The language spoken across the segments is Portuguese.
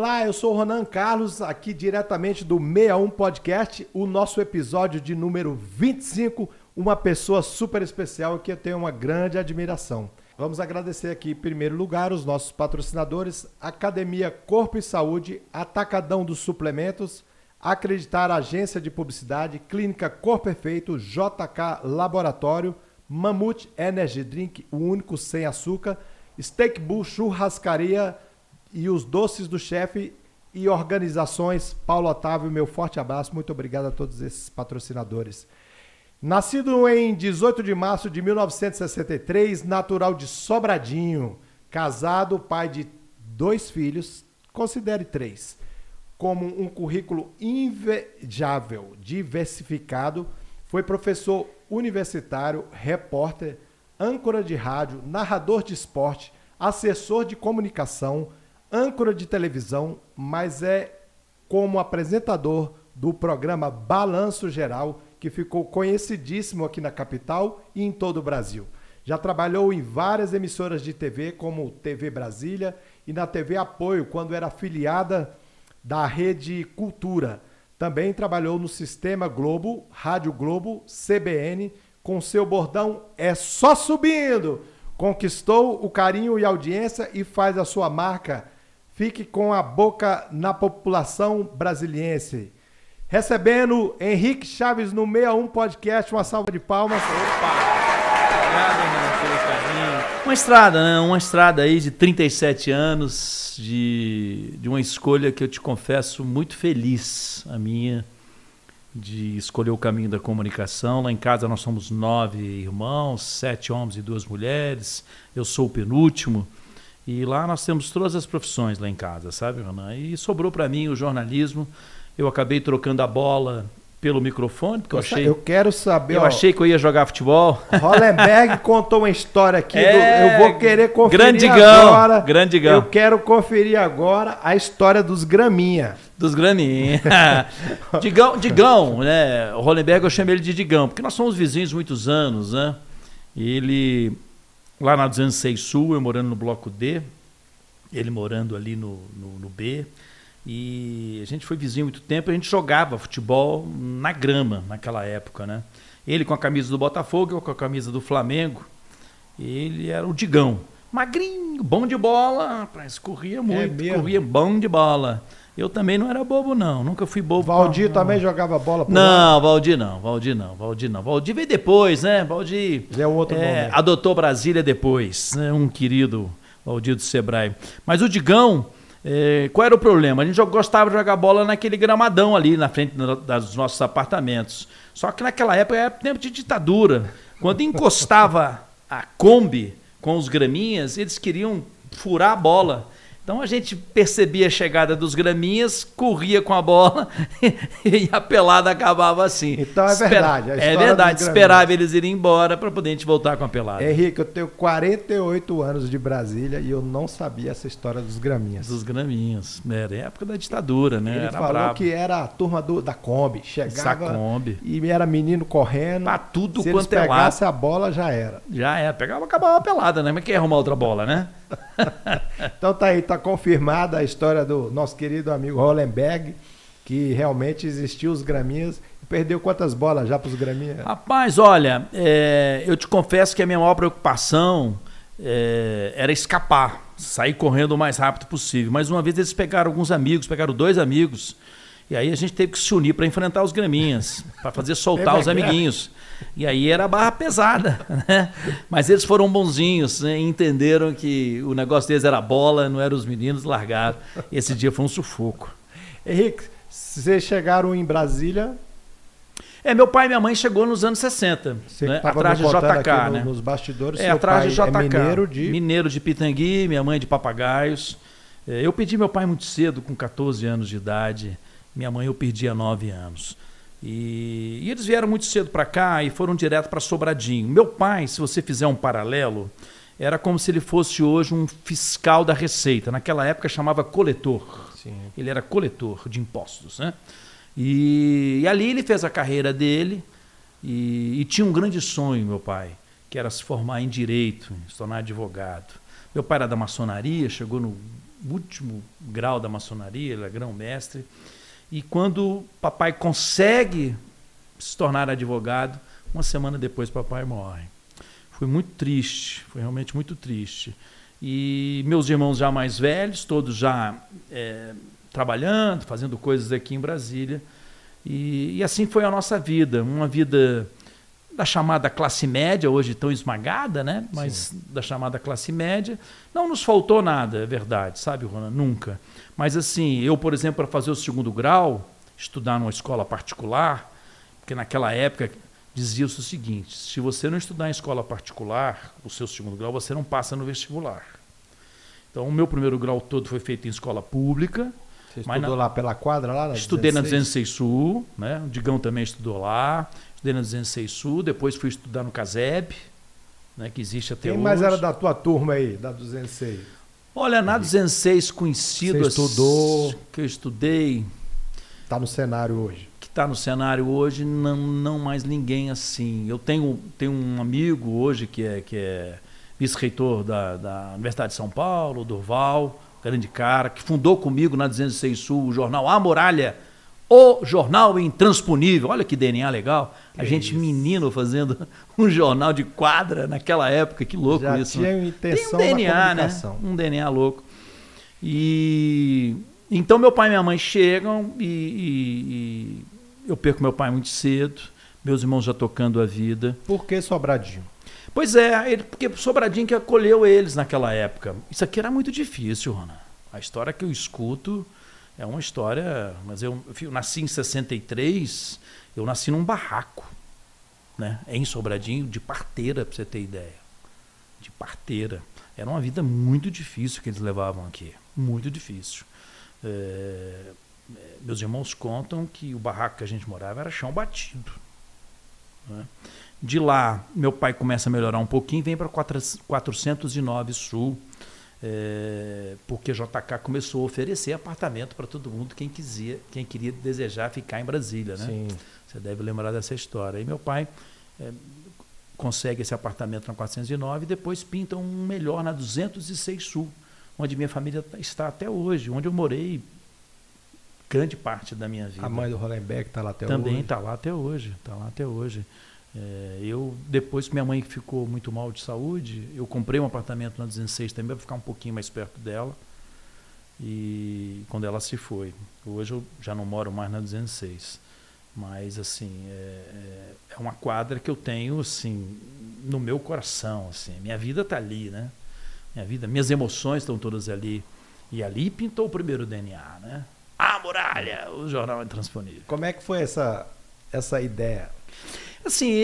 Olá, eu sou o Ronan Carlos, aqui diretamente do 61 Podcast, o nosso episódio de número 25, uma pessoa super especial que eu tenho uma grande admiração. Vamos agradecer aqui, em primeiro lugar, os nossos patrocinadores, Academia Corpo e Saúde, Atacadão dos Suplementos, Acreditar Agência de Publicidade, Clínica Cor Perfeito, JK Laboratório, Mamute Energy Drink, o único sem açúcar, Steak Bull Churrascaria e os Doces do Chefe e organizações Paulo Otávio, meu forte abraço, muito obrigado a todos esses patrocinadores. Nascido em 18 de março de 1963, natural de Sobradinho, casado, pai de 2 filhos, considere 3, como um currículo invejável, diversificado, foi professor universitário, repórter, âncora de rádio, narrador de esporte, assessor de comunicação, âncora de televisão, mas é como apresentador do programa Balanço Geral, que ficou conhecidíssimo aqui na capital e em todo o Brasil. Já trabalhou em várias emissoras de TV, como TV Brasília e na TV Apoio, quando era afiliada da Rede Cultura. Também trabalhou no Sistema Globo, Rádio Globo, CBN, com seu bordão "É só subindo". Conquistou o carinho e audiência e faz a sua marca. Fique com a boca na população brasiliense. Recebendo Henrique Chaves no 61 Podcast, uma salva de palmas. Opa! Obrigado, irmão, pelo carinho. Uma estrada, né? Uma estrada aí de 37 anos, de uma escolha que eu te confesso muito feliz, a minha, de escolher o caminho da comunicação. Lá em casa nós somos 9 irmãos, 7 homens e 2 mulheres. Eu sou o penúltimo. E lá nós temos todas as profissões lá em casa, sabe, Ronan? E sobrou para mim o jornalismo. Eu acabei trocando a bola pelo microfone, porque eu quero saber. Eu achei que eu ia jogar futebol. Hollenberg contou uma história aqui. Eu vou querer conferir Grandigão, agora. Grandigão. Eu quero conferir agora a história dos Graminha. Dos Graminha. Digão, né? O Hollenberg eu chamei ele de Digão, porque nós somos vizinhos muitos anos, né? Ele, lá na 206 Sul, eu morando no Bloco D, ele morando ali no B. E a gente foi vizinho há muito tempo, a gente jogava futebol na grama naquela época, né? Ele com a camisa do Botafogo, eu com a camisa do Flamengo. Ele era o Digão, magrinho, bom de bola, rapaz, corria muito, corria bom de bola. Eu também não era bobo não, nunca fui bobo. Valdir também jogava bola por lá? Valdir não. Valdir veio depois, né? Valdir é outro nome. Adotou Brasília depois, né? Um querido Valdir do Sebrae. Mas o Digão, qual era o problema? A gente gostava de jogar bola naquele gramadão ali na frente dos nossos apartamentos. Só que naquela época era tempo de ditadura. Quando encostava a Kombi com os graminhas, eles queriam furar a bola. Então a gente percebia a chegada dos graminhas, corria com a bola e a pelada acabava assim. Então é verdade. É verdade, esperava eles irem embora para poder a gente voltar com a pelada. Henrique, eu tenho 48 anos de Brasília e eu não sabia essa história dos graminhas. Dos graminhas. Era época da ditadura, né? Ele era falou bravo. Que era a turma da Kombi. Chegava Kombi. E era menino correndo. Pra tudo Se quanto eles é lado. pegasse a bola, já era. Já era. Pegava, acabava a pelada, né? Mas quem ia arrumar outra bola, né? Então tá aí, tá confirmada a história do nosso querido amigo Hollenberg, que realmente existiu os graminhas. Perdeu quantas bolas já pros graminhas? Rapaz, olha, eu te confesso que a minha maior preocupação era escapar, sair correndo o mais rápido possível. Mas uma vez eles pegaram alguns amigos, pegaram 2 amigos, e aí a gente teve que se unir para enfrentar os graminhas, para fazer soltar os amiguinhos. E aí era barra pesada, né? Mas eles foram bonzinhos, né? Entenderam que o negócio deles era bola, não eram os meninos, largaram. Esse dia foi um sufoco. Henrique, vocês chegaram em Brasília? Meu pai e minha mãe chegou nos anos 60, né? Atrás de JK, né? Nos bastidores, atrás de JK. É mineiro de Pitangui, minha mãe de Papagaios. Eu perdi meu pai muito cedo, com 14 anos de idade. Minha mãe eu perdi há 9 anos. E eles vieram muito cedo para cá e foram direto para Sobradinho. Meu pai, se você fizer um paralelo, era como se ele fosse hoje um fiscal da Receita. Naquela época chamava coletor. Sim. Ele era coletor de impostos, né? E ali ele fez a carreira dele e tinha um grande sonho, meu pai, que era se formar em direito, se tornar advogado. Meu pai era da maçonaria, chegou no último grau da maçonaria, ele é grão-mestre. E quando papai consegue se tornar advogado, uma semana depois papai morre. Foi muito triste, foi realmente muito triste. E meus irmãos já mais velhos, todos já trabalhando, fazendo coisas aqui em Brasília. E assim foi a nossa vida, uma vida da chamada classe média, hoje tão esmagada, né? Mas sim, da chamada classe média. Não nos faltou nada, é verdade, sabe, Ronan? Nunca. Mas assim, eu, por exemplo, para fazer o 2º grau, estudar numa escola particular, porque naquela época dizia-se o seguinte: se você não estudar em escola particular, o seu 2º grau, você não passa no vestibular. Então, o meu 1º grau todo foi feito em escola pública. Você estudou lá pela quadra? Lá estudei na 206 Sul, né? O Digão também estudou lá. Estudei na 206 Sul, depois fui estudar no CASEB, né, que existe até hoje. Quem mais era da tua turma aí, da 206? Olha, na 206, conhecido... Você estudou? Que eu estudei... Está no cenário hoje. Que está no cenário hoje, não mais ninguém assim. Eu tenho um amigo hoje que é vice-reitor da Universidade de São Paulo, o Durval, grande cara, que fundou comigo na 206 Sul o jornal A Muralha, o jornal intransponível. Olha que DNA legal. A gente, menino, fazendo um jornal de quadra naquela época. Que louco já isso. Tinha intenção tem um DNA, né? Um DNA louco. E então meu pai e minha mãe chegam e eu perco meu pai muito cedo. Meus irmãos já tocando a vida. Por que Sobradinho? Pois é, porque Sobradinho que acolheu eles naquela época. Isso aqui era muito difícil, Rona. A história que eu escuto é uma história... Mas eu nasci em 63, eu nasci num barraco, né? Em Sobradinho, de parteira, para você ter ideia. De parteira. Era uma vida muito difícil que eles levavam aqui. Muito difícil. Meus irmãos contam que o barraco que a gente morava era chão batido, né? De lá, meu pai começa a melhorar um pouquinho e vem para 409 Sul, porque JK começou a oferecer apartamento para todo mundo, quem queria desejar ficar em Brasília, né? Sim. Você deve lembrar dessa história. E meu pai consegue esse apartamento na 409 e depois pinta um melhor na 206 Sul, onde minha família está até hoje, onde eu morei grande parte da minha vida. A mãe do Hollenberg está lá até hoje? Também está lá até hoje, está lá até hoje. Depois que minha mãe ficou muito mal de saúde, eu comprei um apartamento na 206 também para ficar um pouquinho mais perto dela. E quando ela se foi, hoje eu já não moro mais na 206, mas assim é uma quadra que eu tenho assim no meu coração, assim. Minha vida está ali, né? Minhas emoções estão todas ali. E ali pintou o primeiro DNA, né? A Muralha, o jornal intransponível. Como é que foi essa ideia? Assim,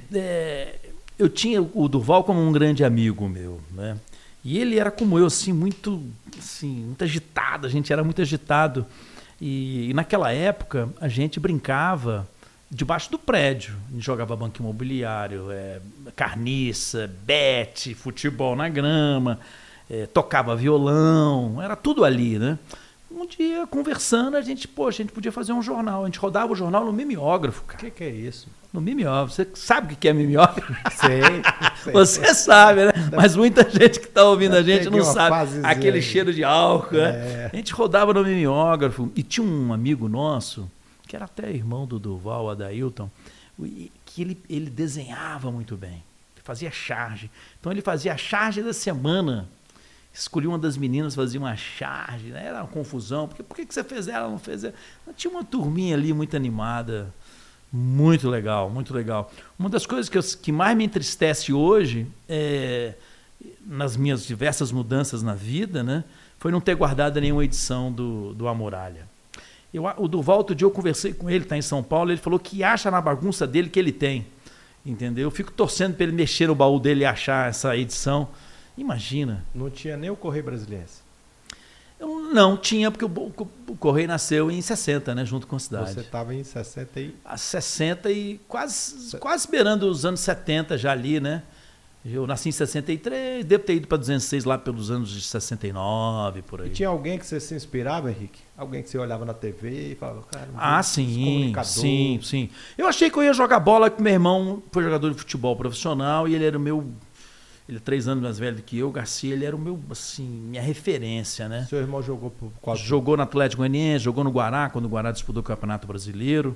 eu tinha o Durval como um grande amigo meu, né? E ele era como eu, assim, muito agitado, a gente era muito agitado. E naquela época, a gente brincava debaixo do prédio. A gente jogava banco imobiliário, carniça, bete, futebol na grama, tocava violão, era tudo ali, né? Um dia, conversando, a gente podia fazer um jornal. A gente rodava o jornal no mimeógrafo, cara. O que é isso? No mimeógrafo. Você sabe o que é mimeógrafo? Sei. Você sabe, né? Mas muita gente que está ouvindo a gente não sabe. Aquele cheiro de álcool, né? A gente rodava no mimeógrafo. E tinha um amigo nosso, que era até irmão do Durval, Adailton, que ele desenhava muito bem. Ele fazia charge. Então ele fazia a charge da semana. Escolhi uma das meninas, fazia uma charge, né? Era uma confusão. Por que você fez ela, não fez ela? Tinha uma turminha ali muito animada, muito legal, muito legal. Uma das coisas que mais me entristece hoje, nas minhas diversas mudanças na vida, né, foi não ter guardado nenhuma edição do A Muralha. O Durval, outro dia eu conversei com ele, está em São Paulo, ele falou que acha na bagunça dele que ele tem. Entendeu? Eu fico torcendo para ele mexer no baú dele e achar essa edição. Imagina. Não tinha nem o Correio Brasiliense? Não tinha, porque o Correio nasceu em 60, né, junto com a cidade. Você estava em 60 e... 60 e quase beirando os anos 70 já ali, né? Eu nasci em 63, devo ter ido para 206 lá pelos anos de 69, por aí. E tinha alguém que você se inspirava, Henrique? Alguém que você olhava na TV e falava, cara... sim. Eu achei que eu ia jogar bola, porque meu irmão foi jogador de futebol profissional e ele era o meu Ele é 3 anos mais velho do que eu. O Garcia, ele era o meu, assim, minha referência, né? Seu irmão jogou por qual? Jogou no Atlético Goianiense, jogou no Guará, quando o Guará disputou o Campeonato Brasileiro.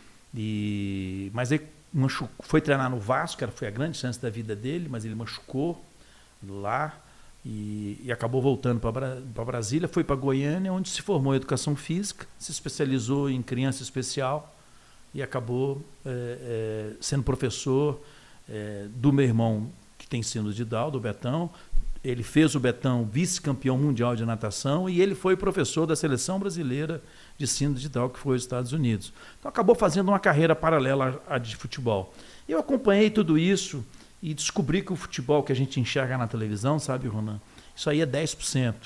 Mas ele foi treinar no Vasco, que foi a grande chance da vida dele, mas ele machucou lá e acabou voltando para Brasília. Foi para Goiânia, onde se formou em Educação Física, se especializou em criança especial e acabou sendo professor do meu irmão, que tem síndrome de Down, do Betão. Ele fez o Betão vice-campeão mundial de natação e ele foi professor da seleção brasileira de síndrome de Down, que foi aos Estados Unidos. Então acabou fazendo uma carreira paralela à de futebol. Eu acompanhei tudo isso e descobri que o futebol que a gente enxerga na televisão, sabe, Ronan? Isso aí é 10%.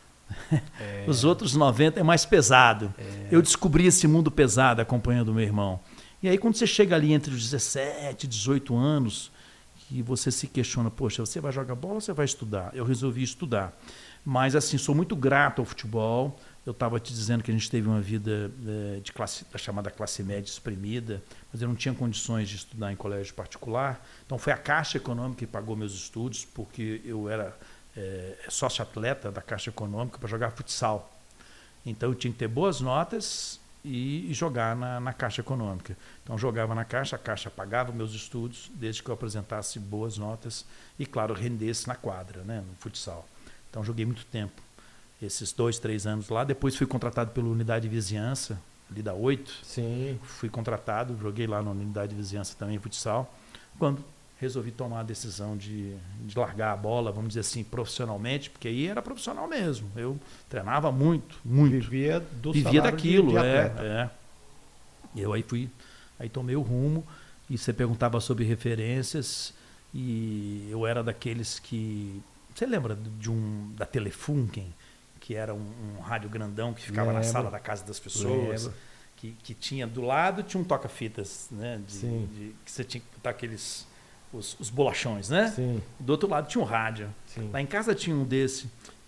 Os outros 90% é mais pesado. Eu descobri esse mundo pesado acompanhando o meu irmão. E aí quando você chega ali entre os 17 e 18 anos, que você se questiona, poxa, você vai jogar bola ou você vai estudar? Eu resolvi estudar. Mas, assim, sou muito grato ao futebol. Eu estava te dizendo que a gente teve uma vida de classe, da chamada classe média exprimida, mas eu não tinha condições de estudar em colégio particular. Então, foi a Caixa Econômica que pagou meus estudos, porque eu era sócio-atleta da Caixa Econômica para jogar futsal. Então, eu tinha que ter boas notas e jogar na Caixa Econômica. Então, jogava na Caixa, a Caixa pagava meus estudos, desde que eu apresentasse boas notas e, claro, rendesse na quadra, né, no futsal. Então, joguei muito tempo, esses 2, 3 anos lá. Depois fui contratado pela Unidade de Vizinhança, ali da 8. Sim. Fui contratado, joguei lá na Unidade de Vizinhança também, futsal. Quando resolvi tomar a decisão de largar a bola, vamos dizer assim, profissionalmente, porque aí era profissional mesmo. Eu treinava muito. Vivia daquilo, de atleta. Eu aí tomei o rumo, e você perguntava sobre referências, e eu era daqueles que... Você lembra da Telefunken, que era um rádio grandão que ficava na sala da casa das pessoas? Que tinha do lado, tinha um toca-fitas, né? Que você tinha que botar aqueles... Os bolachões, né? Sim. Do outro lado tinha um rádio. Sim. Lá em casa tinha um desse.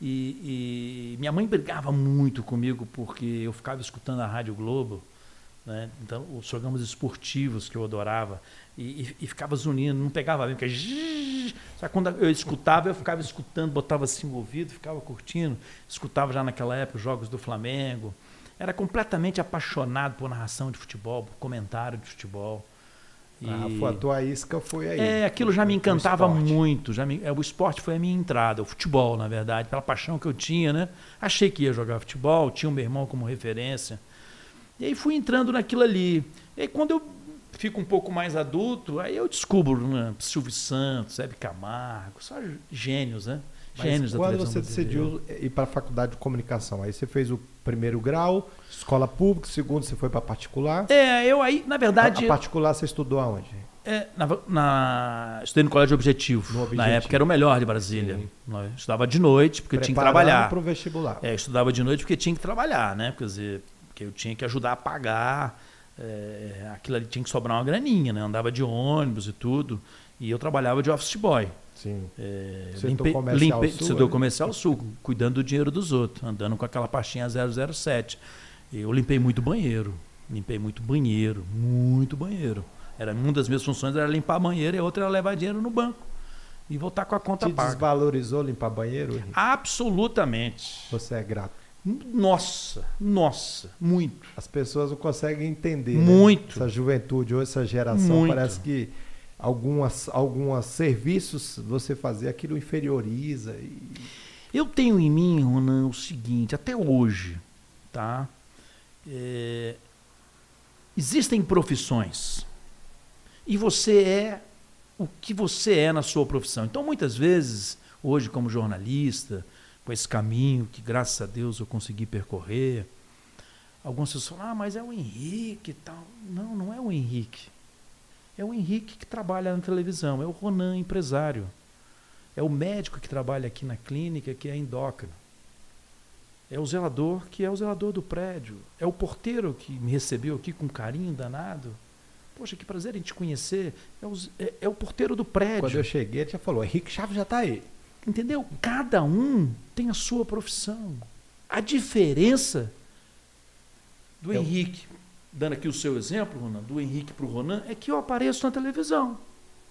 E minha mãe brigava muito comigo porque eu ficava escutando a Rádio Globo, né? Então, os programas esportivos que eu adorava, e ficava zunindo, não pegava bem, porque... Só que quando eu escutava, eu ficava escutando, botava assim o ouvido, ficava curtindo, escutava já naquela época os jogos do Flamengo. Era completamente apaixonado por narração de futebol, por comentário de futebol. A tua isca foi aí. Aquilo já me encantava muito. O esporte foi a minha entrada, o futebol, na verdade, pela paixão que eu tinha, né? Achei que ia jogar futebol, tinha o meu irmão como referência. E aí fui entrando naquilo ali. E aí quando eu fico um pouco mais adulto, aí eu descubro, né, Silvio Santos, Hebe Camargo, só gênios, né? Gênios da televisão brasileira. Quando você decidiu ir para a faculdade de comunicação, aí você fez o primeiro grau, escola pública, segundo você foi para particular? Eu aí, na verdade... A particular você estudou aonde? Estudei no Colégio Objetivo. Na época era o melhor de Brasília. Eu estudava de noite, porque eu tinha que trabalhar. Para o vestibular. Estudava de noite porque tinha que trabalhar, né? Quer dizer, porque eu tinha que ajudar a pagar, aquilo ali tinha que sobrar uma graninha, né? Andava de ônibus e tudo, e eu trabalhava de office boy. Sim. Setor Comercial Sul, cuidando do dinheiro dos outros, andando com aquela pastinha 007. Eu limpei muito banheiro. Uma das minhas funções era limpar banheiro e a outra era levar dinheiro no banco e voltar com a conta paga. Te desvalorizou limpar banheiro, Henrique? Absolutamente. Você é grato? Nossa, muito. As pessoas não conseguem entender, muito. Né? Essa juventude ou essa geração, muito. Parece que alguns serviços você fazer, aquilo inferioriza. Eu tenho em mim, Ronan, o seguinte, até hoje, tá? Existem profissões e você é o que você é na sua profissão. Então, muitas vezes, hoje como jornalista, com esse caminho que, graças a Deus, eu consegui percorrer, algumas pessoas falam, mas é o Henrique e tal. Não, não é o Henrique. É o Henrique que trabalha na televisão, é o Ronan empresário. É o médico que trabalha aqui na clínica, que é endócrino. É o zelador, que é o zelador do prédio. É o porteiro que me recebeu aqui com carinho danado. Poxa, que prazer em te conhecer. É o porteiro do prédio. Quando eu cheguei, ele já falou, Henrique Chaves já está aí. Entendeu? Cada um tem a sua profissão. A diferença do Henrique, dando aqui o seu exemplo, Ronan, do Henrique para o Ronan, é que eu apareço na televisão.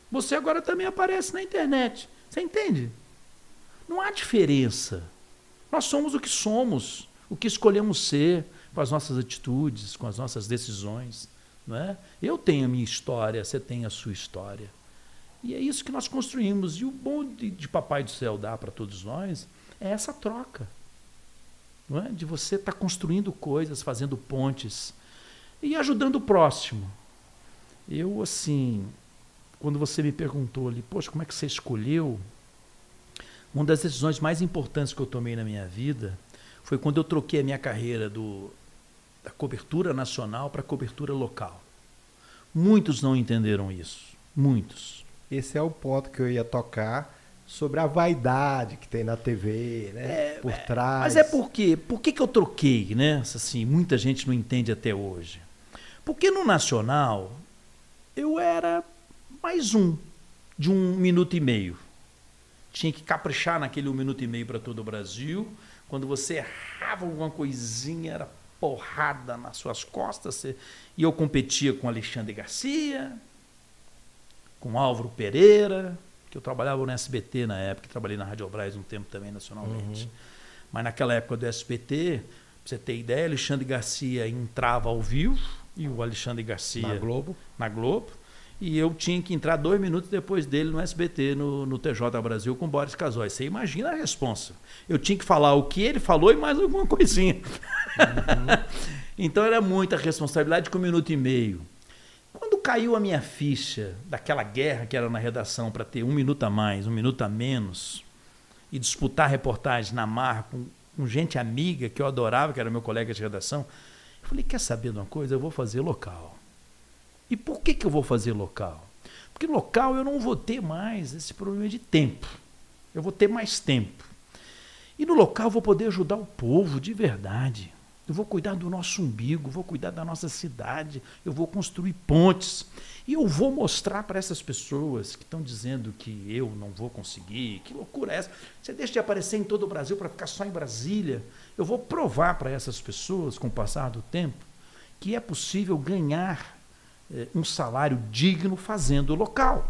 Você agora também aparece na internet. Você entende? Não há diferença. Nós somos o que somos, o que escolhemos ser, com as nossas atitudes, com as nossas decisões. Não é? Eu tenho a minha história, você tem a sua história. E é isso que nós construímos. E o bom de Papai do Céu dar para todos nós é essa troca. Não é? De você estar construindo coisas, fazendo pontes e ajudando o próximo. Eu, assim, quando você me perguntou ali, poxa, como é que você escolheu? Uma das decisões mais importantes que eu tomei na minha vida foi quando eu troquei a minha carreira da cobertura nacional para a cobertura local. Muitos não entenderam isso. Muitos. Esse é o ponto que eu ia tocar sobre a vaidade que tem na TV, né? Por trás. Mas é por quê? Por que eu troquei, né? Assim, muita gente não entende até hoje. Porque no Nacional eu era mais de 1 minuto e meio. Tinha que caprichar naquele 1 minuto e meio para todo o Brasil. Quando você errava alguma coisinha, era porrada nas suas costas. E eu competia com Alexandre Garcia, com Álvaro Pereira, que eu trabalhava no SBT na época, trabalhei na Radiobras um tempo também nacionalmente. Uhum. Mas naquela época do SBT, pra você ter ideia, Alexandre Garcia entrava ao vivo, e o Alexandre Garcia na Globo, e eu tinha que entrar 2 minutos depois dele no SBT, no TJ Brasil, com Boris Casoy. Você imagina a responsa. Eu tinha que falar o que ele falou e mais alguma coisinha. Uhum. Então era muita responsabilidade com 1 minuto e meio. Quando caiu a minha ficha daquela guerra que era na redação para ter 1 minuto a mais, 1 minuto a menos, e disputar reportagem na marra com gente amiga que eu adorava, que era meu colega de redação, eu falei, quer saber de uma coisa? Eu vou fazer local. E por que eu vou fazer local? Porque local eu não vou ter mais esse problema de tempo. Eu vou ter mais tempo. E no local eu vou poder ajudar o povo de verdade. Eu vou cuidar do nosso umbigo, vou cuidar da nossa cidade, eu vou construir pontes. E eu vou mostrar para essas pessoas que estão dizendo que eu não vou conseguir, que loucura é essa? Você deixa de aparecer em todo o Brasil para ficar só em Brasília. Eu vou provar para essas pessoas, com o passar do tempo, que é possível ganhar um salário digno fazendo local.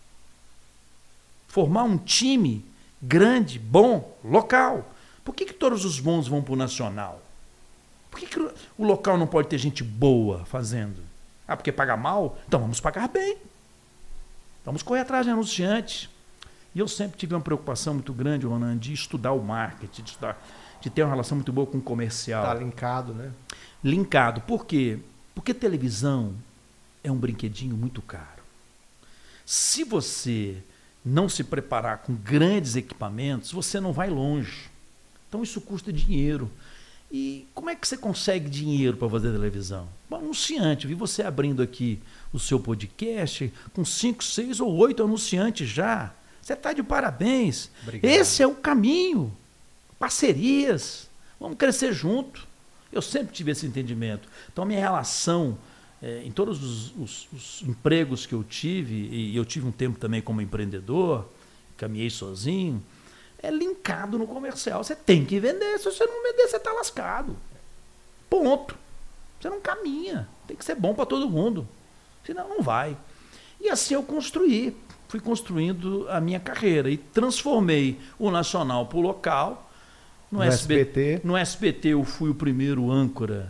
Formar um time grande, bom, local. Por que todos os bons vão para o nacional? Por que o local não pode ter gente boa fazendo? Ah, porque paga mal? Então vamos pagar bem. Vamos correr atrás de anunciante. E eu sempre tive uma preocupação muito grande, Ronan, de estudar o marketing, de ter uma relação muito boa com o comercial. Está linkado, né? Linkado. Por quê? Porque televisão é um brinquedinho muito caro. Se você não se preparar com grandes equipamentos, você não vai longe. Então isso custa dinheiro. E como é que você consegue dinheiro para fazer televisão? Um anunciante. Eu vi você abrindo aqui o seu podcast com 5, 6 ou 8 anunciantes já. Você está de parabéns. Obrigado. Esse é o caminho. Parcerias. Vamos crescer junto. Eu sempre tive esse entendimento. Então, a minha relação em todos os empregos que eu tive, e eu tive um tempo também como empreendedor, caminhei sozinho, é linkado no comercial. Você tem que vender. Se você não vender, você está lascado. Ponto. Você não caminha. Tem que ser bom para todo mundo. Senão não vai. E assim eu construí. Fui construindo a minha carreira e transformei o nacional para o local. No SBT. No SBT eu fui o primeiro âncora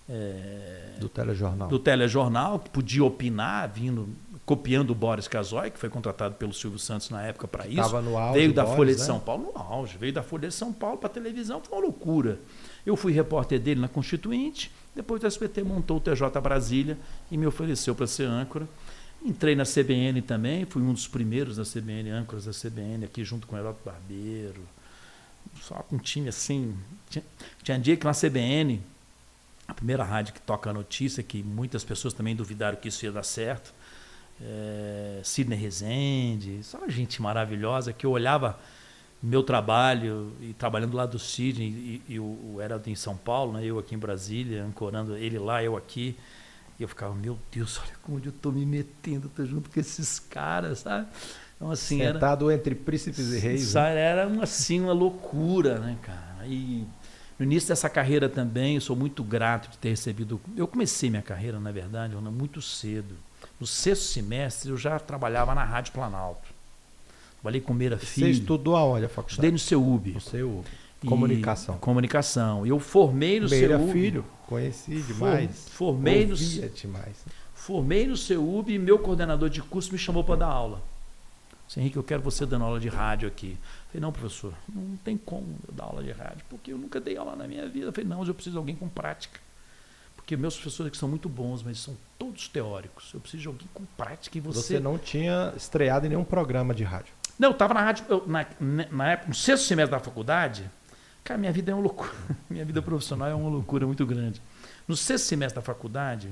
do telejornal, que podia opinar, copiando o Boris Casoy, que foi contratado pelo Silvio Santos na época para isso. Estava no auge. Veio da Folha de São Paulo, no auge. Veio da Folha de São Paulo para a televisão, foi uma loucura. Eu fui repórter dele na Constituinte, depois o SBT montou o TJ Brasília e me ofereceu para ser âncora. Entrei na CBN também, fui um dos primeiros da CBN, âncoras da CBN, aqui junto com o Heródoto Barbeiro. Só com um time assim. Tinha dia que na CBN, a primeira rádio que toca a notícia, que muitas pessoas também duvidaram que isso ia dar certo, Sidney Rezende, só gente maravilhosa, que eu olhava meu trabalho, e trabalhando lá do Sidney, e o Heraldo em São Paulo, né, eu aqui em Brasília, ancorando ele lá, eu aqui, e eu ficava, meu Deus, olha onde eu estou me metendo, estou junto com esses caras, sabe? Então, assim, sentado entre príncipes e reis. Sabe, era uma loucura, né, cara? E no início dessa carreira também, eu sou muito grato de ter recebido. Eu comecei minha carreira, na verdade, muito cedo. No 6º semestre, eu já trabalhava na Rádio Planalto. Trabalhei com Meira Filho. Você estudou aonde a faculdade? Estudei no CEUB. No CEUB. Comunicação. Comunicação. Eu formei no Meira CEUB. Filho, conheci demais. Formei no CEUB e meu coordenador de curso me chamou para dar aula. Disse, Henrique, eu quero você dando aula de rádio aqui. Eu falei, não, professor, não tem como eu dar aula de rádio, porque eu nunca dei aula na minha vida. Eu falei, não, mas eu preciso de alguém com prática. Porque meus professores aqui são muito bons, mas são todos teóricos. Eu preciso de alguém com prática. E você não tinha estreado em nenhum programa de rádio? Não, eu estava na rádio, na época, no 6º semestre da faculdade. Cara, minha vida é uma loucura. Minha vida profissional é uma loucura muito grande. No 6º semestre da faculdade,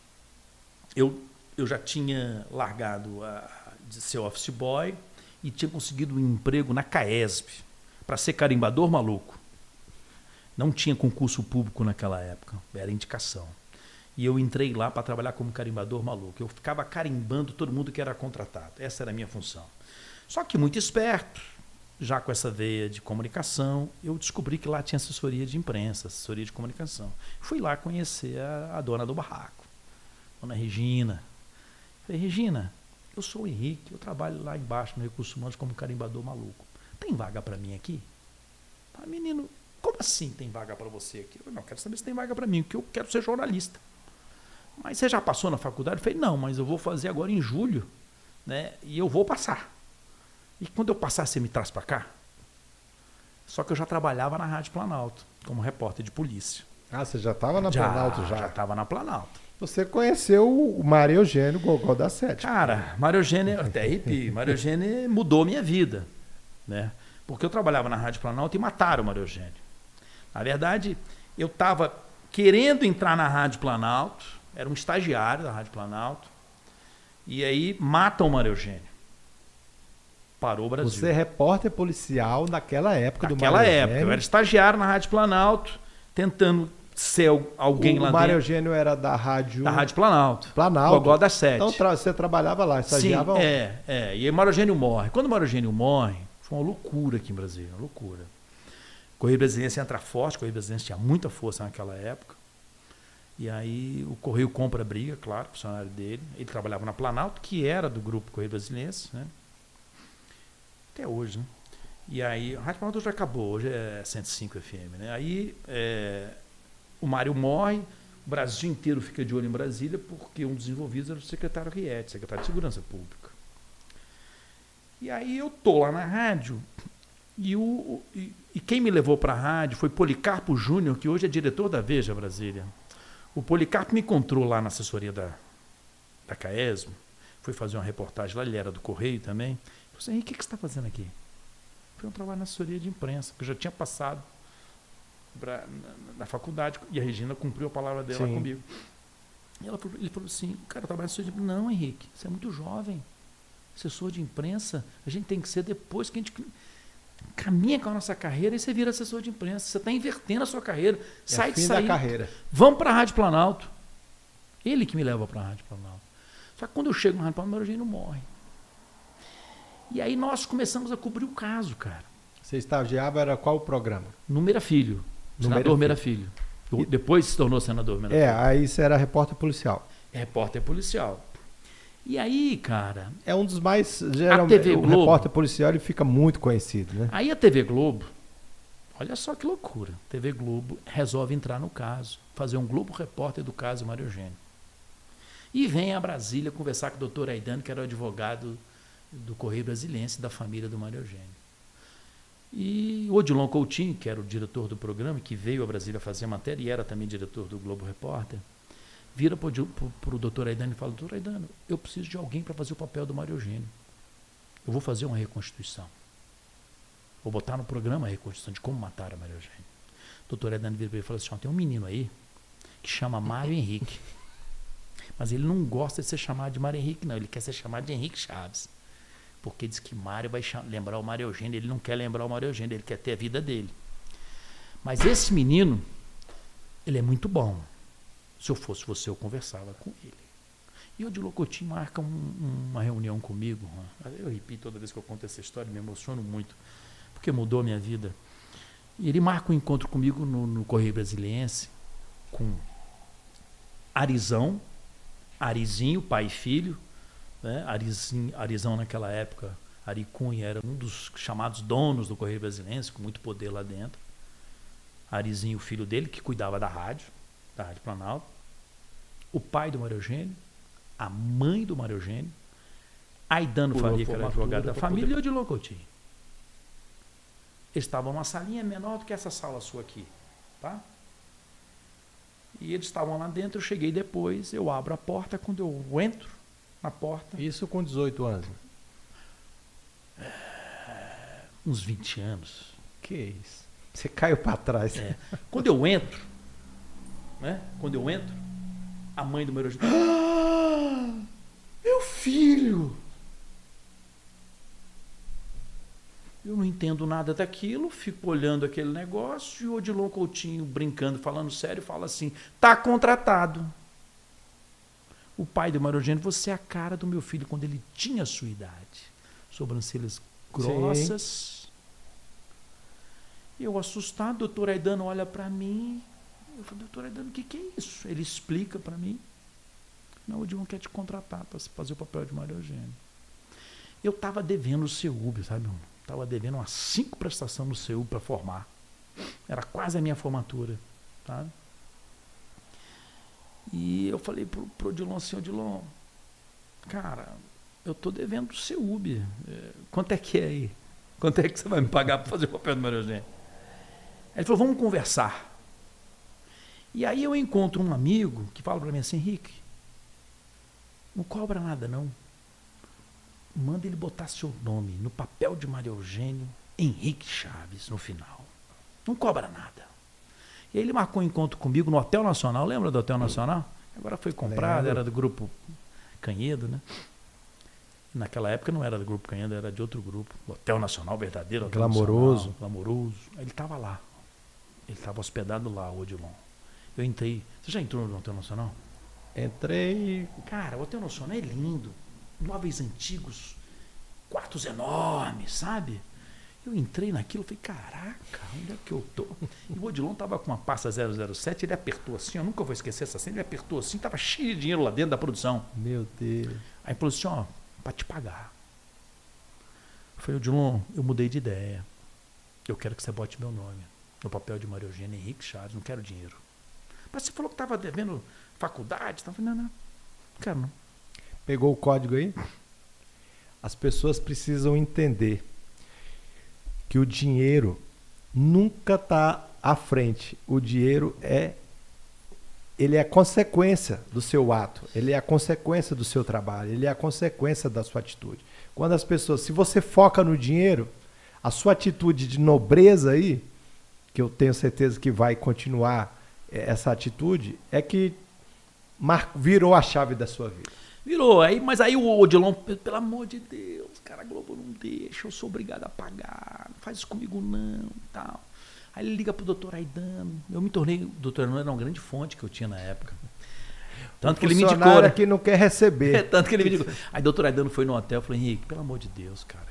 eu já tinha largado de ser office boy e tinha conseguido um emprego na CAESB para ser carimbador maluco. Não tinha concurso público naquela época, era indicação. E eu entrei lá para trabalhar como carimbador maluco. Eu ficava carimbando todo mundo que era contratado. Essa era a minha função. Só que muito esperto, já com essa veia de comunicação, eu descobri que lá tinha assessoria de imprensa, assessoria de comunicação. Fui lá conhecer a dona do barraco, dona Regina. Falei, Regina, eu sou o Henrique, eu trabalho lá embaixo no Recursos Humanos como carimbador maluco. Tem vaga para mim aqui? Ah, menino, como assim tem vaga para você aqui? Eu não quero saber se tem vaga para mim, porque eu quero ser jornalista. Mas você já passou na faculdade? Eu falei, não, mas eu vou fazer agora em julho, né? E eu vou passar. E quando eu passar, você me traz para cá? Só que eu já trabalhava na Rádio Planalto, como repórter de polícia. Ah, você já estava na Planalto já? Já estava na Planalto. Você conheceu o Mário Eugênio Gogó da Sete. Cara, Mário Eugênio, até arrepio, Mário Eugênio mudou minha vida, né? Porque eu trabalhava na Rádio Planalto e mataram o Mário Eugênio. Na verdade, eu estava querendo entrar na Rádio Planalto, era um estagiário da Rádio Planalto, e aí matam o Mário Eugênio. Parou o Brasil. Você é repórter policial naquela época do Mário Naquela Eugênio. época, eu era estagiário na Rádio Planalto, tentando ser alguém lá dentro. O Mário Eugênio era da Rádio... Da Rádio Planalto. Planalto. Gogó da Sete. Então você trabalhava lá, estagiava... Sim, E aí o Mário Eugênio morre. Quando o Mário Eugênio morre, foi uma loucura aqui em Brasília, uma loucura. O Correio Brasiliense entra forte, o Correio Brasiliense tinha muita força naquela época. E aí o Correio compra a briga, claro, o funcionário dele. Ele trabalhava na Planalto, que era do grupo Correio Brasiliense, né? Até hoje, né? E aí, a Rádio Planalto já acabou, hoje é 105 FM, né? Aí o Mário morre, o Brasil inteiro fica de olho em Brasília, porque um dos envolvidos era o secretário Riet, secretário de Segurança Pública. E aí eu tô lá na rádio, e quem me levou para a rádio foi Policarpo Júnior, que hoje é diretor da Veja Brasília. O Policarpo me encontrou lá na assessoria da CAESM, foi fazer uma reportagem lá, ele era do Correio também. Eu falei, Henrique, o que você está fazendo aqui? Foi um trabalho na assessoria de imprensa, porque eu já tinha passado na faculdade, e a Regina cumpriu a palavra dela Sim. comigo. E ele falou assim, cara, eu trabalho na assessoria de imprensa. Não, Henrique, você é muito jovem. Assessor de imprensa, a gente tem que ser depois que a gente caminha com a nossa carreira e você vira assessor de imprensa. Você está invertendo a sua carreira. Sai de sair. da carreira. Vamos para a Rádio Planalto. Ele que me leva para a Rádio Planalto. Só que quando eu chego na Rádio Planalto, o Mário Eugênio morre. E aí nós começamos a cobrir o caso, cara. Você estagiava, era qual o programa? No Meira Filho. Senador Meira Filho. Depois se tornou senador Meira Filho. Aí você era repórter policial. Repórter policial. E aí, cara... É um dos mais... Geralmente, TV o Globo, repórter policial ele fica muito conhecido, né? Aí a TV Globo, olha só que loucura, a TV Globo resolve entrar no caso, fazer um Globo Repórter do caso Mário Eugênio. E vem a Brasília conversar com o doutor Aidano, que era o advogado do Correio Brasiliense, da família do Mário Eugênio. E o Odilon Coutinho, que era o diretor do programa, que veio a Brasília fazer a matéria e era também diretor do Globo Repórter, vira para o doutor Aidano e fala, doutor Aidano, eu preciso de alguém para fazer o papel do Mário Eugênio. Eu vou fazer uma reconstituição. Vou botar no programa a reconstituição de como mataram a Mário Eugênio. O doutor Aidano vira para ele e fala assim, tem um menino aí que chama Mário Henrique. Mas ele não gosta de ser chamado de Mário Henrique, não. Ele quer ser chamado de Henrique Chaves. Porque diz que Mário vai lembrar o Mário Eugênio. Ele não quer lembrar o Mário Eugênio, ele quer ter a vida dele. Mas esse menino, ele é muito bom. Se eu fosse você, eu conversava com ele. E o Odilon Coutinho marca uma reunião comigo. Eu repito toda vez que eu conto essa história, me emociono muito, porque mudou a minha vida. E ele marca um encontro comigo no Correio Brasiliense, com Arizão, Arizinho, pai e filho, né? Arizão naquela época, Ari Cunha era um dos chamados donos do Correio Brasiliense, com muito poder lá dentro. Arizinho, o filho dele, que cuidava da Rádio Planalto. O pai do Mário Eugênio, a mãe do Mário Eugênio, Aidano Faria, que era advogado da família, e Odilon Coutinho. Eles estavam numa salinha menor do que essa sala sua aqui, tá? E eles estavam lá dentro, eu cheguei depois, eu abro a porta, quando eu entro na porta... Isso com 18 anos? Uns 20 anos. Que isso? Você caiu para trás. Quando eu entro, né? Quando eu entro, a mãe do meu irmão... Meu filho! Eu não entendo nada daquilo, fico olhando aquele negócio e o Odilon Coutinho, brincando, falando sério, fala assim, tá contratado. O pai do Mário Eugênio, você é a cara do meu filho quando ele tinha a sua idade. Sobrancelhas grossas. Sim. Eu assustado, o doutor Aidano olha para mim. Eu falo, doutor Aidano, o que é isso? Ele explica para mim. Não, o Odilon quer te contratar para fazer o papel de Mário Eugênio. Eu estava devendo o CEUB, sabe? Estava devendo umas 5 prestações no CEUB para formar. Era quase a minha formatura, sabe? E eu falei pro Odilon assim, Odilon, cara, eu tô devendo o CEUB. Quanto é que é aí? Quanto é que você vai me pagar para fazer o papel do Mário Eugênio? Aí ele falou, vamos conversar. E aí eu encontro um amigo que fala para mim assim, Henrique, não cobra nada não. Manda ele botar seu nome no papel de Mário Eugênio, Henrique Chaves, no final. Não cobra nada. E aí ele marcou um encontro comigo no Hotel Nacional. Lembra do Hotel Nacional? Agora foi comprado, era do Grupo Canhedo, né? Naquela época não era do Grupo Canhedo, era de outro grupo. Hotel Nacional, verdadeiro. Hotel Glamouroso. Nacional, glamouroso. Ele estava lá. Ele estava hospedado lá, o Odilon. Eu entrei. Você já entrou no Hotel Nacional? Entrei. Cara, o Hotel Nacional é lindo. Móveis antigos, quartos enormes, sabe? Eu entrei naquilo, falei, caraca, onde é que eu tô? E o Odilon tava com uma pasta 007, ele apertou assim, eu nunca vou esquecer essa cena, ele apertou assim, tava cheio de dinheiro lá dentro da produção. Meu Deus. Aí falou assim, ó, pra te pagar. Eu falei, Odilon, eu mudei de ideia. Eu quero que você bote meu nome no papel de Mário Eugênio Henrique Chaves, não quero dinheiro. Mas você falou que tava devendo faculdade, então eu falei, não quero não. Pegou o código aí? As pessoas precisam entender que o dinheiro nunca está à frente. O dinheiro ele é a consequência do seu ato, ele é a consequência do seu trabalho, ele é a consequência da sua atitude. Quando as pessoas, se você foca no dinheiro, a sua atitude de nobreza aí, que eu tenho certeza que vai continuar essa atitude, é que virou a chave da sua vida. Virou, mas aí o Odilon, pelo amor de Deus, cara, a Globo não deixa, eu sou obrigado a pagar, não faz isso comigo não, tal. Aí ele liga pro doutor Aidano, eu me tornei, o doutor Aidano era uma grande fonte que eu tinha na época. Tanto que ele me indicou, né? Que não quer receber. Tanto que ele me indicou. Aí o doutor Aidano foi no hotel, eu falei, Henrique, pelo amor de Deus, cara,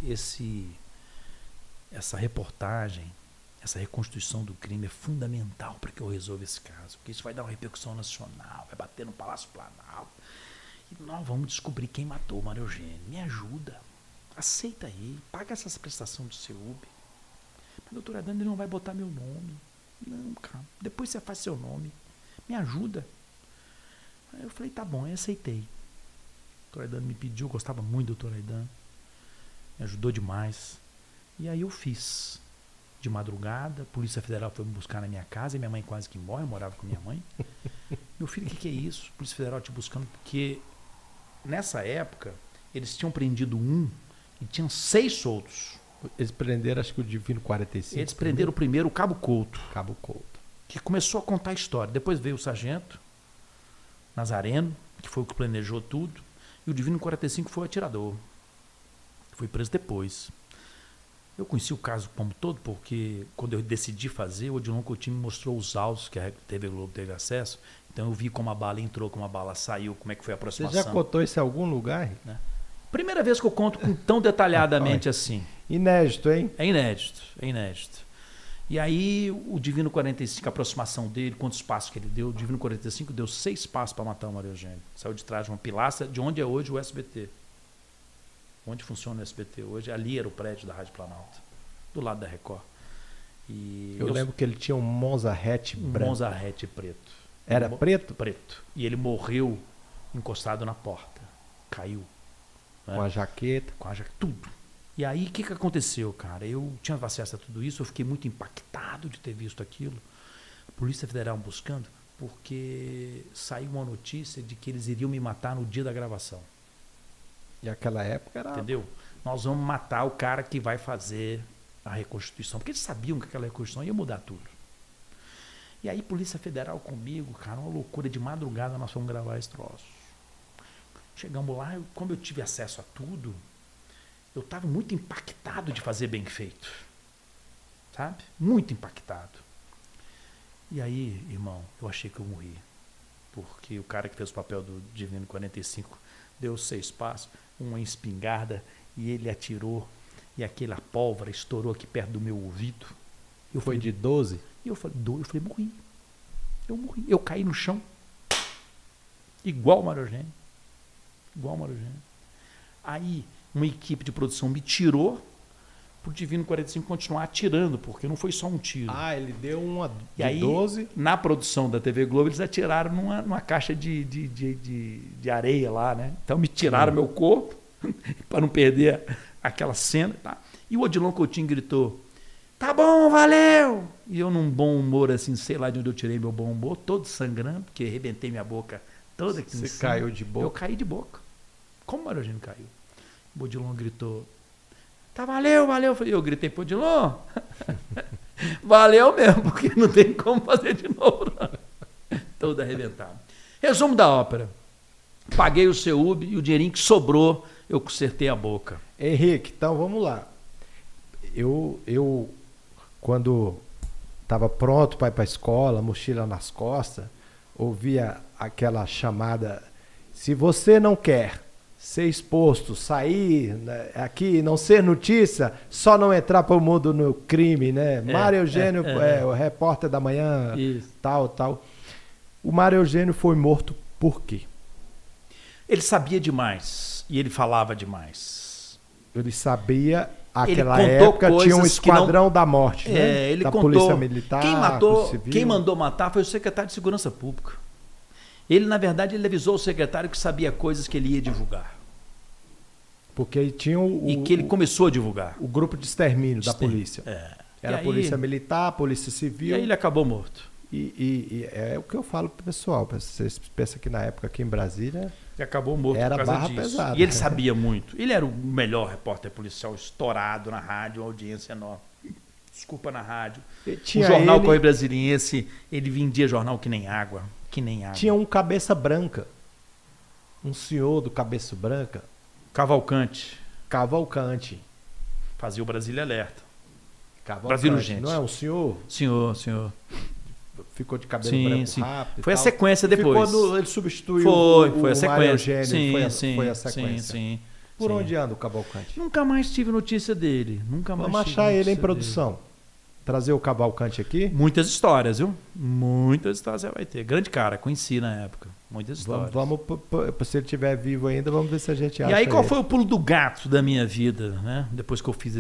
essa reportagem, essa reconstituição do crime é fundamental para que eu resolva esse caso, porque isso vai dar uma repercussão nacional, vai bater no Palácio Planalto. E nós vamos descobrir quem matou o Mário Eugênio. Me ajuda. Aceita aí. Paga essas prestações do CEUB. Mas, doutor Aidano, ele não vai botar meu nome. Não, cara. Depois você faz seu nome. Me ajuda. Aí eu falei, tá bom. Aí aceitei. O doutor Aidano me pediu. Eu gostava muito do doutor Aidano. Me ajudou demais. E aí eu fiz. De madrugada, a Polícia Federal foi me buscar na minha casa e minha mãe quase que morre, eu morava com minha mãe. Meu filho, o que é isso? A Polícia Federal te buscando, porque nessa época eles tinham prendido um e tinham 6 soltos. Eles prenderam, acho que o Divino 45. Eles prenderam primeiro o Cabo Couto. Cabo Couto. Que começou a contar a história. Depois veio o Sargento Nazareno, que foi o que planejou tudo, e o Divino 45 foi o atirador. Foi preso depois. Eu conheci o caso como todo, porque quando eu decidi fazer, o Odilon Coutinho me mostrou os autos que a TV Globo teve acesso. Então eu vi como a bala entrou, como a bala saiu, como é que foi a aproximação. Você já contou isso em algum lugar? Né? Primeira vez que eu conto tão detalhadamente assim. Inédito, hein? É inédito, é inédito. E aí o Divino 45, a aproximação dele, quantos passos que ele deu, o Divino 45 deu 6 passos para matar o Mário Eugênio. Saiu de trás de uma pilastra, de onde é hoje o SBT. Onde funciona o SBT hoje, ali era o prédio da Rádio Planalto, do lado da Record. E eu lembro que ele tinha um Monza hatch branco. Um Monza hatch preto. Era preto? Preto. E ele morreu encostado na porta. Caiu. Com a jaqueta. Com a jaqueta, tudo. E aí, o que aconteceu, cara? Eu tinha acesso a tudo isso, eu fiquei muito impactado de ter visto aquilo. A Polícia Federal buscando, porque saiu uma notícia de que eles iriam me matar no dia da gravação. E aquela época era... Entendeu? Nós vamos matar o cara que vai fazer a reconstituição. Porque eles sabiam que aquela reconstituição ia mudar tudo. E aí, Polícia Federal comigo, cara, uma loucura. De madrugada nós fomos gravar esse troço. Chegamos lá, como eu tive acesso a tudo, eu estava muito impactado de fazer bem feito. Sabe? Muito impactado. E aí, irmão, eu achei que eu morri. Porque o cara que fez o papel do Divino 45 deu 6 passos, uma espingarda, e ele atirou, e aquela pólvora estourou aqui perto do meu ouvido. Foi de 12? E eu falei, morri. Eu morri. Eu caí no chão. Igual o Mário Eugênio. Igual o Mário Eugênio. Aí, uma equipe de produção me tirou pro Divino 45 continuar atirando, porque não foi só um tiro. Ah, ele deu uma de aí, 12? Na produção da TV Globo, eles atiraram numa caixa de areia lá, né? Então me tiraram meu corpo para não perder aquela cena. Tá? E o Odilon Coutinho gritou, tá bom, valeu! E eu num bom humor, assim, sei lá de onde eu tirei meu bom humor, todo sangrando, porque arrebentei minha boca toda aqui. Você caiu de boca? Eu caí de boca. Como o Mário Eugênio caiu? O Odilon gritou, tá, valeu. Eu gritei pro Odilon, valeu mesmo, porque não tem como fazer de novo. Não. Todo arrebentado. Resumo da ópera. Paguei o CEUB e o dinheirinho que sobrou, eu consertei a boca. Henrique, então vamos lá. Eu quando estava pronto para ir para a escola, mochila nas costas, ouvia aquela chamada, se você não quer ser exposto, sair aqui, não ser notícia, só não entrar para o mundo no crime, né? Mário Eugênio, o repórter da manhã, isso. tal. O Mário Eugênio foi morto por quê? Ele sabia demais e ele falava demais. Ele sabia, aquela época tinha um esquadrão da morte, né? Ele da contou, Polícia Militar, quem mandou matar foi o secretário de Segurança Pública. Ele, na verdade, ele avisou o secretário que sabia coisas que ele ia divulgar. Porque tinha e que ele começou a divulgar. O grupo de extermínio da polícia. Era a Polícia Militar, a Polícia Civil. E aí ele acabou morto. E é o que eu falo pro pessoal. Vocês pensam que na época aqui em Brasília... Ele acabou morto era por causa barra disso. pesada. E ele sabia muito. Ele era o melhor repórter policial, estourado na rádio, uma audiência enorme. Desculpa, na rádio. O jornal Correio Brasiliense, ele vendia jornal que nem água. Tinha um cabeça branca. Um senhor do cabeça branca. Cavalcante. Fazia o Brasília Alerta. Brasil Urgente. Não é um senhor? Senhor. Ficou de cabelo branco rápido. Foi a sequência depois. Ele substituiu foi a sequência. Mário Eugênio, foi a sequência. Sim. Por onde anda o Cavalcante? Nunca mais tive notícia dele. Vamos achar ele em produção. Trazer o Cavalcante aqui? Muitas histórias, viu? Muitas histórias você vai ter. Grande cara, conheci na época. Muitas histórias. Vamos se ele estiver vivo ainda, vamos ver se a gente acha. E aí, qual foi o pulo do gato da minha vida, né? Depois que eu fiz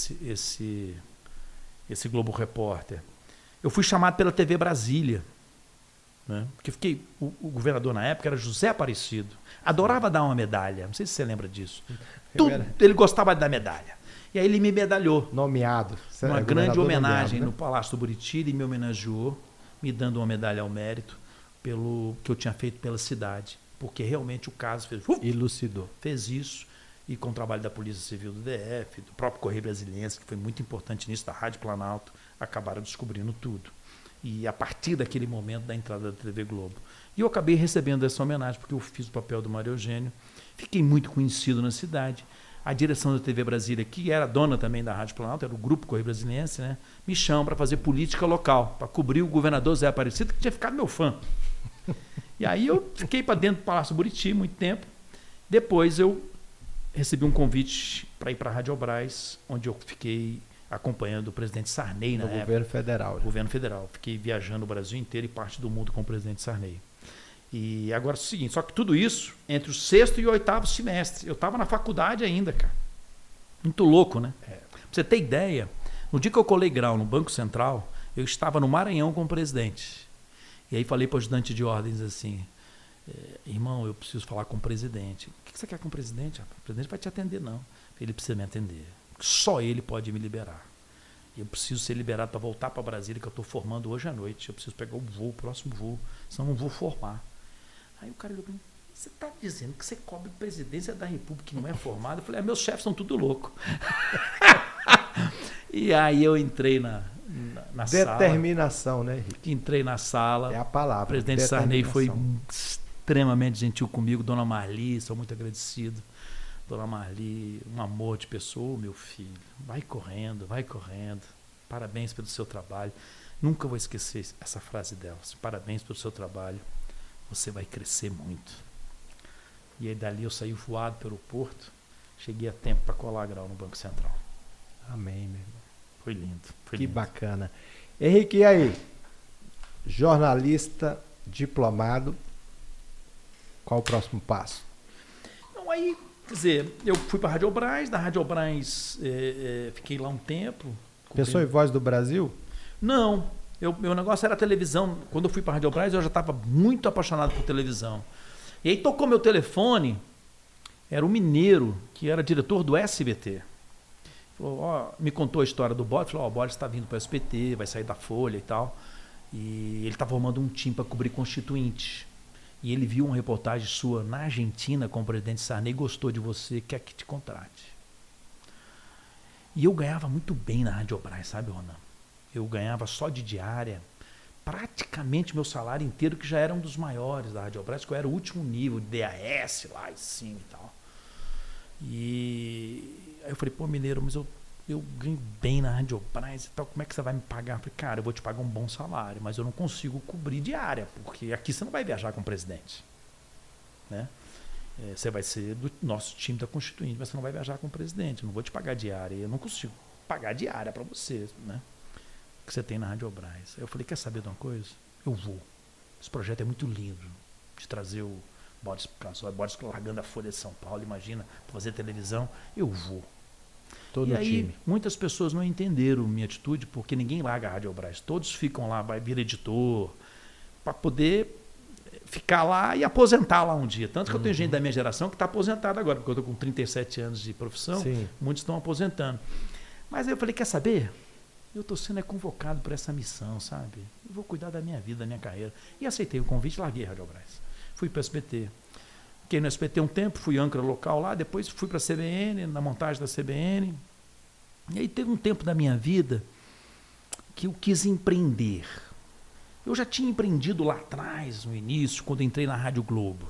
esse Globo Repórter? Eu fui chamado pela TV Brasília. Né? Porque o governador na época era José Aparecido. Adorava dar uma medalha. Não sei se você lembra disso. Ele gostava de dar medalha. E aí ele me medalhou. Nomeado. Uma grande homenagem no Palácio do Buriti. Ele me homenageou, me dando uma medalha ao mérito pelo que eu tinha feito pela cidade. Porque realmente o caso fez... elucidou. Fez isso. E com o trabalho da Polícia Civil do DF, do próprio Correio Brasiliense, que foi muito importante nisso, da Rádio Planalto, acabaram descobrindo tudo. E a partir daquele momento da entrada da TV Globo. E eu acabei recebendo essa homenagem, porque eu fiz o papel do Mário Eugênio. Fiquei muito conhecido na cidade. A direção da TV Brasília, que era dona também da Rádio Planalto, era o Grupo Correio Brasiliense, né? Me chamam para fazer política local, para cobrir o governador Zé Aparecido, que tinha ficado meu fã. E aí eu fiquei para dentro do Palácio Buriti muito tempo. Depois eu recebi um convite para ir para a Rádio Brás, onde eu fiquei acompanhando o presidente Sarney na No época. governo federal. Governo federal. Fiquei viajando o Brasil inteiro e parte do mundo com o presidente Sarney. E agora é o seguinte, só que tudo isso entre o 6º e o 8º semestre. Eu estava na faculdade ainda, cara. Muito louco, né? Pra você ter ideia, no dia que eu colei grau no Banco Central, eu estava no Maranhão com o presidente. E aí falei para o ajudante de ordens assim, irmão, eu preciso falar com o presidente. O que você quer com o presidente? O presidente vai te atender, não. Ele precisa me atender. Só ele pode me liberar. Eu preciso ser liberado para voltar para Brasília, que eu estou formando hoje à noite. Eu preciso pegar o próximo voo, senão não vou formar. Aí o cara olhou para mim, você está dizendo que você cobre presidência da República que não é formado? Eu falei, meus chefes são tudo louco. E aí eu entrei na sala. Determinação, né, Henrique? Entrei na sala. É a palavra. O presidente Sarney foi extremamente gentil comigo. Dona Marli, sou muito agradecido. Dona Marli, um amor de pessoa, meu filho. Vai correndo, vai correndo. Parabéns pelo seu trabalho. Nunca vou esquecer essa frase dela. Parabéns pelo seu trabalho. Você vai crescer muito. E aí dali eu saí voado pelo aeroporto. Cheguei a tempo para colar grau no Banco Central. Amém, meu irmão. Foi lindo. Foi Que lindo. bacana. Henrique, e aí? Jornalista, diplomado. Qual o próximo passo? Então, aí, quer dizer, eu fui para a Radiobras. Da Radiobras fiquei lá um tempo. Pensou em Voz do Brasil? Não. Meu negócio era televisão. Quando eu fui para a Radiobras, eu já estava muito apaixonado por televisão. E aí tocou meu telefone. Era um mineiro, que era diretor do SBT. Falou, me contou a história do Boris. Falou, o Boris está vindo para o SBT, vai sair da Folha e tal. E ele está formando um time para cobrir Constituinte. E ele viu uma reportagem sua na Argentina com o presidente Sarney, gostou de você, quer que te contrate. E eu ganhava muito bem na Radiobras, sabe, Ronan? Eu ganhava só de diária, praticamente meu salário inteiro, que já era um dos maiores da Radiobras, que eu era o último nível de DAS lá em cima e tal. E aí eu falei, pô, mineiro, mas eu ganho bem na Radiobras e tal, como é que você vai me pagar? Eu falei, cara, eu vou te pagar um bom salário, mas eu não consigo cobrir diária, porque aqui você não vai viajar com o presidente, né? Você vai ser do nosso time da Constituinte, mas você não vai viajar com o presidente, eu não vou te pagar diária, eu não consigo pagar diária para você, né? Que você tem na Radiobras. Aí eu falei, quer saber de uma coisa? Eu vou. Esse projeto é muito lindo, de trazer o Boris largando a Folha de São Paulo, imagina, para fazer televisão, eu vou. Todo e aí, time. muitas pessoas não entenderam minha atitude, porque ninguém larga a Radiobras. Todos ficam lá, vai vir editor, para poder ficar lá e aposentar lá um dia. Tanto que eu tenho gente da minha geração que está aposentada agora, porque eu estou com 37 anos de profissão, Sim. Muitos estão aposentando. Mas aí eu falei, quer saber? Eu estou sendo convocado por essa missão, sabe? Eu vou cuidar da minha vida, da minha carreira. E aceitei o convite, larguei a Radiobras. Fui para o SBT. Fiquei no SBT um tempo, fui âncora local lá, depois fui para a CBN, na montagem da CBN. E aí teve um tempo da minha vida que eu quis empreender. Eu já tinha empreendido lá atrás, no início, quando entrei na Rádio Globo.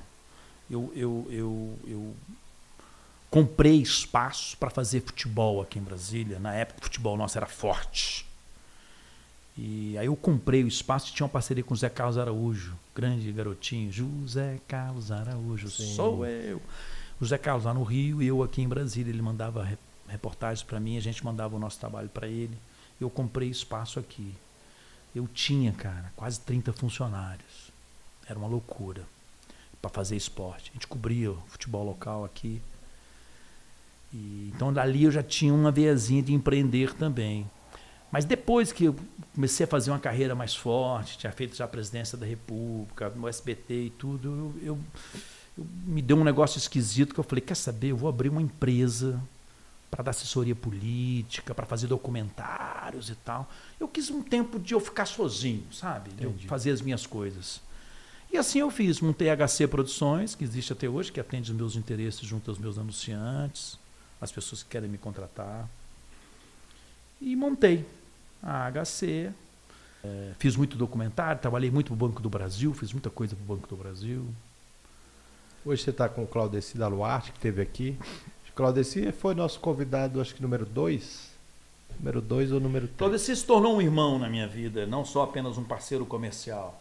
Eu comprei espaços para fazer futebol aqui em Brasília. Na época o futebol nosso era forte. E aí eu comprei o espaço e tinha uma parceria com o José Carlos Araújo, grande garotinho. José Carlos Araújo, sim, sou eu. O José Carlos lá no Rio e eu aqui em Brasília. Ele mandava reportagens para mim, a gente mandava o nosso trabalho para ele. Eu comprei espaço aqui. Eu tinha, cara, quase 30 funcionários. Era uma loucura para fazer esporte. A gente cobria o futebol local aqui. Então dali eu já tinha uma veiazinha de empreender também. Mas depois que eu comecei a fazer uma carreira mais forte, tinha feito já a presidência da República, no SBT e tudo, eu me deu um negócio esquisito que eu falei, quer saber, eu vou abrir uma empresa para dar assessoria política, para fazer documentários e tal. Eu quis um tempo de eu ficar sozinho, sabe? De eu fazer as minhas coisas. E assim eu fiz, montei a HC Produções, que existe até hoje, que atende os meus interesses junto aos meus anunciantes, as pessoas que querem me contratar. E montei a HC, fiz muito documentário, trabalhei muito para o Banco do Brasil, fiz muita coisa para o Banco do Brasil. Hoje você está com o Claudeci da Luarte, que esteve aqui. O Claudeci foi nosso convidado, acho que número 2. Número 2 ou número 3. Claudeci se tornou um irmão na minha vida, não só apenas um parceiro comercial.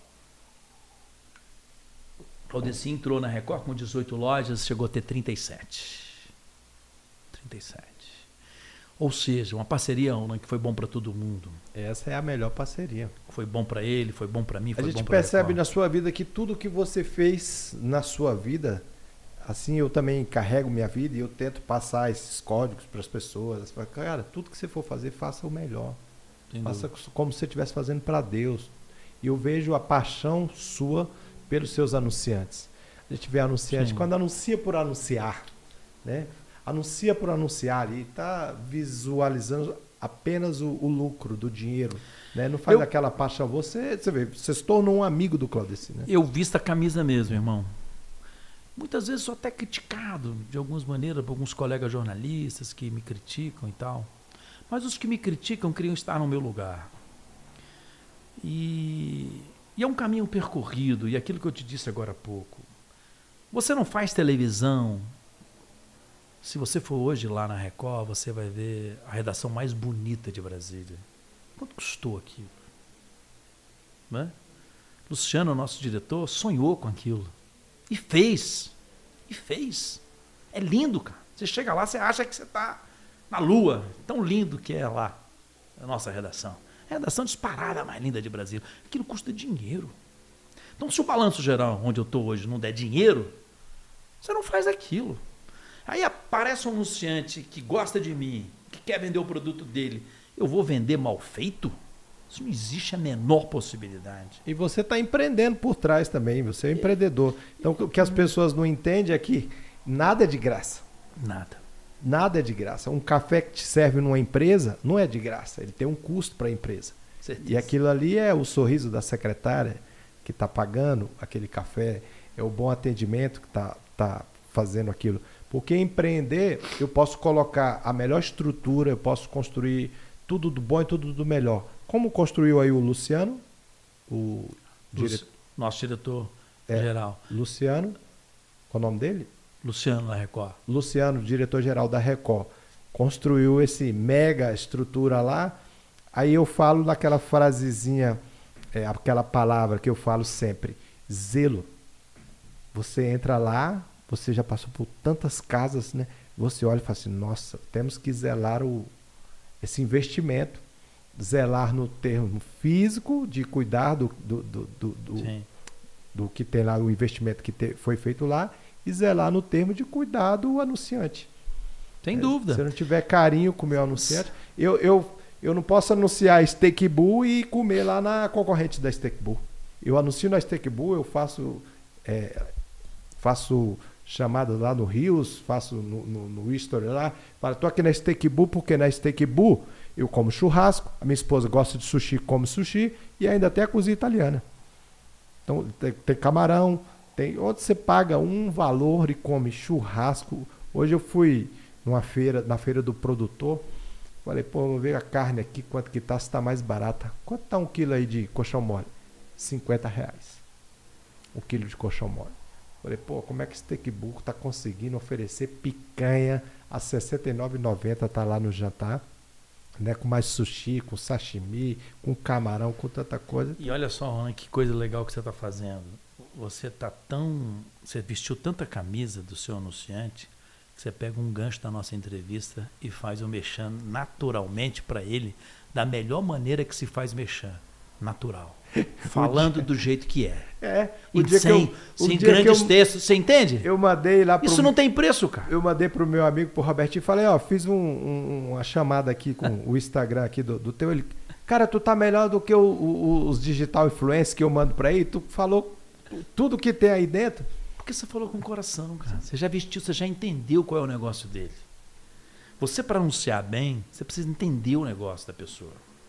Claudeci entrou na Record com 18 lojas, chegou a ter 37. Ou seja, uma parceria né, que foi bom para todo mundo. Essa é a melhor parceria. Foi bom para ele, foi bom para mim, foi bom para A gente percebe na sua vida que tudo que você fez na sua vida, assim eu também carrego minha vida e eu tento passar esses códigos para as pessoas. Cara, tudo que você for fazer, faça o melhor. Faça como se você estivesse fazendo para Deus. E eu vejo a paixão sua pelos seus anunciantes. A gente vê anunciante, Sim. quando anuncia por anunciar, né? Anuncia por anunciar e está visualizando apenas o lucro do dinheiro, né? Não faz aquela paixão. Você vê, você se tornou um amigo do Claudeci, né? Eu visto a camisa mesmo, irmão. Muitas vezes sou até criticado, de algumas maneiras, por alguns colegas jornalistas que me criticam e tal. Mas os que me criticam queriam estar no meu lugar. E é um caminho percorrido, e aquilo que eu te disse agora há pouco. Você não faz televisão. Se você for hoje lá na Record, você vai ver a redação mais bonita de Brasília. Quanto custou aquilo? Né? Luciano, nosso diretor, sonhou com aquilo. E fez. E fez. É lindo, cara. Você chega lá, você acha que você está na lua. Tão lindo que é lá a nossa redação. É a redação disparada mais linda de Brasília. Aquilo custa dinheiro. Então, se o balanço geral, onde eu estou hoje, não der dinheiro, você não faz aquilo. Aí aparece um anunciante que gosta de mim, que quer vender o produto dele. Eu vou vender mal feito? Isso não existe a menor possibilidade. E você está empreendendo por trás também, você é empreendedor. Então o que as pessoas não entendem é que nada é de graça. Nada. Nada é de graça. Um café que te serve numa empresa não é de graça, ele tem um custo para a empresa. Certeza. E aquilo ali é o sorriso da secretária que está pagando aquele café, é o bom atendimento que está fazendo aquilo. Porque empreender, eu posso colocar a melhor estrutura, eu posso construir tudo do bom e tudo do melhor. Como construiu aí o Luciano, nosso diretor geral. Luciano, qual é o nome dele? Luciano da Record. Luciano, diretor-geral da Record. Construiu esse mega estrutura lá. Aí eu falo naquela frasezinha, aquela palavra que eu falo sempre, zelo. Você entra lá, você já passou por tantas casas, né? Você olha e fala assim, nossa, temos que zelar esse investimento. Zelar no termo físico, de cuidar do que tem lá, o investimento que foi feito lá, e zelar no termo de cuidar do anunciante. Sem dúvida. Se eu não tiver carinho com o meu anunciante, eu não posso anunciar Steak Bull e comer lá na concorrente da Steak Bull. Eu anuncio na Steak Bull, eu faço chamadas lá no Rios, faço no History lá, falo, tô aqui na Steak Bull, porque na Steak Bull eu como churrasco, a minha esposa gosta de sushi, come sushi, e ainda tem a cozinha italiana. Então tem camarão, onde você paga um valor e come churrasco. Hoje eu fui na feira do produtor, falei, pô, vou ver a carne aqui, quanto que tá, se tá mais barata. Quanto tá um quilo aí de colchão mole? R$50. Um quilo de colchão mole. Falei, pô, como é que Steak Bull tá conseguindo oferecer picanha a R$ 69,90, tá lá no jantar, né? Com mais sushi, com sashimi, com camarão, com tanta coisa. E olha só, Ana, que coisa legal que você está fazendo. Você vestiu tanta camisa do seu anunciante que você pega um gancho da nossa entrevista e faz o merchan naturalmente para ele, da melhor maneira que se faz merchan, natural. Falando do jeito que é. Sem grandes textos, você entende? Eu mandei lá Isso não tem preço, cara. Eu mandei pro meu amigo, pro Robertinho, falei, fiz uma chamada aqui com o Instagram aqui do teu. Ele, cara, tu tá melhor do que os digital influencers que eu mando pra aí, tu falou tudo que tem aí dentro. Porque você falou com o coração, cara. Você já vestiu, você já entendeu qual é o negócio dele. Você, para anunciar bem, você precisa entender o negócio da pessoa.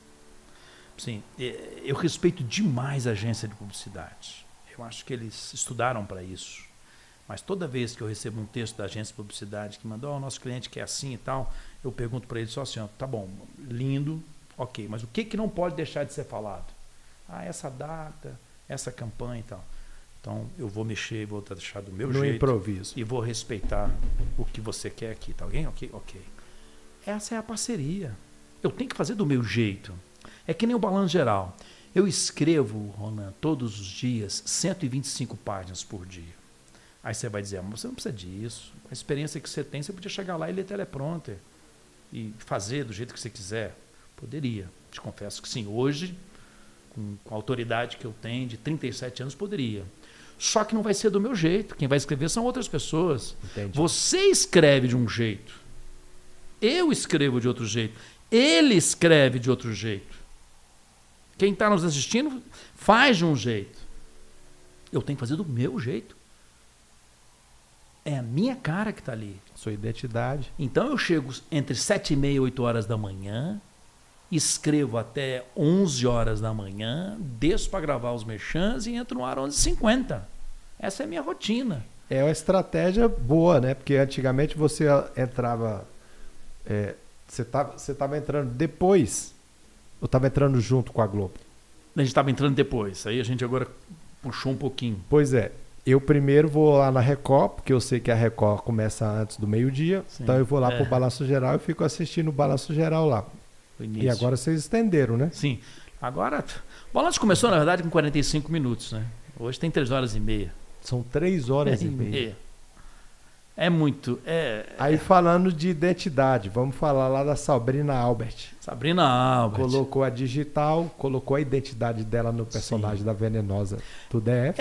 Sim, eu respeito demais a agência de publicidade. Eu acho que eles estudaram para isso. Mas toda vez que eu recebo um texto da agência de publicidade que mandou, o nosso cliente quer assim e tal, eu pergunto para ele só assim, tá bom, lindo, ok, mas o que não pode deixar de ser falado? Essa data, essa campanha e tal. Então, eu vou mexer, vou deixar do meu jeito. No improviso. E vou respeitar o que você quer aqui, tá alguém? Ok. Essa é a parceria. Eu tenho que fazer do meu jeito. É que nem o balanço geral. Eu escrevo, Ronan, todos os dias, 125 páginas por dia. Aí você vai dizer, mas você não precisa disso. A experiência que você tem, você podia chegar lá e ler teleprompter. e fazer do jeito que você quiser? Poderia. Te confesso que sim. Hoje, com a autoridade que eu tenho, de 37 anos, poderia. Só que não vai ser do meu jeito. Quem vai escrever são outras pessoas. Entendi. Você escreve de um jeito. Eu escrevo de outro jeito. Ele escreve de outro jeito. Quem está nos assistindo faz de um jeito. Eu tenho que fazer do meu jeito. É a minha cara que está ali. Sua identidade. Então eu chego entre 7h30 e 8 horas da manhã, escrevo até 11 horas da manhã, desço para gravar os merchans e entro no ar 11h50. Essa é a minha rotina. É uma estratégia boa, né? Porque antigamente você entrava... você estava entrando depois ou estava entrando junto com a Globo? A gente estava entrando depois. Aí a gente agora puxou um pouquinho. Pois é. Eu primeiro vou lá na Record, porque eu sei que a Record começa antes do meio-dia. Então eu vou lá para o Balanço Geral e fico assistindo o Balanço Geral lá. E agora vocês estenderam, né? Sim. Agora, o Balanço começou, na verdade, com 45 minutos, né? Hoje tem 3 horas e meia. São 3 horas e meia. É muito. Aí falando de identidade, vamos falar lá da Sabrina Albert. Sabrina Albert. Colocou a digital, colocou a identidade dela no personagem da Venenosa do DF.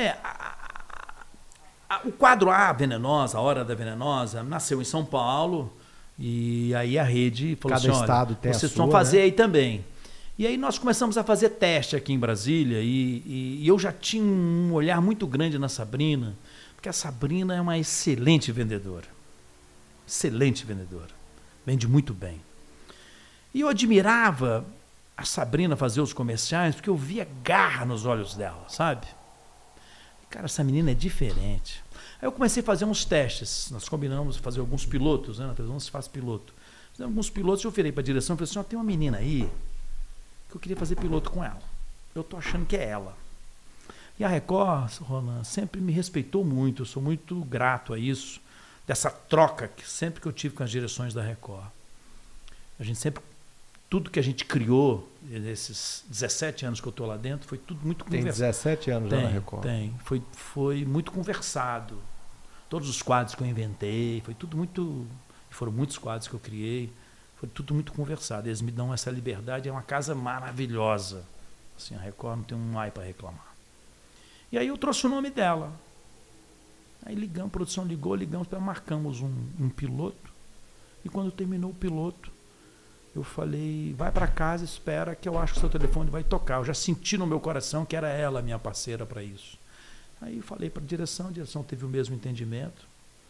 O quadro A Venenosa, a Hora da Venenosa, nasceu em São Paulo e aí a rede falou Cada assim, estado tem vocês a vão sua, fazer, né? aí também. E aí nós começamos a fazer teste aqui em Brasília e eu já tinha um olhar muito grande na Sabrina, porque a Sabrina é uma excelente vendedora. Excelente vendedora. Vende muito bem. E eu admirava a Sabrina fazer os comerciais porque eu via garra nos olhos dela, sabe? Cara, essa menina é diferente. Aí eu comecei a fazer uns testes. Nós combinamos fazer alguns pilotos, né? Na televisão se faz piloto. Fizemos alguns pilotos, eu virei para a direção e falei assim, ó, tem uma menina aí que eu queria fazer piloto com ela. Eu tô achando que é ela. E a Record, Roland, sempre me respeitou muito. Eu sou muito grato a isso. Dessa troca que sempre que eu tive com as direções da Record. A gente sempre... Tudo que a gente criou nesses 17 anos que eu estou lá dentro foi tudo muito conversado. Tem 17 anos já na Record. Tem. Foi muito conversado. Todos os quadros que eu inventei, foi tudo muito... Foram muitos quadros que eu criei, foi tudo muito conversado. Eles me dão essa liberdade, é uma casa maravilhosa. Assim, a Record não tem um ai para reclamar. E aí eu trouxe o nome dela. Aí ligamos, a produção ligamos, marcamos um piloto. E quando terminou o piloto, eu falei, vai para casa, espera que eu acho que o seu telefone vai tocar. Eu já senti no meu coração que era ela, minha parceira, para isso. Aí eu falei para a direção teve o mesmo entendimento.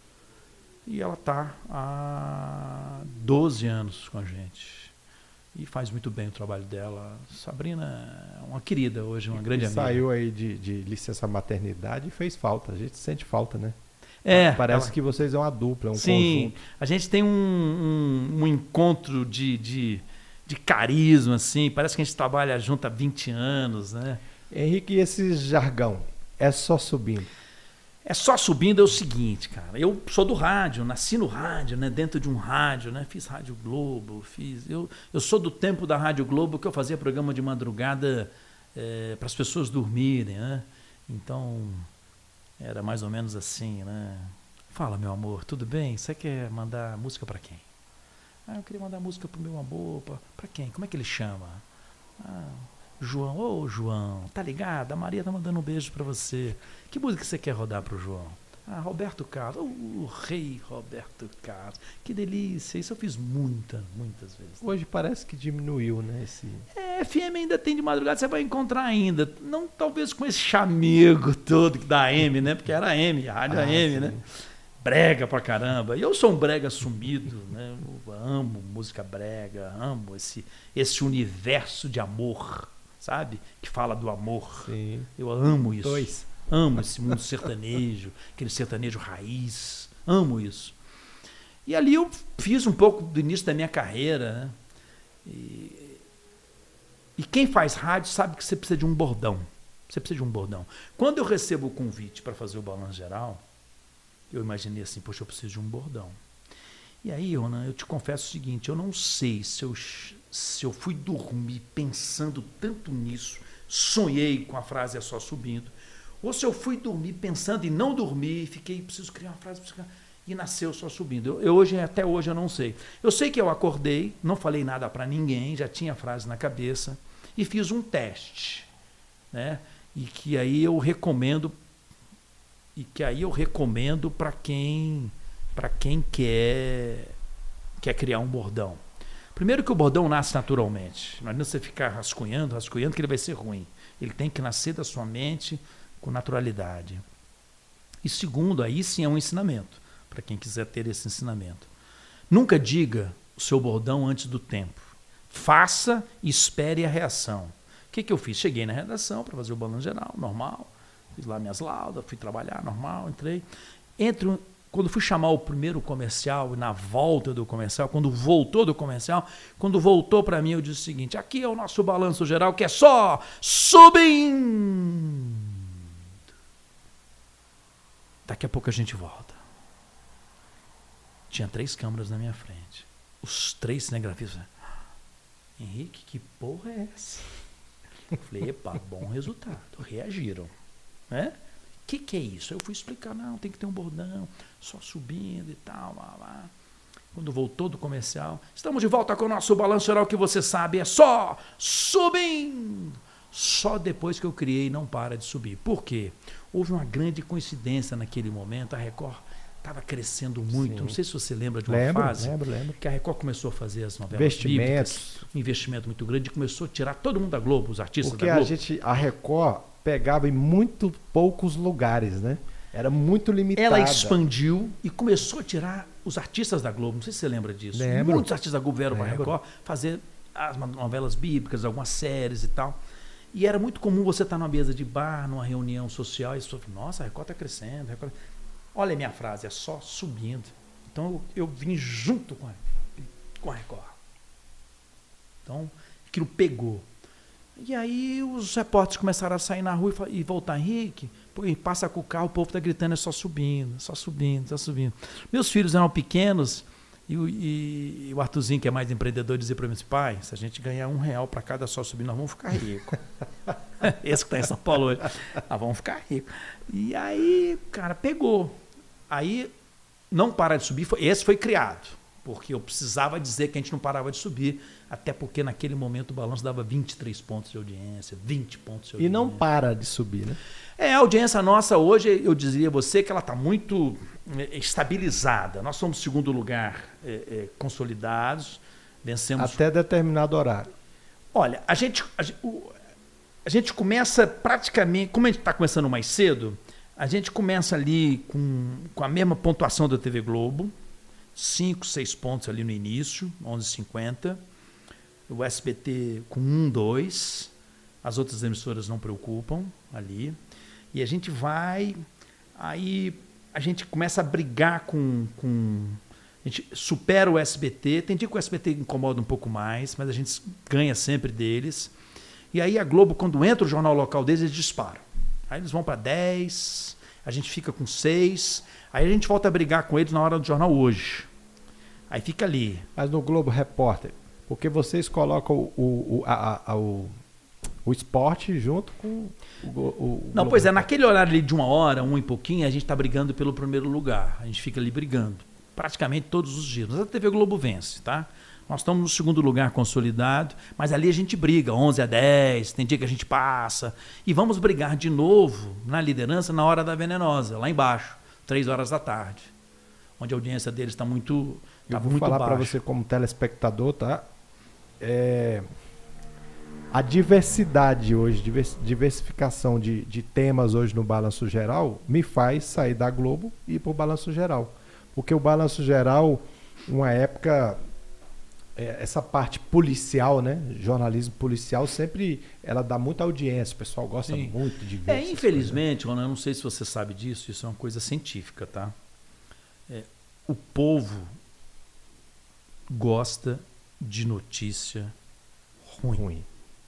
E ela está há 12 anos com a gente. E faz muito bem o trabalho dela. Sabrina é uma querida hoje, uma grande amiga. Saiu aí de licença maternidade e fez falta. A gente sente falta, né? Parece que vocês é uma dupla, um conjunto. A gente tem um encontro de carisma, assim. Parece que a gente trabalha junto há 20 anos, né? Henrique, e esse jargão? É só subindo? É só subindo é o seguinte, cara. Eu sou do rádio, nasci no rádio, né? Dentro de um rádio, né? Fiz Rádio Globo, eu sou do tempo da Rádio Globo que eu fazia programa de madrugada para as pessoas dormirem, né? Então, era mais ou menos assim, né? Fala, meu amor, tudo bem? Você quer mandar música para quem? Eu queria mandar música pro meu amor, para quem? Como é que ele chama? João, ô João, tá ligado? A Maria tá mandando um beijo para você. Que música você quer rodar pro João? Roberto Carlos, o rei Roberto Carlos. Que delícia, isso eu fiz muitas vezes. Hoje parece que diminuiu, né? FM ainda tem de madrugada, você vai encontrar ainda. Não talvez com esse chamego todo da AM, né? Porque era AM, rádio AM, né? Brega pra caramba. E eu sou um brega sumido, né? Eu amo música brega, amo esse universo de amor, sabe? Que fala do amor. Sim. Eu amo isso. Amo esse mundo sertanejo, aquele sertanejo raiz. Amo isso. E ali eu fiz um pouco do início da minha carreira, né? E quem faz rádio sabe que você precisa de um bordão. Você precisa de um bordão. Quando eu recebo o convite para fazer o Balanço Geral, eu imaginei assim, poxa, eu preciso de um bordão. E aí, Ronan, eu te confesso o seguinte, eu não sei se eu fui dormir pensando tanto nisso, sonhei com a frase é só subindo, ou se eu fui dormir pensando em não dormir, preciso criar uma frase, e nasceu Só Subindo. Até hoje eu não sei. Eu sei que eu acordei, não falei nada para ninguém, já tinha a frase na cabeça e fiz um teste, né? E que aí eu recomendo para quem quer criar um bordão. Primeiro que o bordão nasce naturalmente. Não adianta você ficar rascunhando que ele vai ser ruim. Ele tem que nascer da sua mente com naturalidade. E segundo, aí sim é um ensinamento, para quem quiser ter esse ensinamento. Nunca diga o seu bordão antes do tempo. Faça e espere a reação. O que eu fiz? Cheguei na redação para fazer o balanço geral, normal. Fiz lá minhas laudas, fui trabalhar, normal, entrei. Quando fui chamar o primeiro comercial, na volta do comercial, quando voltou do comercial, quando voltou para mim, eu disse o seguinte: aqui é o nosso balanço geral, que é só subindo. Daqui a pouco a gente volta. Tinha 3 câmeras na minha frente. Os 3 cinegrafistas. Henrique, que porra é essa? Eu falei, epa, bom resultado. Reagiram. Né? Que é isso? Eu fui explicar, não, tem que ter um bordão, só subindo e tal, lá. Quando voltou do comercial, estamos de volta com o nosso balanço geral, que você sabe, é só subindo. Só depois que eu criei não para de subir. Por quê? Houve uma grande coincidência naquele momento, a Record estava crescendo muito. Sim. Não sei se você lembra de uma fase lembro. Que a Record começou a fazer as novelas bíblicas, um investimento muito grande, e começou a tirar todo mundo da Globo, os artistas da Globo. Porque a Record pegava em muito poucos lugares, né? Era muito limitada. Ela expandiu e começou a tirar os artistas da Globo. Não sei se você lembra disso. Lembro. Muitos artistas da Globo vieram para a Record fazer as novelas bíblicas, algumas séries e tal. E era muito comum você estar numa mesa de bar, numa reunião social, e você fala, nossa, a Record está crescendo. Olha a minha frase, é só subindo. Então eu vim junto com a Record. Então aquilo pegou. E aí os repórteres começaram a sair na rua e voltar, Henrique, passa com o carro, o povo está gritando, é só subindo, só subindo, só subindo. Meus filhos eram pequenos e o Arthurzinho, que é mais empreendedor, dizia para mim, pai, se a gente ganhar R$1 para cada só subindo, nós vamos ficar ricos. Esse que está em São Paulo hoje. Nós vamos ficar ricos. E aí, cara, pegou. Aí, não para de subir, esse foi criado. Porque eu precisava dizer que a gente não parava de subir, até porque naquele momento o balanço dava 23 pontos de audiência, 20 pontos de audiência. E não para de subir, né? A audiência nossa hoje, eu diria a você que ela está muito estabilizada. Nós somos segundo lugar consolidados, vencemos... Até determinado horário. Olha, a gente começa praticamente, como a gente está começando mais cedo, a gente começa ali com a mesma pontuação da TV Globo, 5, 6 pontos ali no início, 11h50. O SBT com 1, 2. As outras emissoras não preocupam ali. E a gente vai... Aí a gente começa a brigar a gente supera o SBT. Tem dia que o SBT incomoda um pouco mais, mas a gente ganha sempre deles. E aí a Globo, quando entra o jornal local deles, eles disparam. Aí eles vão para 10, a gente fica com 6... Aí a gente volta a brigar com eles na hora do jornal hoje. Aí fica ali. Mas no Globo Repórter, porque vocês colocam o esporte junto com o Não, pois é, naquele horário ali de 1 hora, 1 e pouquinho, a gente está brigando pelo primeiro lugar. A gente fica ali brigando. Praticamente todos os dias. Mas a TV Globo vence, tá? Nós estamos no segundo lugar consolidado, mas ali a gente briga, 11-10, tem dia que a gente passa. E vamos brigar de novo na liderança na hora da venenosa, lá embaixo. 3 horas da tarde, onde a audiência deles está muito baixa. Eu vou falar para você como telespectador, tá? A diversidade hoje, diversificação de temas hoje no Balanço Geral, me faz sair da Globo e ir para o Balanço Geral. Porque o Balanço Geral, uma época, essa parte policial, né? Jornalismo policial, sempre ela dá muita audiência, o pessoal gosta Sim. muito de ver. Infelizmente, Ronaldo, eu não sei se você sabe disso, isso é uma coisa científica, tá? O povo gosta de notícia ruim.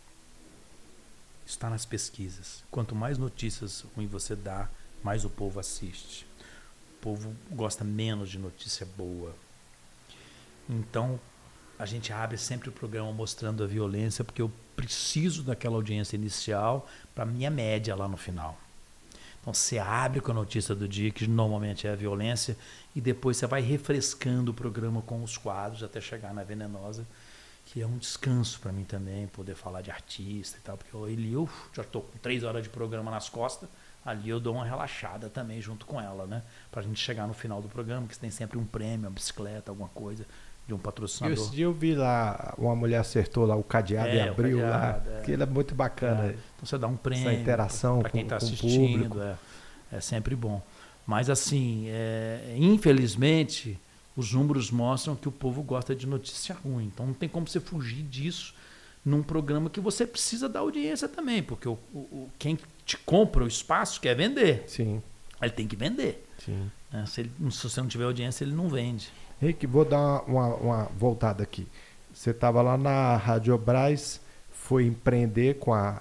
Está nas pesquisas. Quanto mais notícias ruins você dá, mais o povo assiste. O povo gosta menos de notícia boa. Então, a gente abre sempre o programa mostrando a violência, porque eu preciso daquela audiência inicial para a minha média lá no final. Então você abre com a notícia do dia, que normalmente é a violência, e depois você vai refrescando o programa com os quadros até chegar na Venenosa, que é um descanso para mim também, poder falar de artista e tal, porque eu já estou com 3 horas de programa nas costas, ali eu dou uma relaxada também junto com ela, né? Pra gente chegar no final do programa, que tem sempre um prêmio, uma bicicleta, alguma coisa de um E patrocinador. esse dia eu vi lá, uma mulher acertou lá o cadeado e abriu cadeado, lá, aquilo é muito bacana. Então você dá um prêmio. Essa interação para quem está com o assistindo, público. é sempre bom. Mas assim, infelizmente, os números mostram que o povo gosta de notícia ruim. Então não tem como você fugir disso num programa que você precisa da audiência também, porque quem te compra o espaço quer vender. Sim, Ele tem que vender. sim. Né? Se você não tiver audiência, ele não vende. Rick, vou dar uma voltada aqui. Você estava lá na Radiobras, foi empreender com a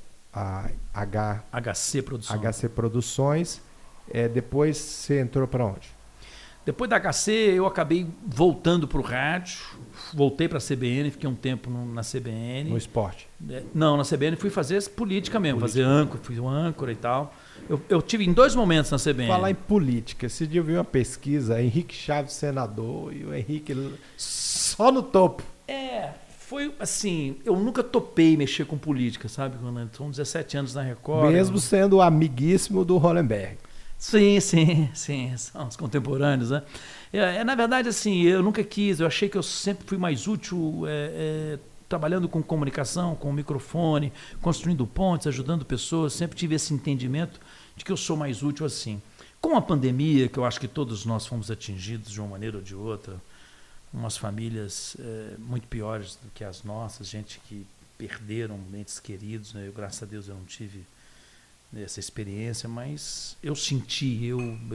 HC Produções. HC Produções. Depois você entrou para onde? Depois da HC, eu acabei voltando para o rádio, voltei para a CBN, fiquei um tempo na CBN. No esporte? Não, na CBN fui fazer política mesmo, fazer âncora, fui um âncora e tal. Eu tive em 2 momentos na CBN. Falar em política, esse dia eu vi uma pesquisa, Henrique Chaves senador e o Henrique só no topo. Foi assim, eu nunca topei mexer com política, sabe? São 17 anos na Record. Mesmo sendo amiguíssimo do Hollenberg. Sim, são os contemporâneos, né? Na verdade, assim, eu nunca quis, eu achei que eu sempre fui mais útil trabalhando com comunicação, com microfone, construindo pontes, ajudando pessoas, sempre tive esse entendimento de que eu sou mais útil assim. Com a pandemia, que eu acho que todos nós fomos atingidos de uma maneira ou de outra, umas famílias muito piores do que as nossas, gente que perderam entes queridos, né? Graças a Deus eu não tive essa experiência, mas eu senti,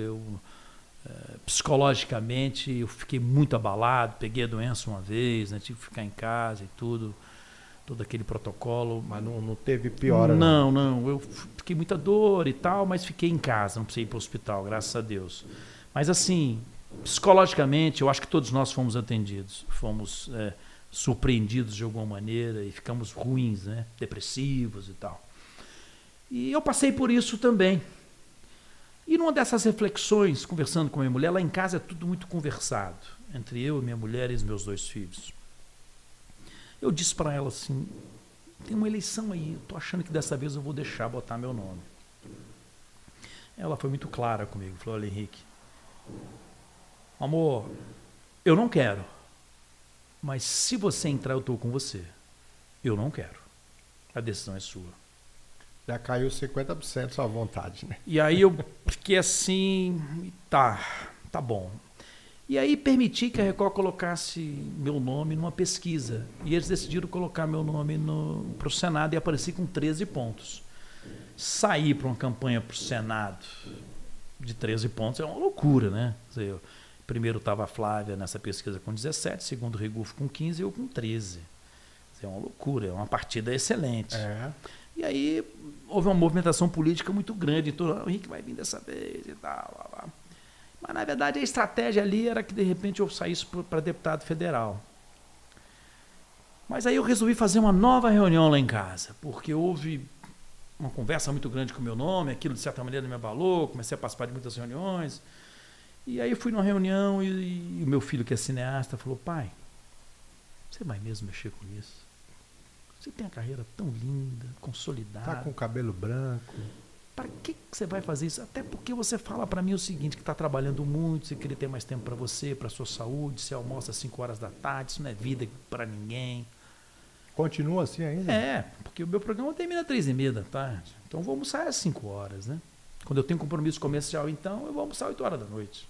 psicologicamente, eu fiquei muito abalado, peguei a doença uma vez, né? Tive que ficar em casa e tudo, todo aquele protocolo. Mas não teve piora? Não, eu fiquei muita dor e tal, mas fiquei em casa, não precisei ir para o hospital, graças a Deus. Mas assim, psicologicamente, eu acho que todos nós fomos atendidos, fomos surpreendidos de alguma maneira e ficamos ruins, né? Depressivos e tal. E eu passei por isso também. E numa dessas reflexões, conversando com a minha mulher, lá em casa é tudo muito conversado, entre eu, minha mulher e os meus 2 filhos. Eu disse para ela assim, tem uma eleição aí, eu tô achando que dessa vez eu vou deixar botar meu nome. Ela foi muito clara comigo, falou, olha, Henrique, amor, eu não quero, mas se você entrar, eu tô com você. Eu não quero. A decisão é sua. Já caiu 50% sua vontade, né? E aí eu fiquei assim, tá bom. E aí permiti que a Record colocasse meu nome numa pesquisa. E eles decidiram colocar meu nome para o Senado e apareci com 13 pontos. Sair para uma campanha para o Senado de 13 pontos é uma loucura, né? Quer dizer, primeiro estava a Flávia nessa pesquisa com 17, segundo o Rigufo com 15 e eu com 13. É uma loucura, é uma partida excelente. E aí houve uma movimentação política muito grande, então o Henrique vai vir dessa vez e tal. Mas na verdade a estratégia ali era que de repente eu saísse para deputado federal. Mas aí eu resolvi fazer uma nova reunião lá em casa, porque houve uma conversa muito grande com o meu nome, aquilo de certa maneira me abalou, comecei a participar de muitas reuniões. E aí eu fui numa reunião e o meu filho, que é cineasta, falou, pai, você vai mesmo mexer com isso? Você tem uma carreira tão linda, consolidada. Tá com o cabelo branco. Para que você vai fazer isso? Até porque você fala para mim o seguinte, que está trabalhando muito, você queria ter mais tempo para você, para sua saúde, você almoça às 5 horas da tarde, isso não é vida para ninguém. Continua assim ainda? Porque o meu programa termina às 3h30 da tarde. Então eu vou almoçar às 5 horas, né? Quando eu tenho compromisso comercial, então, eu vou almoçar às 8 horas da noite.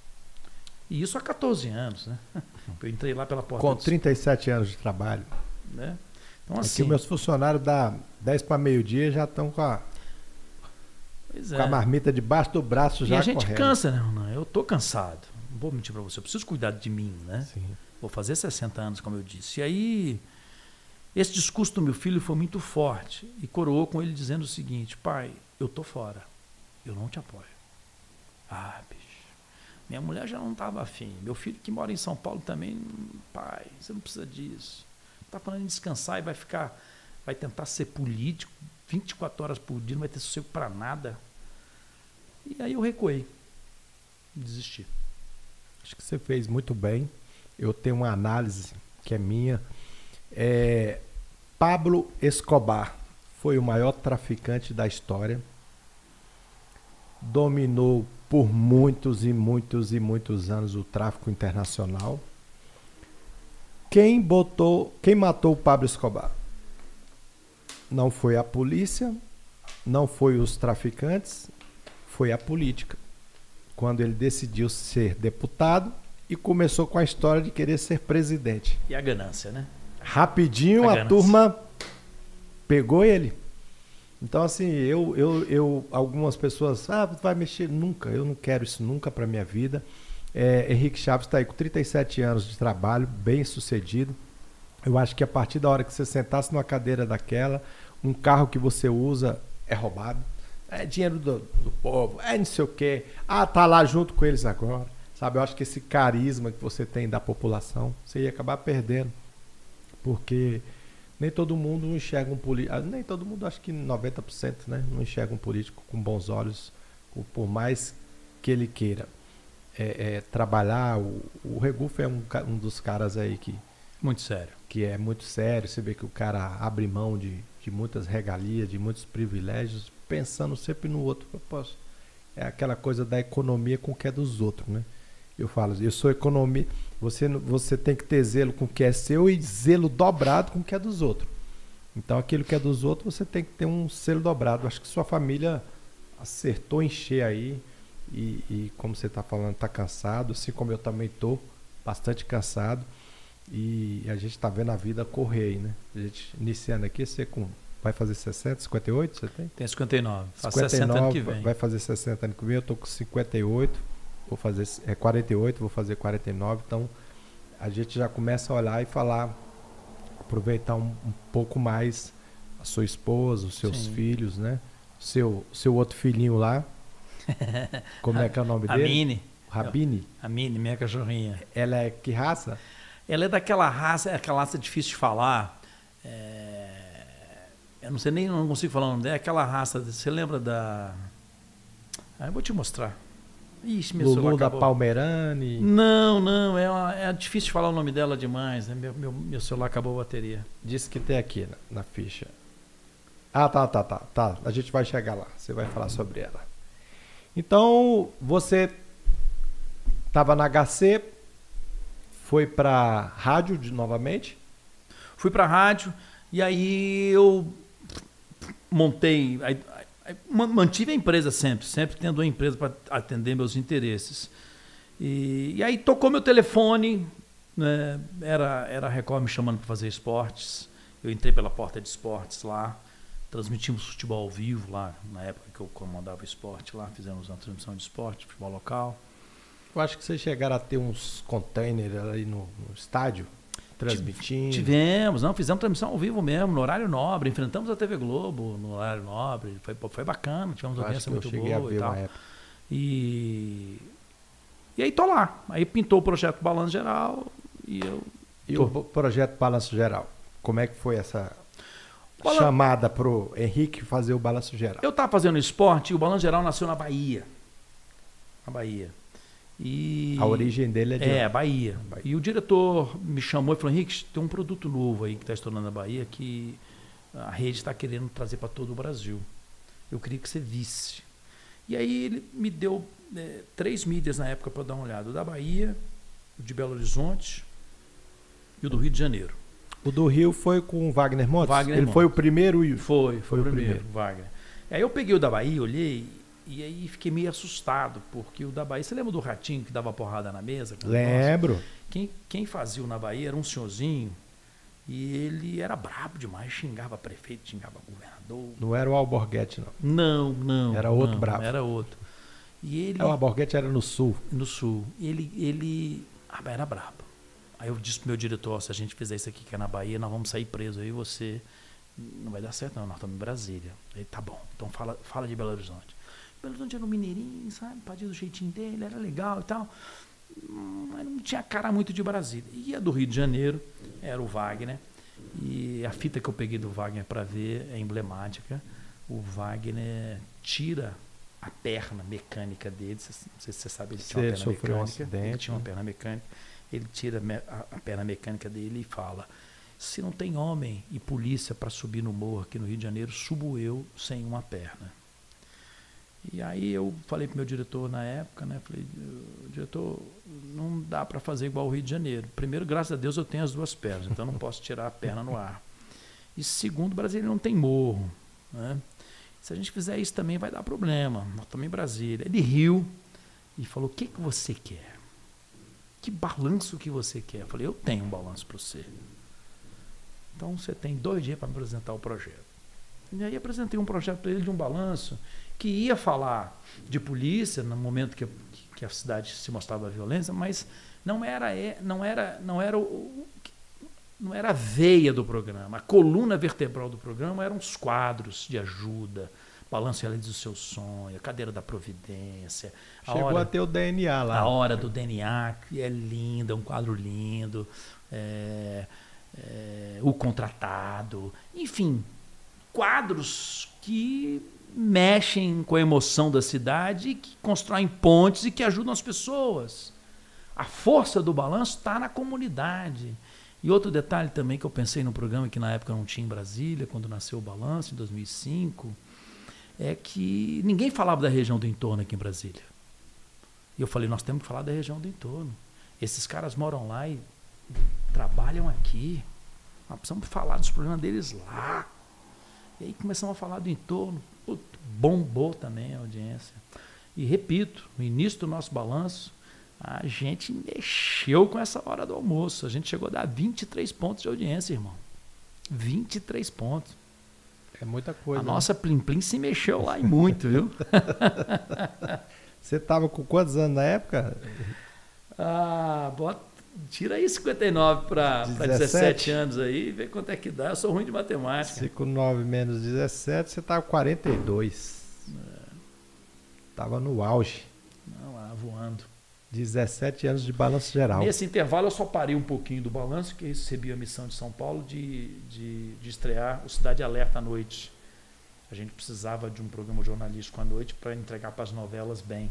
E isso há 14 anos, né? Eu entrei lá pela porta. Com 37 anos de trabalho. Né? Então, assim, aqui meus funcionários dá 10 para meio-dia já estão com a marmita debaixo do braço já. E a gente correndo. cansa, né? Eu tô cansado. Não vou mentir para você, eu preciso cuidar de mim, né? Sim. Vou fazer 60 anos, como eu disse. E aí, esse discurso do meu filho foi muito forte e coroou com ele dizendo o seguinte, pai, eu tô fora, eu não te apoio. Ah, bicho, minha mulher já não estava afim, meu filho que mora em São Paulo também, pai, você não precisa disso. Tá falando em descansar e vai tentar ser político 24 horas por dia, não vai ter sossego para nada. E aí eu recuei. Desisti. Acho que você fez muito bem. Eu tenho uma análise que é minha. Pablo Escobar foi o maior traficante da história. Dominou por muitos e muitos e muitos anos o tráfico internacional. Quem matou o Pablo Escobar? Não foi a polícia, não foi os traficantes, foi a política. Quando ele decidiu ser deputado e começou com a história de querer ser presidente. E a ganância, né? Rapidinho a turma pegou ele. Então, assim, algumas pessoas, vai mexer nunca, eu não quero isso nunca para minha vida. Henrique Chaves está aí com 37 anos de trabalho, bem sucedido. Eu acho que a partir da hora que você sentasse numa cadeira daquela, um carro que você usa é roubado, é dinheiro do povo, não sei o quê. Tá lá junto com eles agora. Sabe, eu acho que esse carisma que você tem da população, você ia acabar perdendo. Porque nem todo mundo enxerga um político, nem todo mundo, acho que 90%, né, não enxerga um político com bons olhos, por mais que ele queira trabalhar. O Regufo é um dos caras aí que... Muito sério. Que é muito sério. Você vê que o cara abre mão de muitas regalias, de muitos privilégios, pensando sempre no outro. É aquela coisa da economia com o que é dos outros, né? Eu falo, eu sou economia. Você tem que ter zelo com o que é seu e zelo dobrado com o que é dos outros. Então, aquilo que é dos outros, você tem que ter um selo dobrado. Acho que sua família acertou em cheio aí. E como você está falando, está cansado, assim como eu também estou bastante cansado. E a gente está vendo a vida correr aí, né? A gente iniciando aqui, vai fazer 60, 58, você tem? Tem 59, faz 59, 60 ano que vem. Vai fazer 60 ano que vem, eu tô com 58, vou fazer 48, vou fazer 49, então a gente já começa a olhar e falar, aproveitar um pouco mais a sua esposa, os seus filhos, né? Seu outro filhinho lá, como é que é o nome dele? Rabini. A Mini, minha cachorrinha. Ela é que raça? Ela é daquela raça, aquela raça difícil de falar. Eu não consigo falar o nome dela. É aquela raça, você lembra da... eu vou te mostrar. Ixi, meu celular da acabou. Palmeirani? Não, é difícil de falar o nome dela demais, né? Meu celular acabou a bateria. Disse que tem aqui na ficha. Tá. A gente vai chegar lá, você vai falar sobre ela. Então, você estava na HC, foi para rádio novamente? Fui para rádio e aí eu montei, mantive a empresa sempre tendo uma empresa para atender meus interesses. E aí tocou meu telefone, né? Era a Record me chamando para fazer esportes. Eu entrei pela porta de esportes lá, transmitimos futebol ao vivo lá, na época que eu comandava o esporte lá, fizemos uma transmissão de esporte, futebol local. Eu acho que vocês chegaram a ter uns containers ali no estádio, transmitindo. Fizemos transmissão ao vivo mesmo, no horário nobre, enfrentamos a TV Globo no horário nobre, foi bacana, tivemos uma audiência muito boa e tal. E aí tô lá, aí pintou o projeto Balanço Geral e eu... E o projeto Balanço Geral, como é que foi essa chamada pro Henrique fazer o Balanço Geral? Eu estava fazendo esporte e o Balanço Geral nasceu na Bahia. Na Bahia. E a origem dele é de Bahia. E o diretor me chamou e falou: Henrique, tem um produto novo aí que está estourando na Bahia que a rede está querendo trazer para todo o Brasil. Eu queria que você visse. E aí ele me deu 3 mídias na época para dar uma olhada: o da Bahia, o de Belo Horizonte e o do Rio de Janeiro. O do Rio foi com o Wagner Montes? Ele foi o primeiro? Foi o primeiro, Wagner. Aí eu peguei o da Bahia, olhei. E aí fiquei meio assustado, porque o da Bahia... Você lembra do ratinho que dava porrada na mesa? Lembro. Quem fazia o na Bahia era um senhorzinho e ele era brabo demais, xingava prefeito, xingava governador. Não era o Alborguete, não? Não. Era outro brabo. Era outro. E ele... O Alborguete era no sul. No sul. Ele era brabo. Aí eu disse pro meu diretor: se a gente fizer isso aqui que é na Bahia, nós vamos sair presos. Aí você... Não vai dar certo não, nós estamos em Brasília. Aí tá bom, então fala de Belo Horizonte. Belo Horizonte era um mineirinho, sabe? Padia do jeitinho dele, era legal e tal. Mas não tinha cara muito de Brasília. E a do Rio de Janeiro era o Wagner. E a fita que eu peguei do Wagner para ver é emblemática. O Wagner tira a perna mecânica dele, não sei se você sabe, ele tinha uma perna mecânica. Ele tinha uma perna mecânica. Ele tira a perna mecânica dele e fala: se não tem homem e polícia para subir no morro aqui no Rio de Janeiro, subo eu sem uma perna. E aí eu falei para o meu diretor na época, né? Falei: diretor, não dá para fazer igual o Rio de Janeiro. Primeiro, graças a Deus, eu tenho as duas pernas, então não posso tirar a perna no ar. E segundo, Brasília não tem morro, né? Se a gente fizer isso também vai dar problema. Nós estamos em Brasília. Ele riu e falou: o que você quer? Que balanço que você quer? Eu falei: eu tenho um balanço para você. Então você tem 2 dias para me apresentar o projeto. E aí apresentei um projeto para ele de um balanço que ia falar de polícia no momento que a cidade se mostrava violência, mas não era a veia do programa. A coluna vertebral do programa eram os quadros de ajuda, Balanço Realiza o Seu Sonho, a Cadeira da Providência. Chegou a ter o DNA lá. A Hora do DNA, que é linda, um quadro lindo. O Contratado. Enfim, quadros que mexem com a emoção da cidade, que constroem pontes e que ajudam as pessoas. A força do balanço está na comunidade. E outro detalhe também que eu pensei no programa, que na época não tinha em Brasília, quando nasceu o Balanço, em 2005, é que ninguém falava da região do entorno aqui em Brasília. E eu falei: nós temos que falar da região do entorno. Esses caras moram lá e trabalham aqui. Nós precisamos falar dos problemas deles lá. E aí começamos a falar do entorno. Puta, bombou também a audiência. E repito, no início do nosso balanço, a gente mexeu com essa hora do almoço. A gente chegou a dar 23 pontos de audiência, irmão. 23 pontos. É muita coisa. A nossa Plim Plim se mexeu lá e muito, viu? Você estava com quantos anos na época? Tira aí 59 para 17 anos aí e vê quanto é que dá. Eu sou ruim de matemática. 5,9 menos 17, você estava com 42. Estava no auge. Não, lá voando. 17 anos de balanço geral. Nesse intervalo eu só parei um pouquinho do balanço, que recebi a missão de São Paulo de estrear o Cidade Alerta à noite. A gente precisava de um programa jornalístico à noite para entregar para as novelas bem.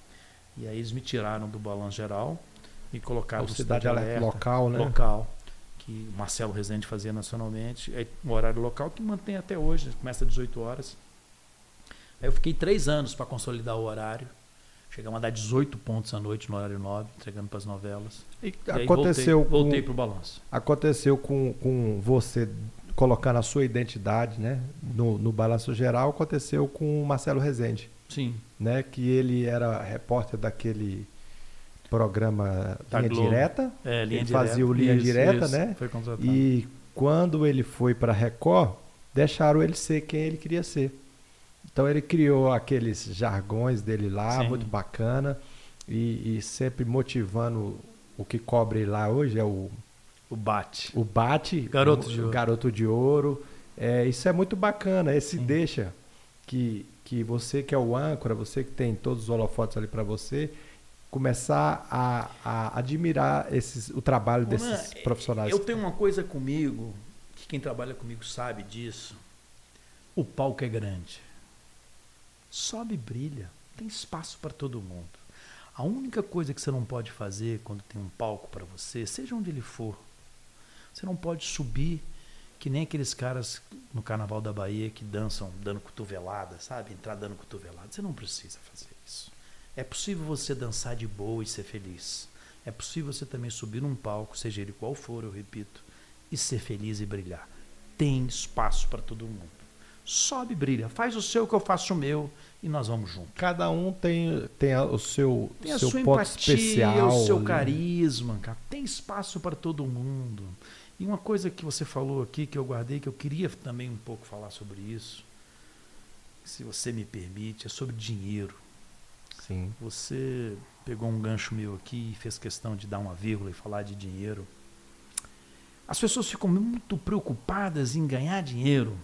E aí eles me tiraram do balanço geral e colocaram o Cidade Alerta local, né? Local, que o Marcelo Rezende fazia nacionalmente. É um horário local que mantém até hoje, começa às 18 horas. Aí eu fiquei 3 anos para consolidar o horário. Chegamos a dar 18 pontos à noite no horário 9, entregando para as novelas. E aconteceu voltei para o balanço. Aconteceu com você colocando a sua identidade, né, no balanço geral, aconteceu com o Marcelo Rezende. Sim. Né, que ele era repórter daquele programa Linha Globo. Direta. Linha ele direta. Fazia o Linha Direta, isso, né? Foi contratado. E quando ele foi para a Record, deixaram ele ser quem ele queria ser. Então ele criou aqueles jargões dele lá, muito bacana, e sempre motivando o que cobre lá hoje, é o Bate. O Bate, Garoto de Ouro. Isso é muito bacana, deixa que você que é o âncora, você que tem todos os holofotes ali para você, começar a admirar o trabalho desses profissionais. Eu tenho uma coisa comigo, que quem trabalha comigo sabe disso, o palco é grande. Sobe e brilha, tem espaço para todo mundo. A única coisa que você não pode fazer quando tem um palco para você, seja onde ele for, você não pode subir que nem aqueles caras no Carnaval da Bahia que dançam dando cotovelada, sabe? Entrar dando cotovelada. Você não precisa fazer isso. É possível você dançar de boa e ser feliz. É possível você também subir num palco, seja ele qual for, eu repito, e ser feliz e brilhar. Tem espaço para todo mundo. Sobe e brilha, faz o seu que eu faço o meu e nós vamos juntos. Cada um tem o seu sua ponto empatia, especial, o seu carisma, cara. Tem espaço para todo mundo. E uma coisa que você falou aqui que eu guardei, que eu queria também um pouco falar sobre isso, se você me permite, é sobre dinheiro. Sim. Você pegou um gancho meu aqui e fez questão de dar uma vírgula e falar de dinheiro. As pessoas ficam muito preocupadas em ganhar dinheiro.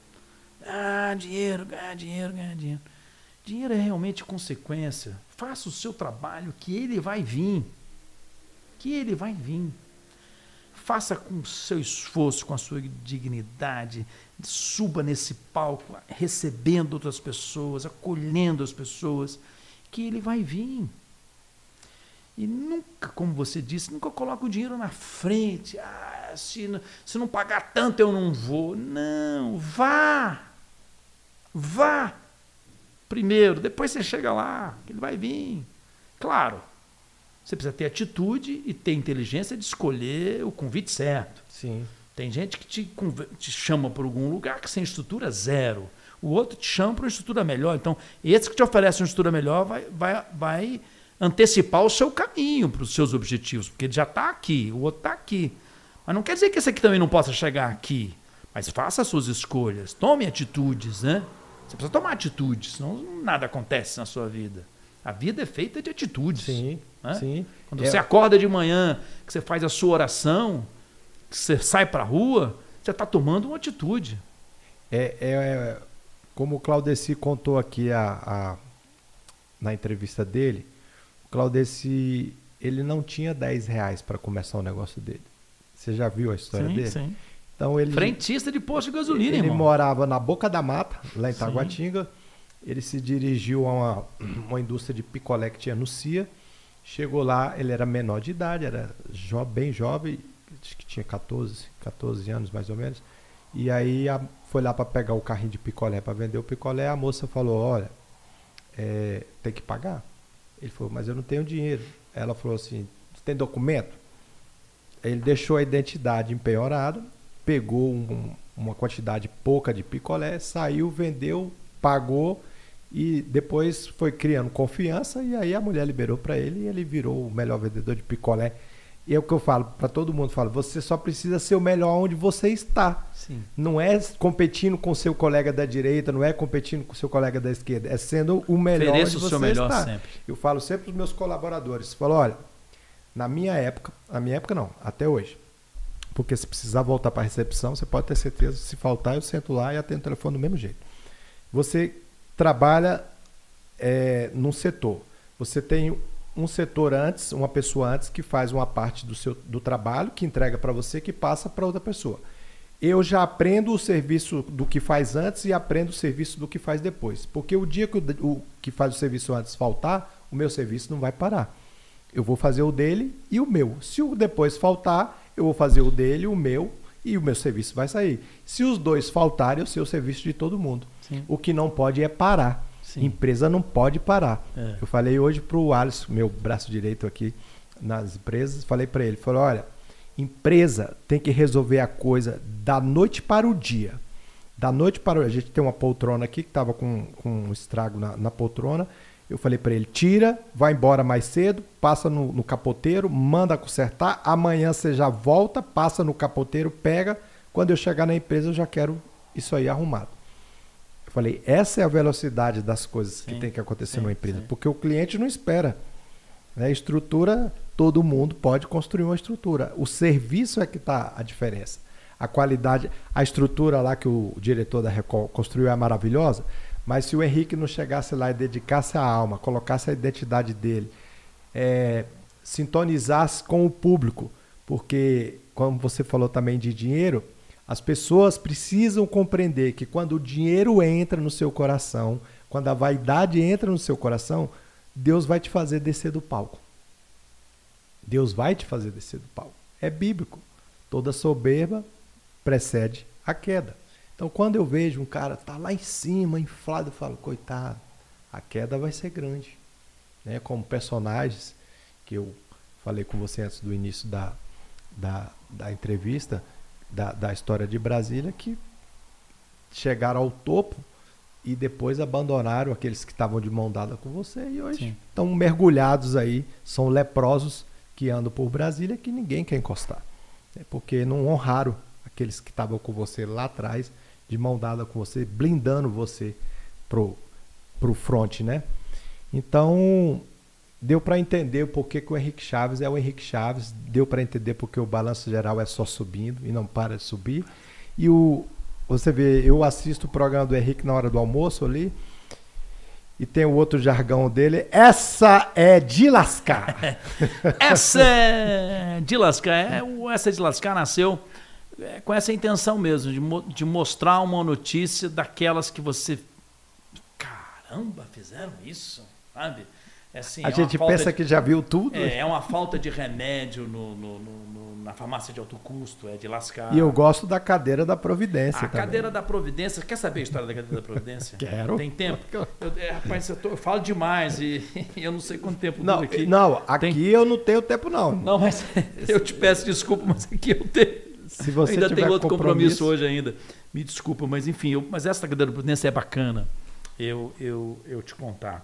Dinheiro, ganhar dinheiro, ganhar dinheiro. Dinheiro é realmente consequência. Faça o seu trabalho que ele vai vir. Que ele vai vir. faça com o seu esforço, com a sua dignidade, suba nesse palco, recebendo outras pessoas, acolhendo as pessoas, que ele vai vir. E nunca, como você disse, nunca coloca o dinheiro na frente. Se não pagar tanto, eu não vou. Não, vá. Vá. Primeiro, depois você chega lá, que ele vai vir. Claro, você precisa ter atitude e ter inteligência de escolher o convite certo. Sim. Tem gente que te chama para algum lugar que sem estrutura zero. O outro te chama para uma estrutura melhor. Então, esse que te oferece uma estrutura melhor vai antecipar o seu caminho para os seus objetivos, porque ele já está aqui, o outro está aqui. Mas não quer dizer que esse aqui também não possa chegar aqui. Mas faça as suas escolhas, tome atitudes, né? Você precisa tomar atitudes, senão nada acontece na sua vida. A vida é feita de atitudes. Sim, né? sim. Quando você acorda de manhã, que você faz a sua oração, que você sai para a rua, você está tomando uma atitude. Como o Claudeci contou aqui na entrevista dele, o Claudeci, ele não tinha R$10 para começar o negócio dele. Você já viu a história dele? Sim. Então ele, frentista de posto de gasolina, ele irmão. morava na Boca da Mata, lá em Taguatinga. Ele se dirigiu a uma indústria de picolé que tinha no CIA. Chegou lá, ele era menor de idade, era bem jovem, acho que tinha 14 anos mais ou menos. E aí foi lá para pegar o carrinho de picolé para vender o picolé. A moça falou, olha, tem que pagar. Ele falou, mas eu não tenho dinheiro. Ela falou assim, você tem documento? Ele deixou a identidade empenhorada, pegou uma quantidade pouca de picolé, saiu, vendeu, pagou e depois foi criando confiança e aí a mulher liberou para ele e ele virou o melhor vendedor de picolé. E é o que eu falo para todo mundo, você só precisa ser o melhor onde você está. Sim. Não é competindo com o seu colega da direita, não é competindo com o seu colega da esquerda, é sendo o melhor onde você está. Sempre. Eu falo sempre para os meus colaboradores, falo, olha, na minha época não, até hoje, porque se precisar voltar para a recepção, você pode ter certeza, se faltar eu sento lá e atendo o telefone do mesmo jeito. Você trabalha num setor, você tem um setor antes, uma pessoa antes que faz uma parte do trabalho, que entrega para você, que passa para outra pessoa. Eu já aprendo o serviço do que faz antes e aprendo o serviço do que faz depois. Porque o dia que o que faz o serviço antes faltar, o meu serviço não vai parar. Eu vou fazer o dele e o meu. Se o depois faltar, eu vou fazer o dele, o meu e o meu serviço vai sair. Se os dois faltarem, eu sei o serviço de todo mundo. Sim. O que não pode é parar. Sim. Empresa não pode parar. Eu falei hoje para o Alisson, meu braço direito aqui nas empresas, falei para ele, olha, empresa tem que resolver a coisa da noite para o dia. Da noite para o dia. A gente tem uma poltrona aqui que estava com um estrago na poltrona. Eu falei para ele, tira, vai embora mais cedo, passa no capoteiro, manda consertar, amanhã você já volta, passa no capoteiro, pega, quando eu chegar na empresa eu já quero isso aí arrumado. Eu falei, essa é a velocidade das coisas que tem que acontecer numa empresa, porque o cliente não espera. Né? Estrutura, todo mundo pode construir uma estrutura. O serviço é que está a diferença. A qualidade, a estrutura lá que o diretor da Record construiu é maravilhosa, mas se o Henrique não chegasse lá e dedicasse a alma, colocasse a identidade dele, sintonizasse com o público, porque, como você falou também de dinheiro, as pessoas precisam compreender que quando o dinheiro entra no seu coração, quando a vaidade entra no seu coração, Deus vai te fazer descer do palco. Deus vai te fazer descer do palco. É bíblico. Toda soberba precede a queda. Então, quando eu vejo um cara tá lá em cima, inflado, eu falo, coitado, a queda vai ser grande. Né? Como personagens que eu falei com você antes do início da entrevista, da história de Brasília, que chegaram ao topo e depois abandonaram aqueles que estavam de mão dada com você e hoje estão mergulhados aí, são leprosos que andam por Brasília que ninguém quer encostar. Porque não honraram aqueles que estavam com você lá atrás, de mão dada com você, blindando você pro front, né? Então, deu para entender porque que o Henrique Chaves é o Henrique Chaves, deu para entender porque o balanço geral é só subindo e não para de subir. E você vê, eu assisto o programa do Henrique na hora do almoço ali, e tem o outro jargão dele, essa é de lascar. Essa é de lascar. Essa de lascar nasceu com essa intenção mesmo, de mostrar uma notícia daquelas que você... Caramba, fizeram isso, sabe? Assim, a gente pensa que já viu tudo. É uma falta de remédio na farmácia de alto custo, é de lascar. E eu gosto da cadeira da Providência também. Cadeira da Providência, quer saber a história da cadeira da Providência? Quero. Tem tempo? Rapaz, eu falo demais e eu não sei quanto tempo dura aqui. Não, aqui eu não tenho tempo não. Não, mas eu te peço desculpa, mas aqui eu tenho. Se você ainda tiver tem outro compromisso hoje ainda. Me desculpa, mas enfim, mas essa cadeira da Providência é bacana eu te contar.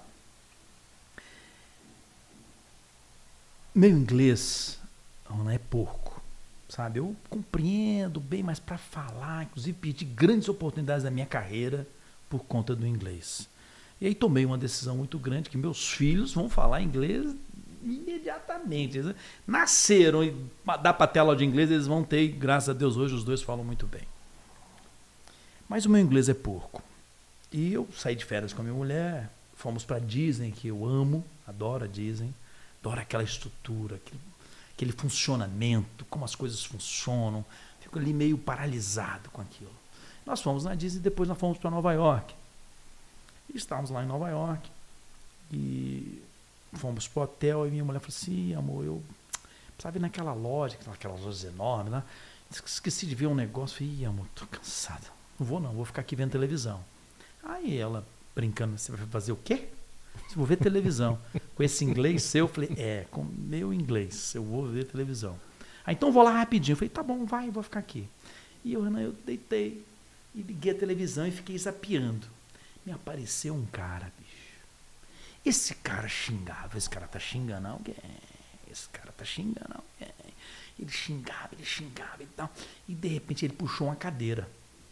Meu inglês é porco, sabe? Eu compreendo bem, mas para falar, inclusive perdi grandes oportunidades da minha carreira por conta do inglês. E aí tomei uma decisão muito grande que meus filhos vão falar inglês imediatamente. Eles nasceram e dá para ter aula de inglês, eles vão ter, e graças a Deus hoje os dois falam muito bem. Mas o meu inglês é porco. E eu saí de férias com a minha mulher, fomos para Disney, que eu amo, adoro a Disney. Adoro aquela estrutura, aquele funcionamento, como as coisas funcionam. Fico ali meio paralisado com aquilo. Nós fomos na Disney e depois nós fomos para Nova York. E estávamos lá em Nova York. E fomos para o hotel e minha mulher falou assim, amor, eu precisava ir naquela loja, aquelas lojas enormes, né? Esqueci de ver um negócio. Falei, amor, tô cansado. Não, vou ficar aqui vendo televisão. Aí ela, brincando, você vai fazer o quê? Se vou ver televisão. Com esse inglês seu, eu falei, com meu inglês, eu vou ver televisão. Aí então vou lá rapidinho. Eu falei, tá bom, vai, eu vou ficar aqui. E eu deitei e liguei a televisão e fiquei zapeando. Me apareceu um cara, bicho. Esse cara xingava, esse cara tá xingando alguém. Esse cara tá xingando alguém. Ele xingava e tal. E de repente ele puxou uma cadeira.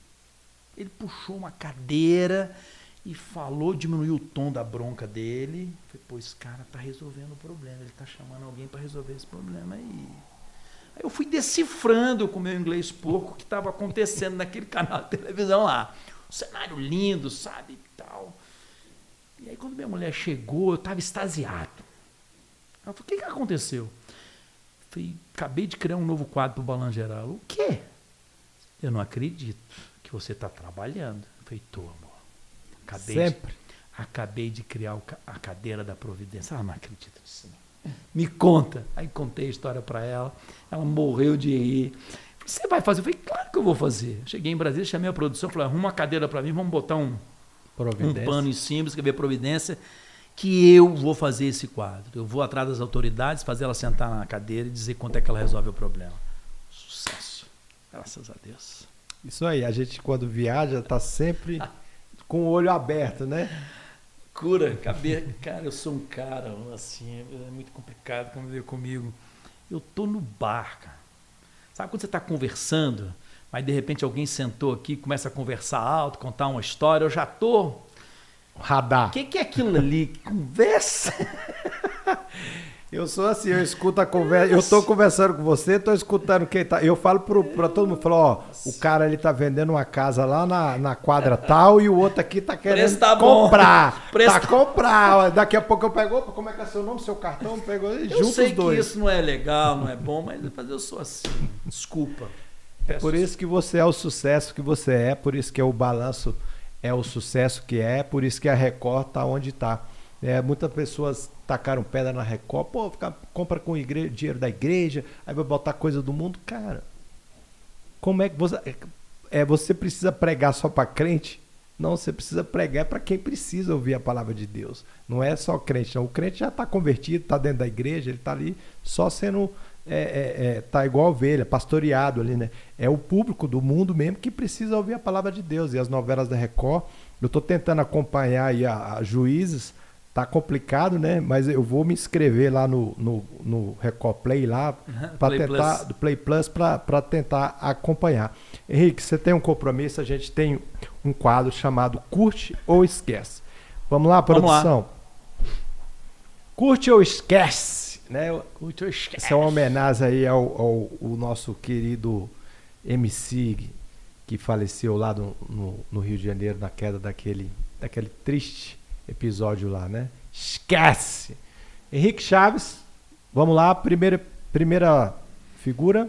E falou, diminuiu o tom da bronca dele. Falei, pô, esse cara tá resolvendo o problema, ele tá chamando alguém para resolver esse problema aí. Aí eu fui decifrando com o meu inglês porco o que estava acontecendo naquele canal de televisão lá. Um cenário lindo, sabe, e tal. E aí quando minha mulher chegou, eu estava extasiado. Ela falou, o que aconteceu? Eu falei, acabei de criar um novo quadro para o Balanço Geral. O quê? Eu não acredito que você está trabalhando. Eu falei, tô, amor. Acabei de criar a cadeira da Providência. Ela não acredita nisso, não. Me conta. Aí contei a história para ela. Ela morreu de rir. Você vai fazer? Eu falei, claro que eu vou fazer. Cheguei em Brasília, chamei a produção, falei, arruma uma cadeira para mim, vamos botar um pano em cima, escrever Providência, que eu vou fazer esse quadro. Eu vou atrás das autoridades, fazer ela sentar na cadeira e dizer quanto é que ela resolve o problema. Sucesso. Graças a Deus. Isso aí, a gente quando viaja está sempre... com o olho aberto, né? Cara, eu sou um cara, assim, é muito complicado conviver comigo. Eu tô no bar, cara. Sabe quando você está conversando, mas de repente alguém sentou aqui, começa a conversar alto, contar uma história, eu já tô... Radar. O que é aquilo ali? Conversa? Eu sou assim, eu escuto a conversa, eu tô conversando com você, tô escutando quem tá, eu falo pra todo mundo, falo, ó, o cara ele tá vendendo uma casa lá na quadra tal e o outro aqui tá querendo comprar, comprar, daqui a pouco eu pego, opa, como é que é seu nome, seu cartão, pegou, junto os dois. Eu sei que isso não é legal, não é bom, mas eu sou assim, desculpa. Por isso que você é o sucesso que você é, por isso que o Balanço é o sucesso que é, por isso que a Record tá onde tá. Muitas pessoas tacaram pedra na Record, pô, compra com dinheiro da igreja, aí vai botar coisa do mundo. Cara, como é que você precisa pregar só para crente? Não, você precisa pregar para quem precisa ouvir a palavra de Deus. Não é só crente, não. O crente já está convertido, está dentro da igreja, ele está ali só sendo, tá igual a ovelha, pastoreado ali, né? É o público do mundo mesmo que precisa ouvir a palavra de Deus. E as novelas da Record, eu estou tentando acompanhar aí a Juízes. Tá complicado, né? Mas eu vou me inscrever lá no Record Play lá para tentar Plus. Do Play Plus para tentar acompanhar. Henrique, você tem um compromisso, a gente tem um quadro chamado Curte ou Esquece. Vamos lá, produção? Vamos lá. Curte ou esquece, né? Curte ou esquece. Essa é uma homenagem aí ao nosso querido MC que faleceu lá no Rio de Janeiro na queda daquele triste episódio lá, né? Esquece! Henrique Chaves, vamos lá, primeira figura.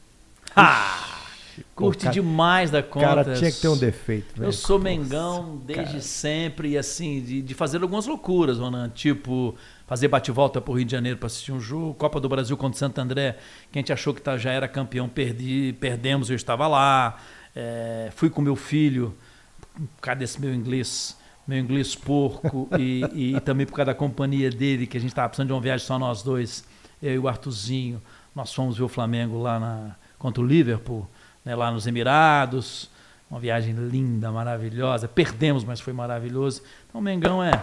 Curte demais da conta. Cara, tinha que ter um defeito. Eu sou Mengão desde sempre, e assim, de fazer algumas loucuras, Ronan, tipo fazer bate-volta pro Rio de Janeiro para assistir um jogo, Copa do Brasil contra o Santo André, que a gente achou que já era campeão, perdemos, eu estava lá, fui com meu filho, por causa desse meu inglês porco, e também por causa da companhia dele, que a gente estava precisando de uma viagem só nós dois, eu e o Arthurzinho, nós fomos ver o Flamengo lá contra o Liverpool, né, lá nos Emirados, uma viagem linda, maravilhosa, perdemos, mas foi maravilhoso. Então o Mengão é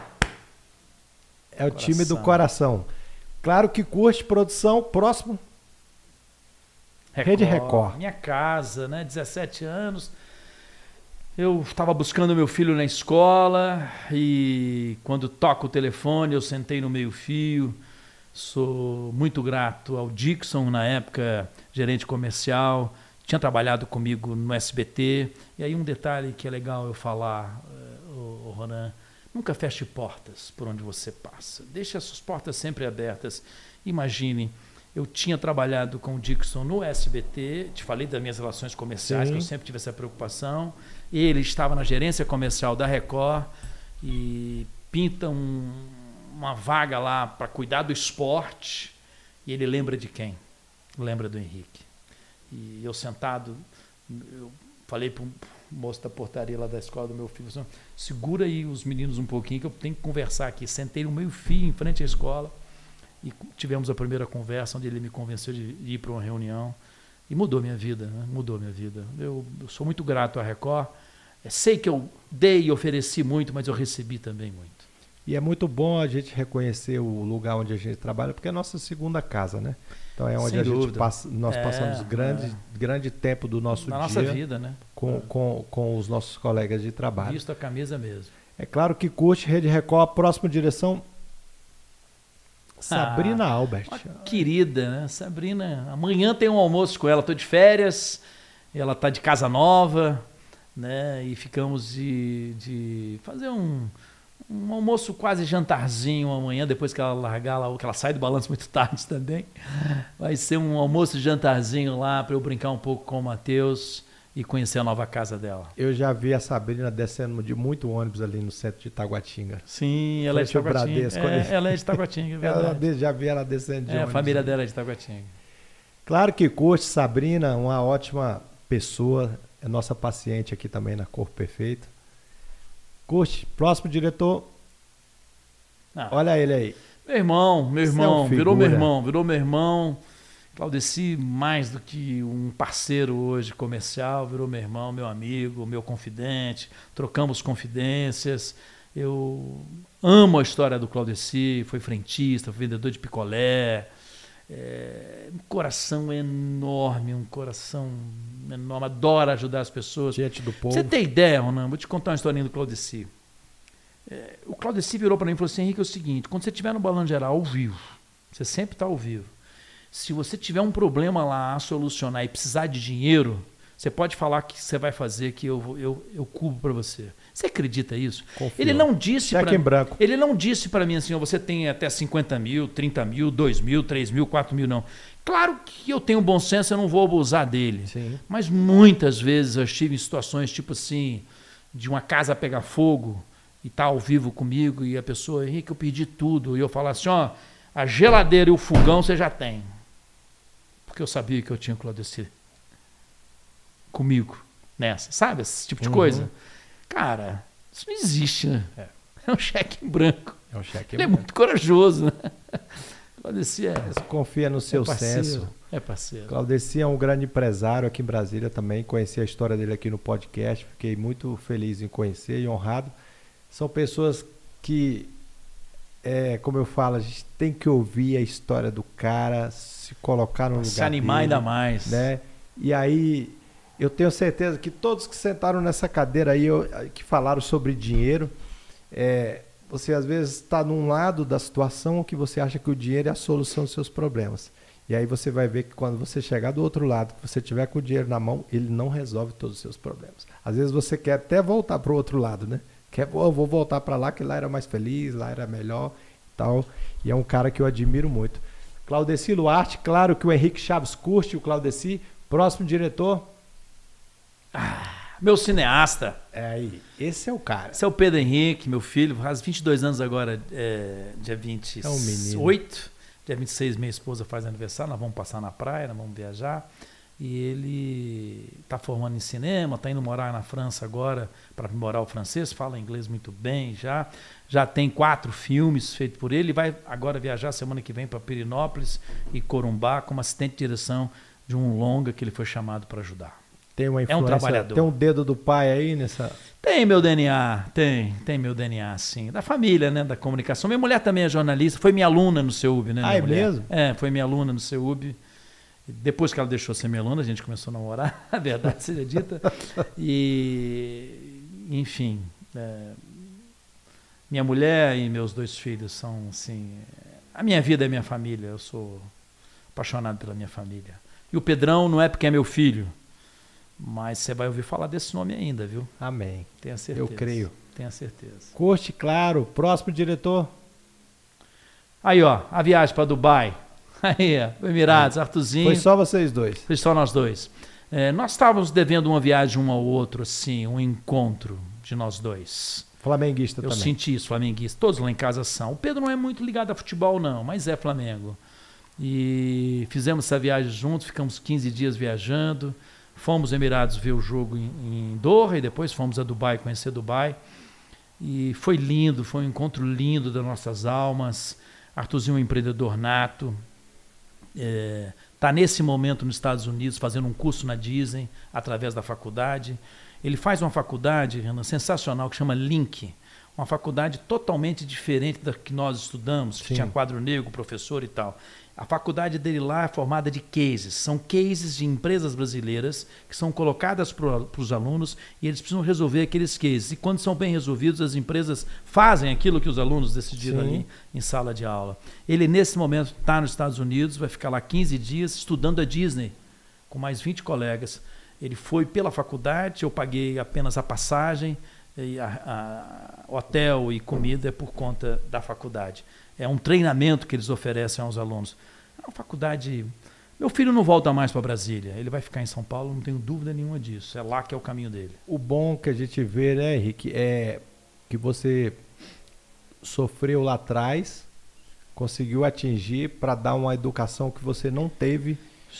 o time do coração. Claro que curte produção, próximo. Rede Record. Minha casa, né? 17 anos. Eu estava buscando meu filho na escola e quando toca o telefone eu sentei no meio-fio. Sou muito grato ao Dixon, na época gerente comercial. Tinha trabalhado comigo no SBT. E aí um detalhe que é legal eu falar, Ronan. Nunca feche portas por onde você passa. Deixe as suas portas sempre abertas. Imagine, eu tinha trabalhado com o Dixon no SBT, te falei das minhas relações comerciais, que eu sempre tive essa preocupação. Ele estava na gerência comercial da Record e pinta uma vaga lá para cuidar do esporte. E ele lembra de quem? Lembra do Henrique. E eu sentado, eu falei para moço da portaria lá da escola do meu filho, assim, segura aí os meninos um pouquinho que eu tenho que conversar aqui. Sentei no meio-fio em frente à escola e tivemos a primeira conversa onde ele me convenceu de ir para uma reunião e mudou minha vida, né? Mudou minha vida. Eu sou muito grato à Record. Sei que eu dei e ofereci muito, mas eu recebi também muito. E é muito bom a gente reconhecer o lugar onde a gente trabalha, porque é a nossa segunda casa, né? Então é onde nós passamos grande tempo do nosso dia. Nossa vida, né? Com os nossos colegas de trabalho. Visto a camisa mesmo. É claro que curte Rede Record, próxima direção, Sabrina Albert. Querida, né? Sabrina, amanhã tem um almoço com ela, estou de férias, ela está de casa nova, né? E ficamos de fazer um almoço quase jantarzinho amanhã, depois que ela largar lá, que ela sai do balanço muito tarde também. Vai ser um almoço jantarzinho lá para eu brincar um pouco com o Matheus e conhecer a nova casa dela. Eu já vi a Sabrina descendo de muito ônibus ali no centro de Taguatinga. Sim, ela é de Taguatinga. Ela é de Taguatinga, é verdade. Já vi ela descendo de ônibus. A família dela é de Taguatinga. Claro que curte, Sabrina, uma ótima pessoa, é nossa paciente aqui também na Corpo Perfeito. Curte, próximo diretor. Olha ele aí. Meu irmão, virou meu irmão. Claudeci, mais do que um parceiro hoje comercial, virou meu irmão, meu amigo, meu confidente. Trocamos confidências. Eu amo a história do Claudeci, foi frentista, foi vendedor de picolé. Um coração enorme, adora ajudar as pessoas. Gente do povo. Você tem ideia, Ronan? Vou te contar uma historinha do Claudeci. O Claudeci virou para mim e falou assim: Henrique, é o seguinte, quando você estiver no Balanço Geral ao vivo, você sempre está ao vivo, se você tiver um problema lá a solucionar e precisar de dinheiro, você pode falar que você vai fazer, que eu cubro para você. Você acredita isso? Confio. Ele não disse para mim assim, você tem até 50 mil, 30 mil, 2 mil, 3 mil, 4 mil, não. Claro que eu tenho bom senso, eu não vou abusar dele. Sim. Mas muitas vezes eu estive em situações tipo assim, de uma casa pegar fogo e tá ao vivo comigo e a pessoa, Henrique, eu perdi tudo. E eu falo assim, ó, a geladeira e o fogão você já tem. Porque eu sabia que eu tinha o Claudeci comigo nessa, sabe? Esse tipo de coisa. Cara, isso não existe, né? É um cheque em branco. Ele é muito corajoso, né? Claudeci confia no seu senso. É parceiro. Claudeci é um grande empresário aqui em Brasília também. Conheci a história dele aqui no podcast. Fiquei muito feliz em conhecer e honrado. São pessoas que, como eu falo, a gente tem que ouvir a história do cara, se colocar no lugar se animar dele, ainda mais. Né? E aí, eu tenho certeza que todos que sentaram nessa cadeira aí, que falaram sobre dinheiro, você às vezes está num lado da situação que você acha que o dinheiro é a solução dos seus problemas. E aí você vai ver que quando você chegar do outro lado, que você tiver com o dinheiro na mão, ele não resolve todos os seus problemas. Às vezes você quer até voltar para o outro lado, né? eu vou voltar para lá, que lá era mais feliz, lá era melhor e tal. E é um cara que eu admiro muito. Claudeci Luarte, claro que o Henrique Chaves curte o Claudeci. Próximo diretor. Meu cineasta. Aí, esse é o cara. Esse é o Pedro Henrique, meu filho, faz 22 anos agora, dia 28. É um menino. Dia 26 minha esposa faz aniversário, nós vamos passar na praia, nós vamos viajar. E ele está formando em cinema, está indo morar na França agora para aprimorar o francês, fala inglês muito bem já tem 4 filmes feitos por ele, vai agora viajar semana que vem para Pirinópolis e Corumbá como assistente de direção de um longa que ele foi chamado para ajudar. Tem uma influência, é um trabalhador. Tem um dedo do pai aí nessa... Tem meu DNA, tem meu DNA, sim. Da família, né, da comunicação. Minha mulher também é jornalista, foi minha aluna no CEUB, né? É mesmo? Foi minha aluna no CEUB. Depois que ela deixou ser minha aluna, a gente começou a namorar, a verdade seja dita. E, enfim, minha mulher e meus 2 filhos são, assim... A minha vida é minha família, eu sou apaixonado pela minha família. E o Pedrão não é porque é meu filho, mas você vai ouvir falar desse nome ainda, viu? Amém. Tenha certeza. Eu creio. Tenha certeza. Curte, claro. Próximo diretor. Aí, ó, a viagem para Dubai. Aí, ó, Emirados, Arthurzinho. Foi só vocês dois? Foi só nós dois. Nós estávamos devendo uma viagem um ao outro, assim, um encontro de nós dois. Flamenguista também. Eu senti isso, flamenguista. Todos lá em casa são. O Pedro não é muito ligado a futebol, não, mas é Flamengo. E fizemos essa viagem juntos, ficamos 15 dias viajando. Fomos aos Emirados ver o jogo em Doha e depois fomos a Dubai, conhecer Dubai. E foi lindo, foi um encontro lindo das nossas almas. Arthurzinho é um empreendedor nato. Está nesse momento nos Estados Unidos fazendo um curso na Disney através da faculdade. Ele faz uma faculdade, Renan, sensacional, que chama Link. Uma faculdade totalmente diferente da que nós estudamos, que tinha quadro negro, professor e tal. A faculdade dele lá é formada de cases. São cases de empresas brasileiras que são colocadas para os alunos e eles precisam resolver aqueles cases. E quando são bem resolvidos, as empresas fazem aquilo que os alunos decidiram ali em sala de aula. Ele, nesse momento, está nos Estados Unidos, vai ficar lá 15 dias estudando a Disney, com mais 20 colegas. Ele foi pela faculdade, eu paguei apenas a passagem, e hotel e comida é por conta da faculdade. É um treinamento que eles oferecem aos alunos. É uma faculdade... Meu filho não volta mais para Brasília. Ele vai ficar em São Paulo, não tenho dúvida nenhuma disso. É lá que é o caminho dele. O bom que a gente vê, né, Henrique, é que você sofreu lá atrás, conseguiu atingir para dar uma educação que você não teve.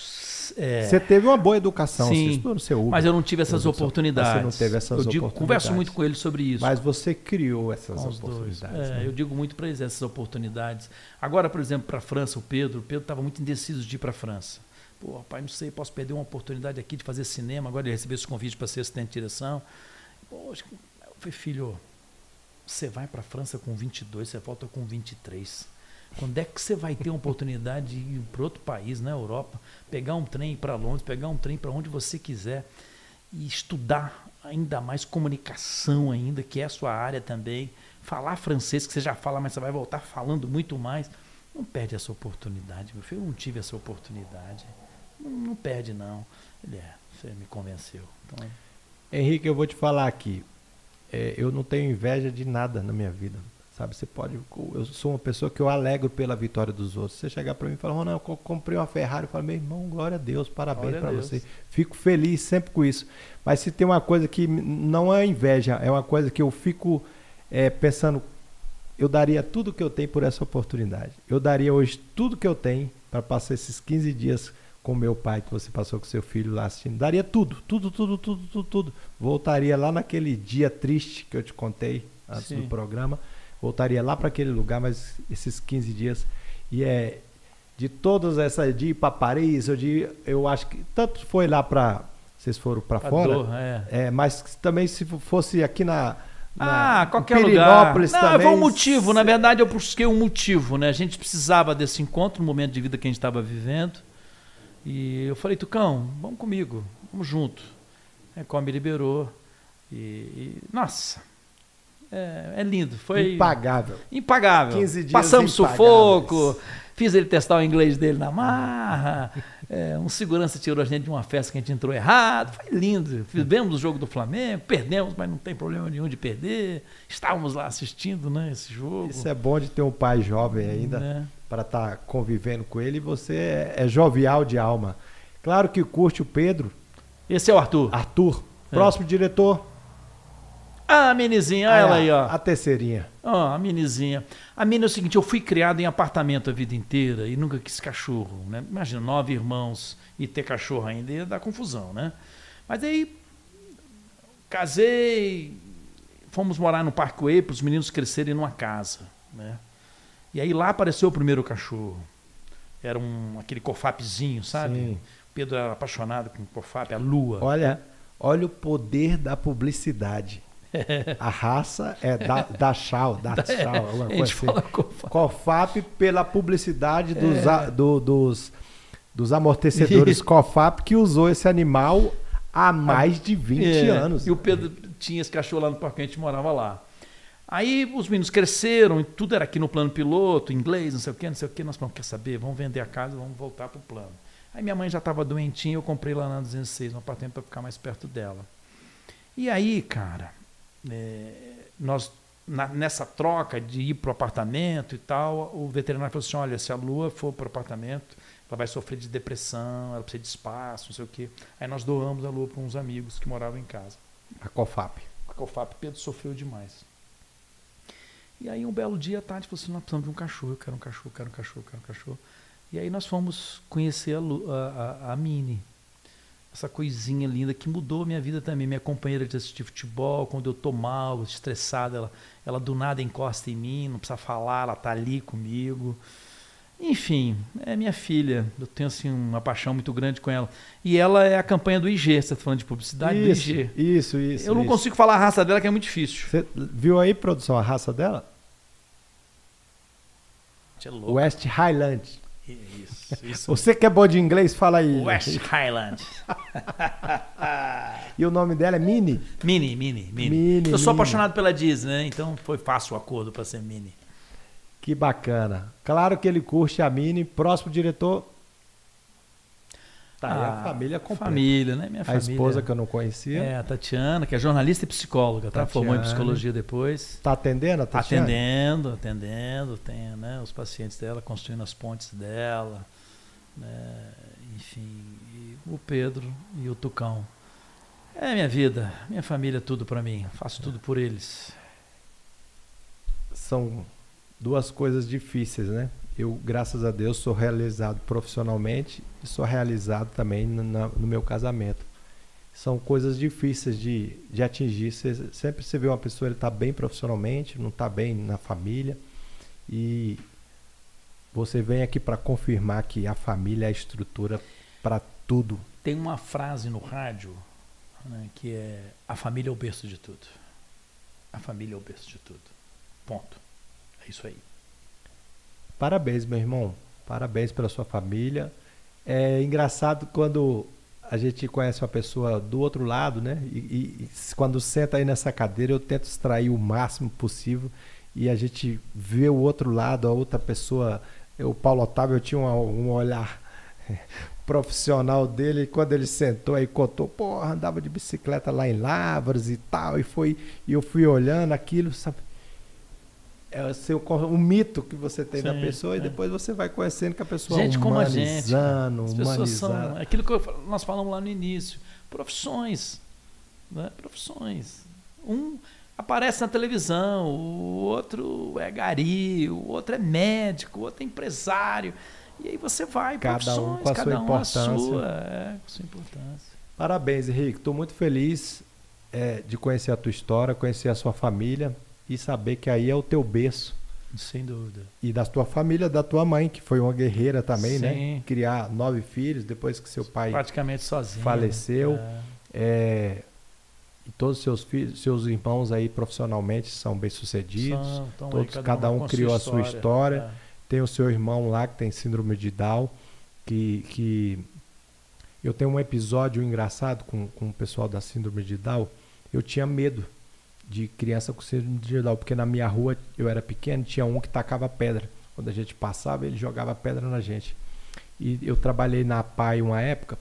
Você teve uma boa educação, sim, você estudou no seu mas eu não tive essas oportunidades. Você não teve essas oportunidades. Converso muito com ele sobre isso. Mas você criou essas oportunidades. Né? Eu digo muito para eles essas oportunidades. Agora, por exemplo, para a França, o Pedro estava muito indeciso de ir para a França. Pô, pai, não sei, posso perder uma oportunidade aqui de fazer cinema. Agora ele recebeu esse convite para ser assistente de direção. Poxa, eu falei, filho, você vai para a França com 22, você volta com 23. Quando é que você vai ter uma oportunidade de ir para outro país, na Europa, pegar um trem para Londres, pegar um trem para onde você quiser e estudar ainda mais comunicação ainda, que é a sua área também, falar francês, que você já fala, mas você vai voltar falando muito mais. Não perde essa oportunidade, meu filho, eu não tive essa oportunidade. Não perde, não. Você me convenceu. Então... Henrique, eu vou te falar aqui, eu não tenho inveja de nada na minha vida. Sabe, eu sou uma pessoa que eu alegro pela vitória dos outros. Você chegar para mim e falar, Ronaldo, eu comprei uma Ferrari, eu falo, meu irmão, glória a Deus, parabéns para você. Fico feliz sempre com isso. Mas se tem uma coisa que não é inveja, é uma coisa que eu fico pensando, eu daria tudo que eu tenho por essa oportunidade. Eu daria hoje tudo que eu tenho para passar esses 15 dias com meu pai, que você passou com seu filho lá assistindo. Daria tudo. Voltaria lá naquele dia triste que eu te contei antes do programa. Voltaria lá para aquele lugar, mas esses 15 dias. E de todas essas, de ir para Paris, eu acho que tanto foi lá para. Vocês foram para fora. Mas também se fosse aqui qualquer lugar. Não, também, foi um motivo. Na verdade, eu busquei um motivo, né? A gente precisava desse encontro, no momento de vida que a gente estava vivendo. E eu falei, Tucão, vamos comigo, vamos junto. A Record me liberou. Nossa. É lindo. Foi Impagável. 15 dias Passamos impagáveis. sufoco. Fiz ele testar o inglês dele na marra. Um segurança tirou a gente de uma festa que a gente entrou errado. Foi lindo. Fizemos o jogo do Flamengo, perdemos, mas não tem problema nenhum de perder. Estávamos lá assistindo, né, esse jogo. Isso é bom de ter um pai jovem ainda, para estar convivendo com ele. E você é jovial de alma. Claro que curte o Pedro. Esse é o Arthur. Arthur. Próximo diretor. Ah, a Minizinha, olha ela aí, ó. A terceirinha. Ó, a Minizinha. A Mini é o seguinte, eu fui criado em apartamento a vida inteira e nunca quis cachorro, né? Imagina, 9 irmãos e ter cachorro ainda ia dar confusão, né? Mas aí, casei, fomos morar no Parkway para os meninos crescerem numa casa, né? E aí lá apareceu o primeiro cachorro. Era aquele cofapzinho, sabe? Sim. Pedro era apaixonado com o cofap, a lua. Olha o poder da publicidade. A raça é da Chau, alguma coisa assim. Cofap pela publicidade dos amortecedores Cofap, que usou esse animal há mais de 20 anos. E o Pedro tinha esse cachorro lá no parque, a gente morava lá. Aí os meninos cresceram, tudo era aqui no plano piloto, inglês, não sei o que, nós falamos, quer saber, vamos vender a casa, vamos voltar pro plano. Aí minha mãe já estava doentinha, eu comprei lá na 206, um apartamento para ficar mais perto dela. E aí, cara, nós, nessa troca de ir pro apartamento e tal, o veterinário falou assim, olha, se a Lua for pro apartamento, ela vai sofrer de depressão, ela precisa de espaço, não sei o quê. Aí nós doamos a Lua para uns amigos que moravam em casa. A Cofap. Pedro sofreu demais. E aí um belo dia à tarde, falou assim, nós precisamos de um cachorro, eu quero um cachorro. E aí nós fomos conhecer a Mini, essa coisinha linda que mudou a minha vida também, minha companheira de assistir futebol, quando eu tô mal, estressado, ela do nada encosta em mim, não precisa falar, ela tá ali comigo. Enfim, é minha filha, eu tenho assim uma paixão muito grande com ela. E ela é a campanha do IG, você tá falando de publicidade do IG. Isso. Eu não consigo falar a raça dela, que é muito difícil. Você viu aí, produção, a raça dela? É louco. West Highland. Isso. Você que é bom de inglês, fala aí. West Highland. E o nome dela é Mini? Mini. Eu sou apaixonado pela Disney, né? Então foi fácil o acordo para ser Mini. Que bacana. Claro que ele curte a Mini. Próximo diretor. Tá, é a família completa. Família, né? Minha família. A esposa que eu não conhecia. É, a Tatiana, que é jornalista e psicóloga, tá? Formou em psicologia depois. Tá atendendo a Tatiana? Atendendo. Tem, né, os pacientes dela, construindo as pontes dela. Né, enfim, e o Pedro e o Tucão. É minha vida, minha família, tudo para mim. Faço tudo por eles. São duas coisas difíceis, né? Eu, graças a Deus, sou realizado profissionalmente e sou realizado também no meu casamento. São coisas difíceis de atingir. Sempre você vê uma pessoa, ele está bem profissionalmente, não está bem na família. E você vem aqui para confirmar que a família é a estrutura para tudo. Tem uma frase no rádio, né, que é: a família é o berço de tudo. A família é o berço de tudo. Ponto. É isso aí. Parabéns, meu irmão. Parabéns pela sua família. É engraçado quando a gente conhece uma pessoa do outro lado, né? E quando senta aí nessa cadeira, eu tento extrair o máximo possível e a gente vê o outro lado, a outra pessoa. O Paulo Otávio, eu tinha um olhar profissional dele, e quando ele sentou aí, contou, porra, andava de bicicleta lá em Lavras e tal, e eu fui olhando aquilo, sabe? É um mito que você tem da pessoa e depois você vai conhecendo que a pessoa gente como a gente. As pessoas são aquilo que nós falamos lá no início, profissões, né? Profissões. Um aparece na televisão, o outro é gari, o outro é médico, o outro é empresário. E aí você vai, cada um com a sua importância. Com sua importância. Parabéns, Henrique. Estou muito feliz de conhecer a tua história, conhecer a sua família e saber que aí é o teu berço. Sem dúvida. E da tua família, da tua mãe, que foi uma guerreira também, sim, né? Criar 9 filhos depois que seu pai praticamente sozinho faleceu. E todos os seus filhos, seus irmãos aí profissionalmente são bem-sucedidos. Todos, cada um criou a sua história. Tem o seu irmão lá que tem síndrome de Down, que eu tenho um episódio engraçado com o pessoal da síndrome de Down. Eu tinha medo de criança com síndrome de Down, porque na minha rua eu era pequeno, tinha um que tacava pedra. Quando a gente passava, ele jogava pedra na gente. E eu trabalhei na PAI uma época,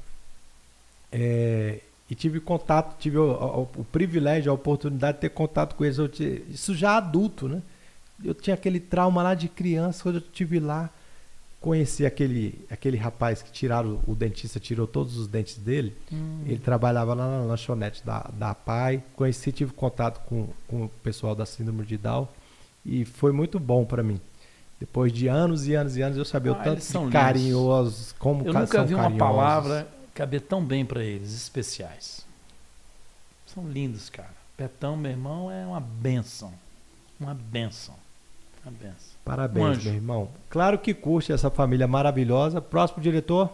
e tive contato, tive o privilégio, a oportunidade de ter contato com eles. Isso já adulto, né? Eu tinha aquele trauma lá de criança, quando eu estive lá, conheci aquele rapaz que o dentista tirou todos os dentes dele. Ele trabalhava lá na lanchonete da PAI. Conheci, tive contato com o pessoal da síndrome de Down e foi muito bom para mim. Depois de anos e anos e anos, eu sabia o tanto de carinhosos, como eu nunca vi uma palavra caber tão bem para eles, especiais. São lindos, cara. Betão, meu irmão, é uma bênção. Uma bênção. Uma bênção. Parabéns, meu irmão. Claro que curte essa família maravilhosa. Próximo diretor?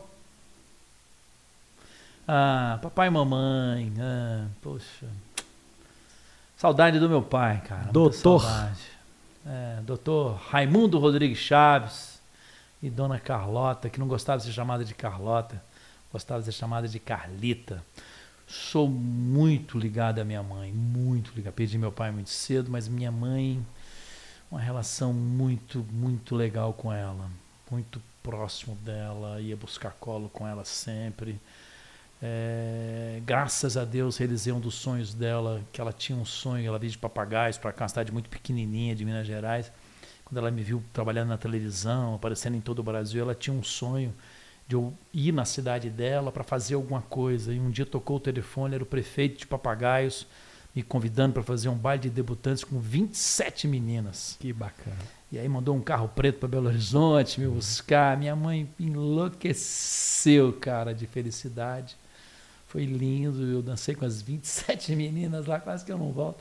Papai e mamãe. Poxa. Saudade do meu pai, cara. Doutor. Doutor Raimundo Rodrigues Chaves e Dona Carlota, que não gostava de ser chamada de Carlota, gostava de ser chamada de Carlita. Sou muito ligado à minha mãe, muito ligado. Perdi meu pai muito cedo, mas minha mãe, uma relação muito, muito legal com ela, muito próximo dela, ia buscar colo com ela sempre. Graças a Deus realizei um dos sonhos dela, que ela tinha um sonho, ela veio de Papagaios para cá, uma cidade muito pequenininha de Minas Gerais. Quando ela me viu trabalhando na televisão, aparecendo em todo o Brasil, ela tinha um sonho de eu ir na cidade dela para fazer alguma coisa. E um dia tocou o telefone, era o prefeito de Papagaios, me convidando para fazer um baile de debutantes com 27 meninas. Que bacana. E aí mandou um carro preto para Belo Horizonte me buscar. Minha mãe enlouqueceu, cara, de felicidade. Foi lindo, eu dancei com as 27 meninas lá, quase que eu não volto.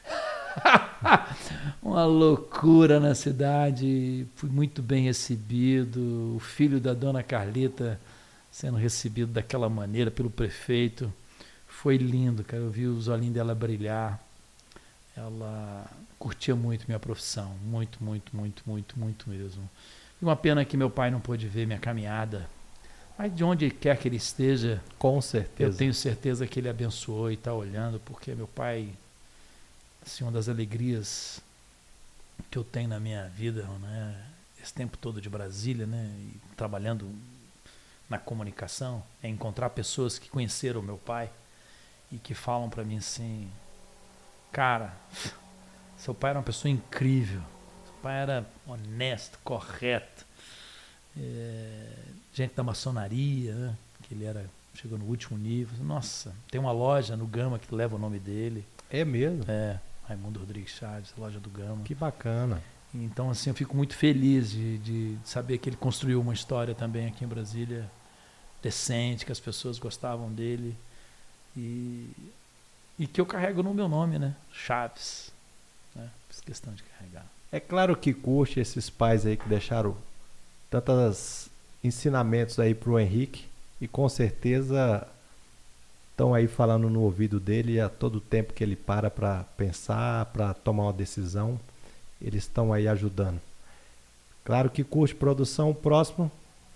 Uma loucura na cidade, fui muito bem recebido. O filho da Dona Carlita sendo recebido daquela maneira pelo prefeito. Foi lindo, cara, eu vi os olhinhos dela brilhar. Ela curtia muito minha profissão, muito, muito, muito, muito, muito mesmo. E uma pena que meu pai não pôde ver minha caminhada. Mas de onde quer que ele esteja, com certeza, eu tenho certeza que ele abençoou e está olhando, porque meu pai, assim, uma das alegrias que eu tenho na minha vida, né, esse tempo todo de Brasília, né, e trabalhando na comunicação, é encontrar pessoas que conheceram meu pai e que falam para mim assim: cara, seu pai era uma pessoa incrível, seu pai era honesto, correto. Gente da maçonaria, né? Que ele chegou no último nível. Nossa, tem uma loja no Gama que leva o nome dele. É mesmo? Raimundo Rodrigues Chaves, loja do Gama. Que bacana. Então, assim, eu fico muito feliz de saber que ele construiu uma história também aqui em Brasília decente, que as pessoas gostavam dele e que eu carrego no meu nome, né? Chaves, né? Fiz questão de carregar. É claro que curte esses pais aí que deixaram tantos ensinamentos aí pro Henrique e com certeza estão aí falando no ouvido dele a todo tempo que ele para pensar, para tomar uma decisão, eles estão aí ajudando. Claro que curte produção. Próximo.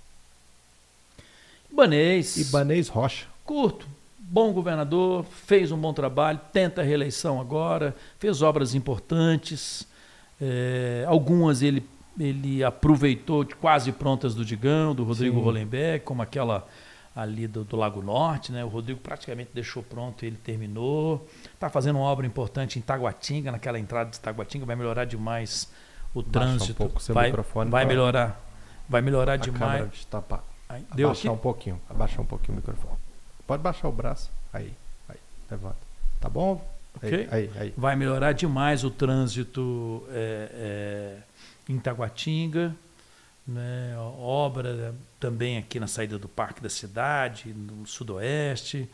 Ibanez Rocha. Curto. Bom governador, fez um bom trabalho, tenta a reeleição agora, fez obras importantes, algumas ele aproveitou de quase prontas do Digão, do Rodrigo Hollenberg, como aquela ali do Lago Norte, né? O Rodrigo praticamente deixou pronto, ele terminou. Está fazendo uma obra importante em Taguatinga, naquela entrada de Taguatinga, vai melhorar demais o trânsito. Um pouco seu microfone vai melhorar demais. Abaixa um pouquinho o microfone. Pode baixar o braço. Aí, levanta. Tá bom? Okay. Aí. Vai melhorar demais o trânsito em Taguatinga, né? Obra também aqui na saída do Parque da Cidade, no Sudoeste.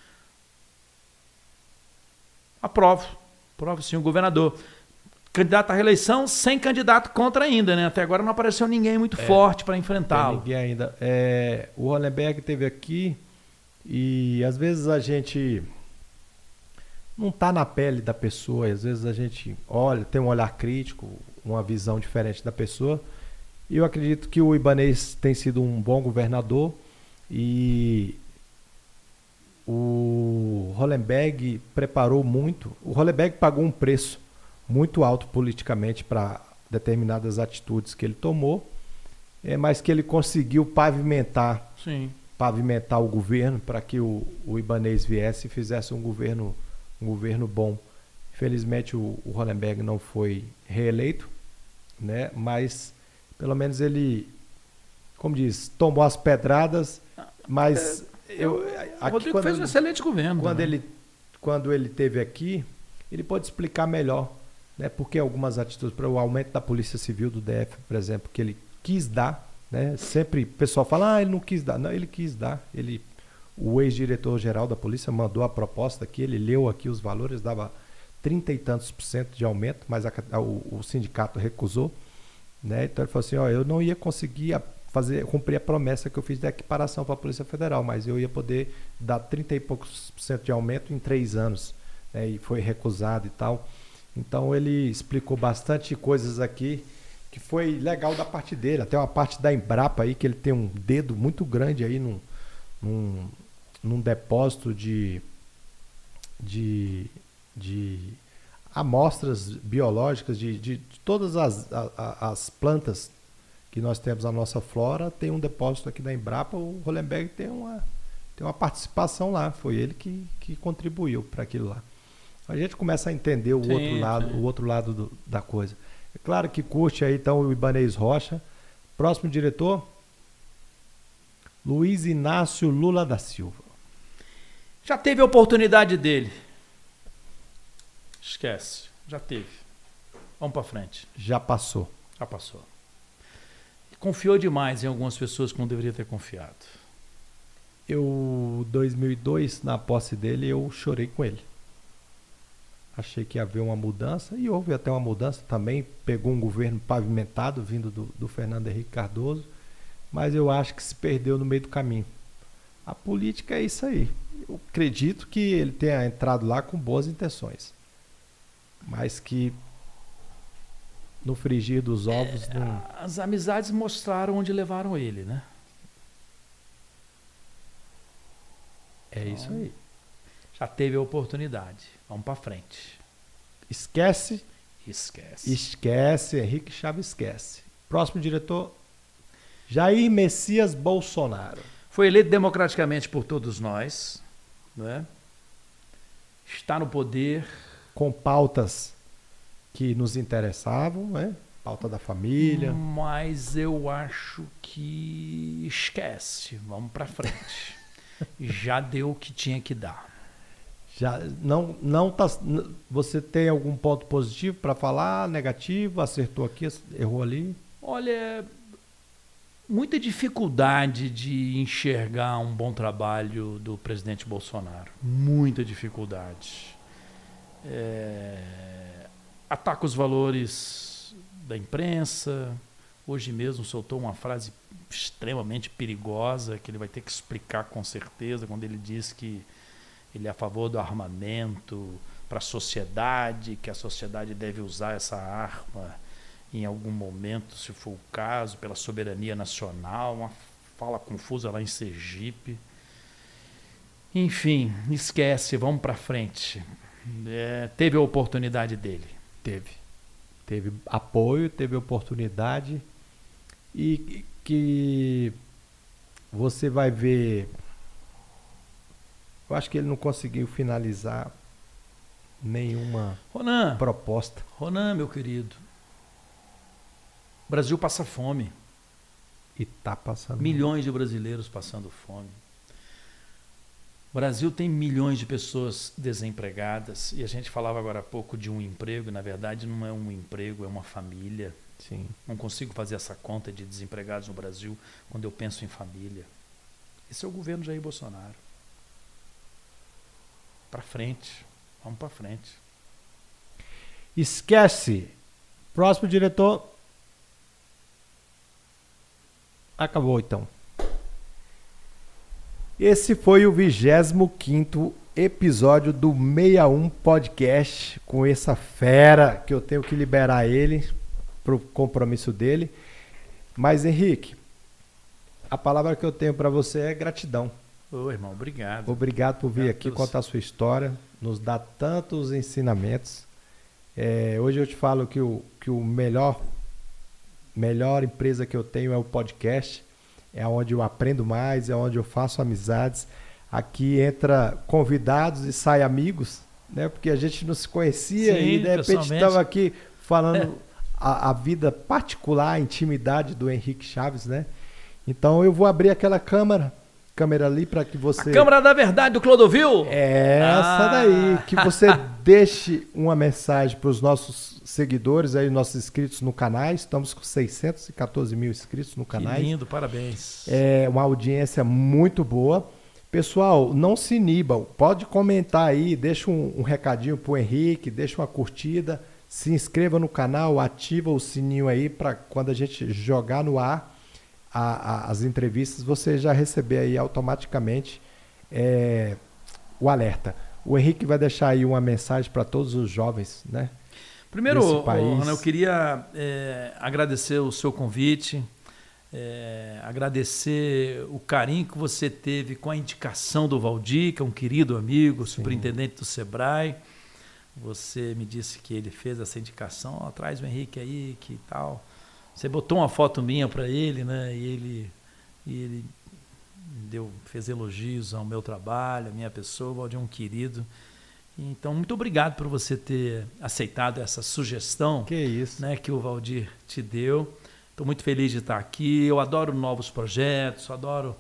Aprovo sim o governador. Candidato à reeleição sem candidato contra ainda, né? Até agora não apareceu ninguém muito forte para enfrentá-lo. Ninguém ainda. O Hollenberg esteve aqui e às vezes a gente não está na pele da pessoa, às vezes a gente olha, tem um olhar crítico, uma visão diferente da pessoa. E eu acredito que o Ibanez tem sido um bom governador e o Hollenberg preparou muito. O Hollenberg pagou um preço muito alto politicamente para determinadas atitudes que ele tomou, mas que ele conseguiu pavimentar o governo para que o Ibanez viesse e fizesse um governo bom. Infelizmente o Hollenberg não foi reeleito, né? Mas pelo menos ele, como diz, tomou as pedradas, mas o Rodrigo fez um excelente governo. Quando ele esteve aqui, ele pode explicar melhor, né? Porque algumas atitudes, para o aumento da Polícia Civil do DF, por exemplo, que ele quis dar, né? Sempre o pessoal fala, ele não quis dar. Não, ele quis dar. O ex-diretor-geral da polícia mandou a proposta aqui, ele leu aqui os valores, dava 30 e tantos % de aumento, mas o sindicato recusou, né? Então ele falou assim, eu não ia conseguir cumprir a promessa que eu fiz de equiparação para a Polícia Federal, mas eu ia poder dar 30 e poucos % de aumento em 3 anos, né? E foi recusado e tal. Então ele explicou bastante coisas aqui que foi legal da parte dele, até uma parte da Embrapa aí, que ele tem um dedo muito grande aí num depósito de amostras biológicas de todas as plantas que nós temos na nossa flora. Tem um depósito aqui da Embrapa. O Hollenberg tem uma participação lá, foi ele que contribuiu para aquilo lá. A gente começa a entender o outro lado da coisa. É claro que curte aí então o Ibanez Rocha. Próximo diretor, Luiz Inácio Lula da Silva. Já teve a oportunidade dele. Esquece, já teve. Vamos para frente. Já passou. Confiou demais em algumas pessoas que não deveria ter confiado. Em 2002, na posse dele, eu chorei com ele. Achei que ia haver uma mudança, e houve até uma mudança também. Pegou um governo pavimentado, vindo do Fernando Henrique Cardoso, mas eu acho que se perdeu no meio do caminho. A política é isso aí. Eu acredito que ele tenha entrado lá com boas intenções, mas que no frigir dos ovos... As amizades mostraram onde levaram ele, né? Isso aí. Já teve a oportunidade. Vamos para frente. Esquece, Henrique Chaves esquece. Próximo diretor, Jair Messias Bolsonaro. Foi eleito democraticamente por todos nós, né? Está no poder. Com pautas que nos interessavam, né? Pauta da família. Mas eu acho que esquece. Vamos para frente. Já deu o que tinha que dar. Já não tá. Você tem algum ponto positivo para falar? Negativo? Acertou aqui, errou ali? Olha, muita dificuldade de enxergar um bom trabalho do presidente Bolsonaro. Muita dificuldade. Ataca os valores da imprensa. Hoje mesmo soltou uma frase extremamente perigosa que ele vai ter que explicar com certeza, quando ele diz que ele é a favor do armamento para a sociedade, que a sociedade deve usar essa arma em algum momento, se for o caso, pela soberania nacional. Uma fala confusa lá em Sergipe. Enfim, esquece, vamos para frente. Teve a oportunidade dele. Teve apoio, teve oportunidade, e que você vai ver. Eu acho que ele não conseguiu finalizar nenhuma proposta. Ronan, meu querido, o Brasil passa fome. E está passando. Milhões de brasileiros passando fome. O Brasil tem milhões de pessoas desempregadas, e a gente falava agora há pouco de um emprego. Na verdade, não é um emprego, é uma família. Sim. Não consigo fazer essa conta de desempregados no Brasil quando eu penso em família. Esse é o governo Jair Bolsonaro. Para frente. Vamos para frente. Esquece. Próximo diretor. Acabou então. Esse foi o 25º episódio do 61 Podcast, com essa fera que eu tenho que liberar ele pro compromisso dele. Mas, Henrique, a palavra que eu tenho para você é gratidão. Ô, irmão, obrigado. Obrigado por vir aqui contar a sua história, nos dar tantos ensinamentos. Hoje eu te falo que o melhor empresa que eu tenho é o podcast. É onde eu aprendo mais, é onde eu faço amizades. Aqui entra convidados e sai amigos, né? Porque a gente não se conhecia. Sim, e de repente estava aqui falando a vida particular, a intimidade do Henrique Chaves, né? Então eu vou abrir aquela câmera ali para que você... A câmera da verdade do Clodovil? É essa daí, que você deixe uma mensagem para os nossos seguidores, aí, nossos inscritos no canal. Estamos com 614 mil inscritos no canal. Que lindo, parabéns. É uma audiência muito boa. Pessoal, não se inibam, pode comentar aí, deixa um recadinho pro Henrique, deixa uma curtida, se inscreva no canal, ativa o sininho aí para quando a gente jogar no ar as entrevistas, você já receber aí automaticamente o alerta. O Henrique vai deixar aí uma mensagem para todos os jovens, né? Primeiro, Ana, eu queria agradecer o seu convite, agradecer o carinho que você teve com a indicação do Valdir, que é um querido amigo, superintendente do Sebrae. Você me disse que ele fez essa indicação, traz o Henrique aí, que tal. Você botou uma foto minha para ele, né? E ele fez elogios ao meu trabalho, à minha pessoa. O Valdir é um querido. Então, muito obrigado por você ter aceitado essa sugestão que o Valdir te deu. Estou muito feliz de estar aqui. Eu adoro novos projetos, adoro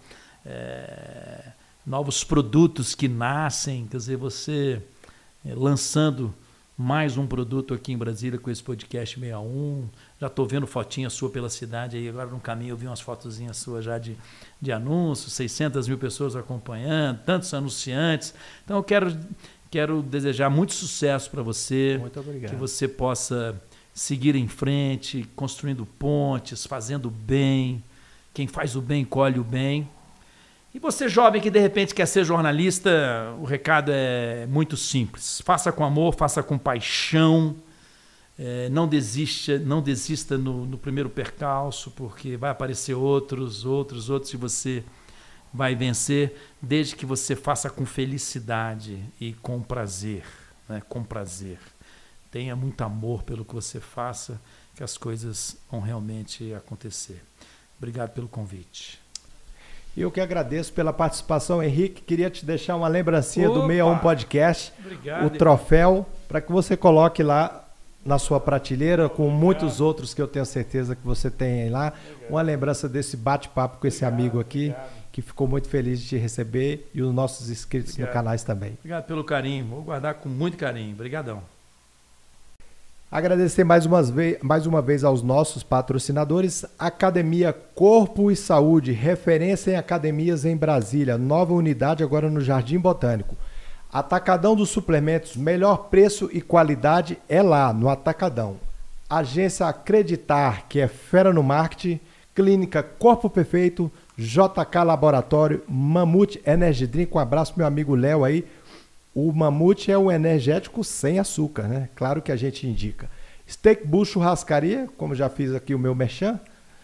novos produtos que nascem. Quer dizer, você lançando mais um produto aqui em Brasília com esse podcast 61. Já estou vendo fotinha sua pela cidade aí. Agora no caminho eu vi umas fotozinhas suas já de anúncios, 600 mil pessoas acompanhando, tantos anunciantes. Então eu quero desejar muito sucesso para você. Muito obrigado. Que você possa seguir em frente, construindo pontes, fazendo bem. Quem faz o bem, colhe o bem. E você, jovem, que de repente quer ser jornalista, o recado é muito simples. Faça com amor, faça com paixão. Não desista no primeiro percalço, porque vai aparecer outros, e você vai vencer, desde que você faça com felicidade e com prazer, né? Com prazer. Tenha muito amor pelo que você faça, que as coisas vão realmente acontecer. Obrigado pelo convite. Eu que agradeço pela participação, Henrique. Queria te deixar uma lembrancinha do 61 Podcast. Obrigado, o troféu, para que você coloque lá na sua prateleira, com muitos outros que eu tenho certeza que você tem lá. Uma lembrança desse bate-papo com esse amigo aqui, que ficou muito feliz de te receber, e os nossos inscritos no canal também. Obrigado pelo carinho. Vou guardar com muito carinho. Obrigadão. Agradecer mais uma vez aos nossos patrocinadores. Academia Corpo e Saúde, referência em academias em Brasília. Nova unidade agora no Jardim Botânico. Atacadão dos Suplementos, melhor preço e qualidade é lá, no Atacadão. Agência Acreditar, que é fera no marketing. Clínica Corpo Perfeito, JK Laboratório, Mamute Energy Drink. Um abraço pro meu amigo Léo aí. O Mamute é um energético sem açúcar, né? Claro que a gente indica. Steak Bull Churrascaria, como já fiz aqui o meu merchan.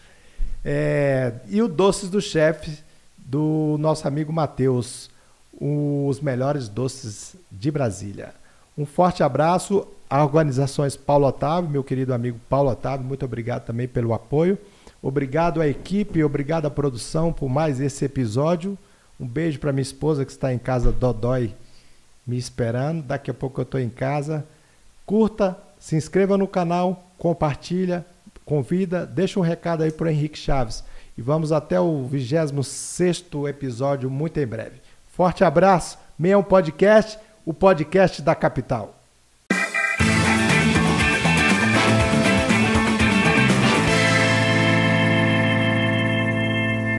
E o Doces do Chefe, do nosso amigo Matheus. Os melhores doces de Brasília. Um forte abraço às organizações Paulo Otávio, meu querido amigo Paulo Otávio. Muito obrigado também pelo apoio. Obrigado à equipe, obrigado à produção por mais esse episódio. Um beijo para minha esposa que está em casa, Dodói, me esperando. Daqui a pouco eu estou em casa. Curta, se inscreva no canal, compartilha, convida, deixa um recado aí para o Henrique Chaves. E vamos até o 26º episódio muito em breve. Forte abraço, 61 Podcast, o podcast da capital.